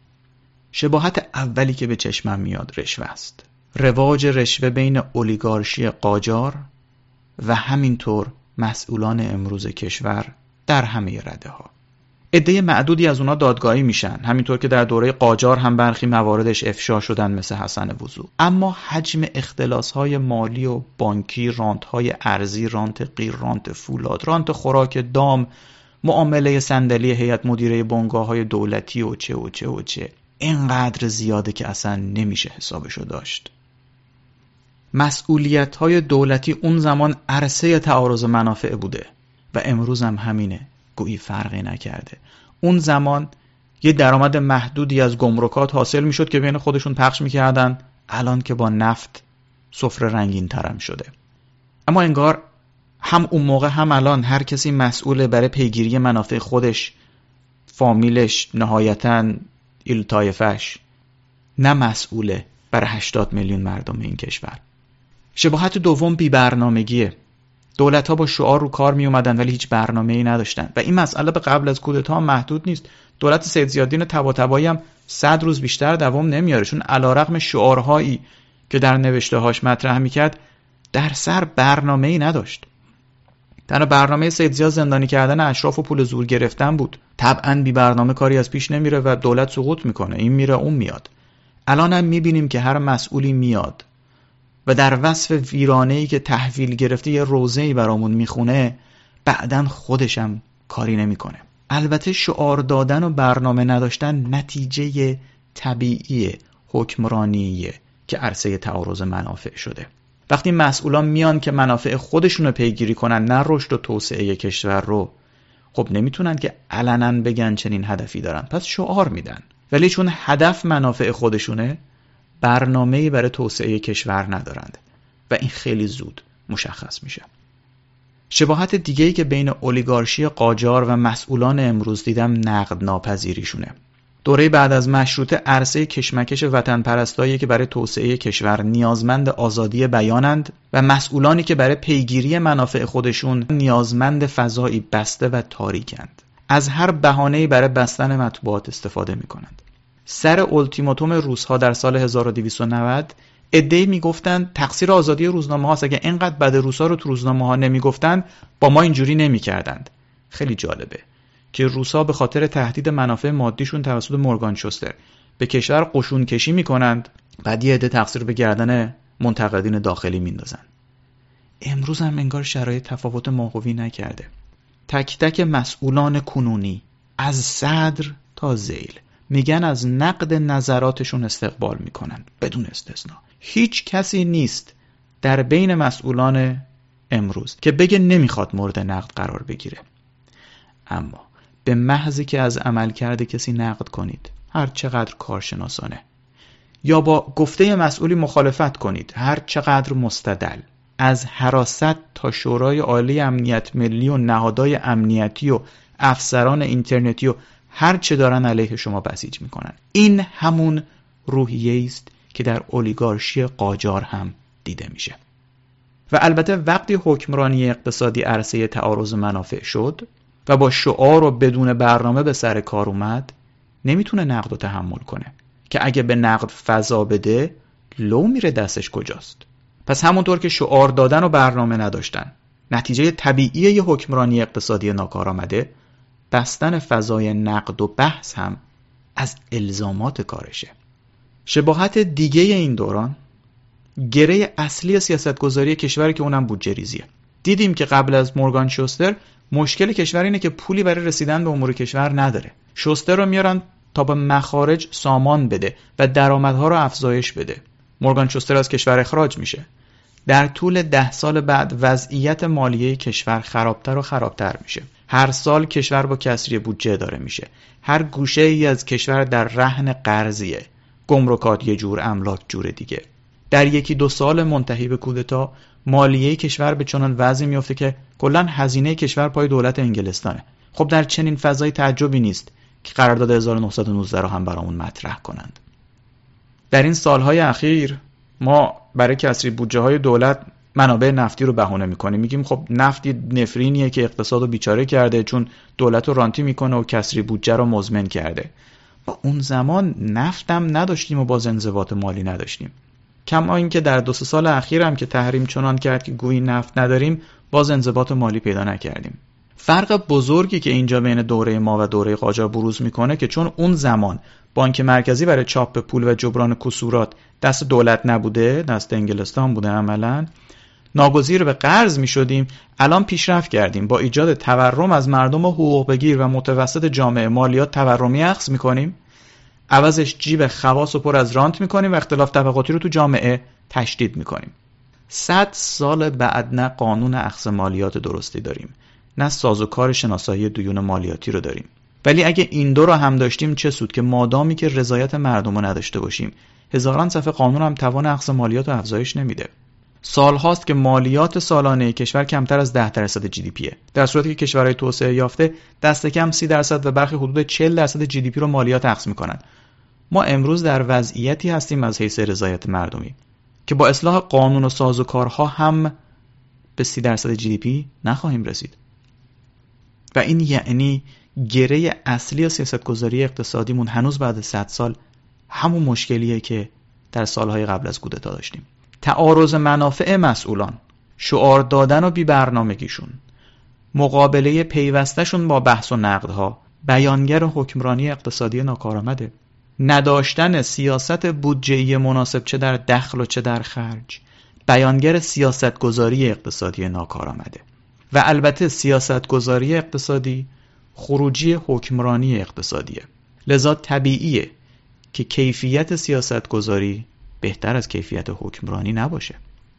شباهت اولی که به چشمم میاد رشوه است. رواج رشوه بین اولیگارشی قاجار و همینطور مسئولان امروز کشور در همه رده ها. عده معدودی از اونا دادگاهی میشن، همینطور که در دوره قاجار هم برخی مواردش افشا شدن مثل حسن وضو. اما حجم اختلاس‌های مالی و بانکی، رانت‌های ارزی، رانت غیر، رانت فولاد، رانت خوراک دام، معامله صندلی هیئت مدیره بنگاه‌های دولتی و چه و چه و چه اینقدر زیاده که اصلا نمیشه حسابشو داشت. مسئولیت‌های دولتی اون زمان عرصه تعارض منافع بوده و امروز هم همینه، گویی فرقی نکرده. اون زمان یه درآمد محدودی از گمرکات حاصل میشد که بین خودشون پخش میکردن، الان که با نفت سفره رنگین ترم شده. اما انگار هم اون موقع هم الان هر کسی مسئول برای پیگیری منافع خودش، فامیلش، نهایتاً ایل طایفش، نه مسئوله برای هشتاد میلیون مردم این کشور. شباهت دوم بی برنامگیه. دولت ها با شعار رو کار می اومدن ولی هیچ برنامه‌ای نداشتن و این مسئله به قبل از کودتا محدود نیست. دولت سید زیاددین طباطبایی هم صد روز بیشتر دوام نمیاره، چون علیرغم شعارهایی که در نوشته‌هاش مطرح میکرد در سر برنامه‌ای نداشت. تنها برنامه سید زیاد زندانی کردن اشراف و پول زور گرفتن بود. طبعاً بی برنامه کاری از پیش نمیره و دولت سقوط میکنه، این میره اون میاد. الان هم میبینیم که هر مسئولی میاد و در وصف ویرانه‌ای که تحویل گرفته یه روزه‌ای برامون میخونه، بعدن خودشم کاری نمیکنه. البته شعار دادن و برنامه نداشتن نتیجه طبیعی حکمرانیه که عرصه تعارض منافع شده. وقتی مسئولان میان که منافع خودشون رو پیگیری کنن، نه رشد و توسعه کشور رو، خب نمیتونن که علنا بگن چنین هدفی دارن، پس شعار میدن. ولی چون هدف منافع خودشونه، برنامه‌ای برای توسعه کشور ندارند و این خیلی زود مشخص میشه. شباهت دیگه‌ای که بین اولیگارشی قاجار و مسئولان امروز دیدم نقد ناپذیریشونه. دوره بعد از مشروطه عرصه کشمکش وطن پرستایی که برای توسعه کشور نیازمند آزادی بیانند و مسئولانی که برای پیگیری منافع خودشون نیازمند فضایی بسته و تاریکند، از هر بهانه‌ای برای بستن مطبوعات استفاده میکنند. سر اولتیماتوم روس‌ها در سال هزار و دویست و نود عده‌ای میگفتن تقصیر آزادی روزنامه هاست، اگه اینقدر بد روسا رو تو روزنامه ها نمیگفتن با ما اینجوری نمیکردند. خیلی جالبه که روسا به خاطر تهدید منافع مادیشون توسط مورگان شوستر به کشور قشون کشی میکنند، بعد یه عده تقصیر به گردن منتقدین داخلی میندازن. امروز هم انگار شرایط تفاوت ماهوی نکرده. تک تک مسئولان کنونی از صدر تا ذیل میگن از نقد نظراتشون استقبال میکنن بدون استثنا. هیچ کسی نیست در بین مسئولان امروز که بگه نمیخواد مورد نقد قرار بگیره. اما به محضی که از عملکرد کسی نقد کنید، هر چقدر کارشناسانه، یا با گفته مسئولی مخالفت کنید، هر چقدر مستدل، از حراست تا شورای عالی امنیت ملی و نهادهای امنیتی و افسران اینترنتی و هر چه دارن علیه شما بسیج میکنن، این همون روحیه است که در اولیگارشی قاجار هم دیده میشه. و البته وقتی حکمرانی اقتصادی عرصه تعارض منافع شد و با شعار و بدون برنامه به سر کار اومد، نمیتونه نقد رو تحمل کنه که اگه به نقد فضا بده لو میره دستش کجاست. پس همونطور که شعار دادن و برنامه نداشتن نتیجه طبیعی یه حکمرانی اقتصادی ناکارآمده، بستن فضای نقد و بحث هم از الزامات کارشه. شباهت دیگه این دوران گره اصلی سیاستگذاری کشور که اونم بودجه ریزیه. دیدیم که قبل از مورگان شوستر مشکل کشور اینه که پولی برای رسیدن به امور کشور نداره. شوستر رو میارن تا به مخارج سامان بده و درآمدها رو افزایش بده. مورگان شوستر از کشور اخراج میشه. در طول ده سال بعد وضعیت مالیه کشور خرابتر و خرابتر میشه. هر سال کشور با کسری بودجه داره میشه. هر گوشه ای از کشور در رهن قرضیه. گمرکات یه جور، املاک جور دیگه. در یکی دو سال منتهی به کودتا مالیه کشور به چنان وضعی میفته که کلاً هزینه کشور پای دولت انگلستانه. خب در چنین فضای تعجبی نیست که قرارداد هزار و نهصد و نوزده رو هم برامون مطرح کنند. در این سالهای اخیر ما برای کسری بودجه های دولت منابع نفتی رو بهونه میکنیم، میگیم خب نفتی نفرینیه که اقتصاد رو بیچاره کرده چون دولت رو رانتی میکنه و کسری بودجه رو مزمن کرده. با اون زمان نفتم نداشتیم و باز انضباط مالی نداشتیم. کما اینکه در دو سه سال اخیر هم که تحریم چنان کرد که گویی نفت نداریم، باز انضباط مالی پیدا نکردیم. فرق بزرگی که اینجا بین دوره ما و دوره قاجار بروز میکنه که چون اون زمان بانک مرکزی برای چاپ پول و جبران کسورات دست دولت نبوده، دست انگلستان بوده، عملاً ناگزیر به قرض میشدیم. الان پیشرفت کردیم، با ایجاد تورم از مردم حقوق بگیر و متوسط جامعه مالیات تورمی اخذ میکنیم، عوضش جیب خواص و پر از رانت میکنیم و اختلاف طبقاتی رو تو جامعه تشدید میکنیم. صد سال بعد نه قانون اخذ مالیات درستی داریم، نه سازوکار شناسایی دیون مالیاتی رو داریم. ولی اگه این دو رو هم داشتیم چه سود که مادامی که رضایت مردم رو نداشته باشیم، هزاران صفحه قانون هم توان اخذ مالیات رو افزایش نمیده. سال هاست که مالیات سالانه کشور کمتر از ده درصد جی دی پیه، در صورتی که کشورهای توسعه یافته دست کم سی درصد و برخی حدود چهل درصد جی دی پی رو مالیات اخذ میکنن. ما امروز در وضعیتی هستیم از حیث رضایت مردمی که با اصلاح قانون و سازوکارها هم به سی درصد جی دی پی نخواهیم رسید. و این یعنی گره اصلی سیاستگذاری اقتصادیمون هنوز بعد صد سال همون مشکلیه که در سالهای قبل از کودتا داشتیم. تعارض منافع مسئولان، شعار دادن و بی برنامگیشون، مقابله پیوستشون با بحث و نقدها، بیانگر حکمرانی اقتصادی ناکارآمده، نداشتن سیاست بودجه‌ای مناسب چه در دخل و چه در خرج، بیانگر سیاستگذاری اقتصادی ناکارآمده. و البته سیاستگذاری اقتصادی خروجی حکمرانی اقتصادیه. لذا طبیعیه که کیفیت سیاستگذاری بهتر از کیفیت حکمرانی نباشه.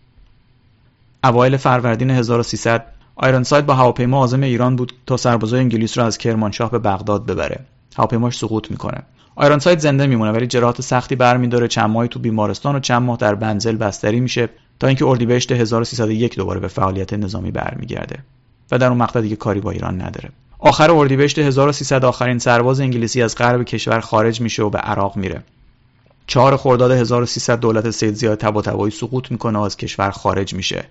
اوایل فروردین هزار و سیصد آیرنساید با هواپیما عازم ایران بود تا سربازای انگلیس رو از کرمانشاه به بغداد ببره. هواپیماش سقوط میکنه. آیرنساید زنده میمونه ولی جراحات سختی برمیداره، چند ماهی تو بیمارستان و چند ماه در بنزل بستری میشه تا اینکه اردیبهشت هزار و سیصد و یک دوباره به فعالیت نظامی برمیگرده و در اون مقطع دیگه کاری با ایران نداره. آخر اردیبهشت هزار و سیصد آخرین سرباز انگلیسی از غرب کشور خارج میشه و به عراق میره. چهار خرداد هزار و سیصد دولت سید زیا طباطبایی سقوط میکنه و از کشور خارج میشه.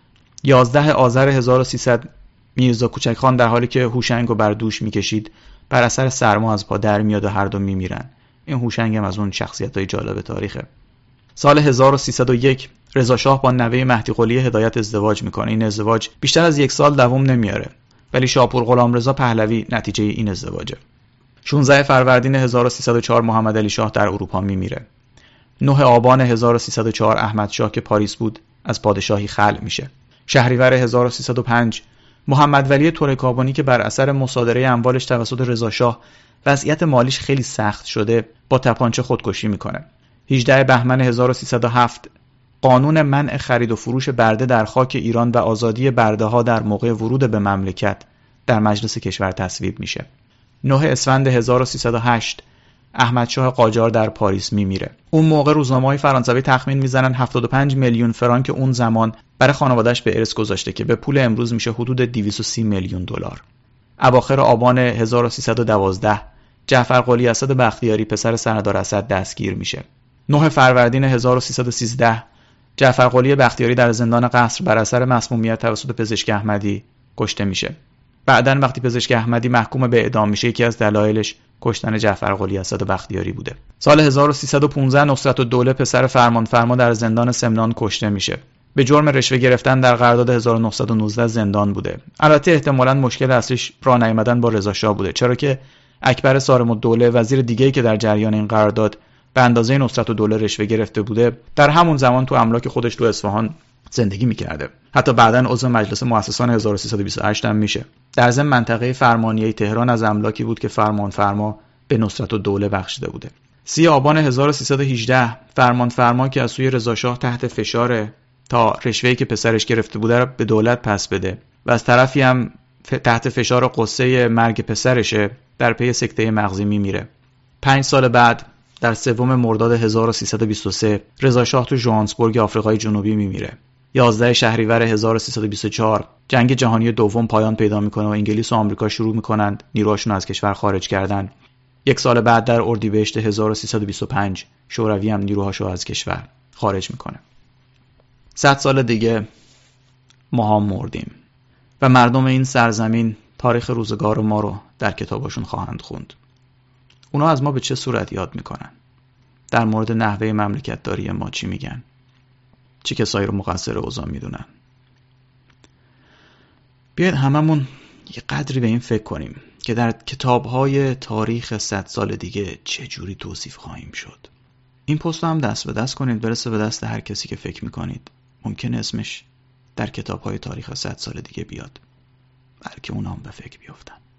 یازده آذر هزار و سیصد میرزا کوچکخان در حالی که هوشنگ رو بر دوش میکشید بر اثر سرما از پا در میاد و هر دو میمیرن. این هوشنگ هم از اون شخصیت‌های جالب تاریخه. سال هزار و سیصد و یک رضا شاه با نوه مهدی قلی هدایت ازدواج میکنه. این ازدواج بیشتر از یک سال دوام نمیاره ولی شاپور غلامرضا پهلوی نتیجه این ازدواجه. شانزده فروردین هزار و سیصد و چهار محمد علی شاه در اروپا میمیره. نه آبان هزار و سیصد و چهار احمد شاه که پاریس بود از پادشاهی خلع میشه. شهریور هزار و سیصد و پنج محمد ولی ترک‌آبانی که بر اثر مصادره اموالش توسط رضا شاه وضعیت مالیش خیلی سخت شده با تپانچه خودکشی میکنه. هجده بهمن هزار و سیصد و هفت قانون منع خرید و فروش برده در خاک ایران و آزادی برده ها در موقع ورود به مملکت در مجلس کشور تصویب میشه. نه اسفند هزار و سیصد و هشت احمد شاه قاجار در پاریس میمیره. اون موقع روزنامه‌های فرانسوی تخمین میزنن هفتاد و پنج میلیون فرانک اون زمان برای خانواده‌اش به ارث گذاشته که به پول امروز میشه حدود دویست و سی میلیون دلار. اواخر آبان هزار و سیصد و دوازده جعفر قلی اسد بختیاری پسر سردار اسد دستگیر میشه. نه فروردین هزار و سیصد و سیزده جعفر قلی بختیاری در زندان قصر بر اثر مسمومیت توسط پزشک احمدی کشته میشه. بعداً وقتی پزشک احمدی محکوم به اعدام میشه یکی از دلایلش کشتن جعفر قلی اسد بختیاری بوده. سال هزار و سیصد و پانزده نصرتالدوله پسر فرمانفرما در زندان سمنان کشته میشه. به جرم رشوه گرفتن در قرارداد هزار و نهصد و نوزده زندان بوده. البته احتمالاً مشکل اصلیش راه نیامدن با رضا شاه بوده، چرا که اکبر صارم‌الدوله وزیر دیگه‌ای که در جریان این قرارداد به اندازه نصرتالدوله رشوه گرفته بوده در همون زمان تو املاک خودش تو اصفهان زندگی میکرده. حتی بعداً عضو مجلس مؤسسان هزار و سیصد و بیست و هشت هم میشه. در ضمن منطقه فرمانیه تهران از املاکی بود که فرمانفرما به نصرتالدوله بخشیده بوده. سی آبان هزار و سیصد و هجده فرمانفرما که از سوی رضا شاه تحت فشاره تا رشوه‌ای که پسرش گرفته بوده رو به دولت پس بده و از طرفی هم تحت فشار قصه مرگ پسرشه در پی سکته مغزی میمیره. پنج سال بعد در سوم مرداد هزار و سیصد و بیست و سه رضا شاه تو ژوهانسبورگ آفریقای جنوبی میمیره. یازده شهریور هزار و سیصد و بیست و چهار جنگ جهانی دوم پایان پیدا میکنه و انگلیس و آمریکا شروع میکنند نیروهاشون از کشور خارج کردن. یک سال بعد در اردیبهشت هزار و سیصد و بیست و پنج شوروی هم نیروهاشو از کشور خارج میکنه. صد سال دیگه ما هم مردیم و مردم این سرزمین تاریخ روزگار ما رو در کتابشون خواهند خوند. اونا از ما به چه صورت یاد میکنن؟ در مورد نحوه مملکت داری ما چی میگن؟ چی کسایی رو مقصر اوضاع میدونن. بیاید هممون یه قدری به این فکر کنیم که در کتاب‌های تاریخ صد سال دیگه چه جوری توصیف خواهیم شد. این پست هم دست به دست کنید برسه به دست هر کسی که فکر میکنید ممکن اسمش در کتاب‌های تاریخ صد سال دیگه بیاد، بلکه اونا هم به فکر بیافتن.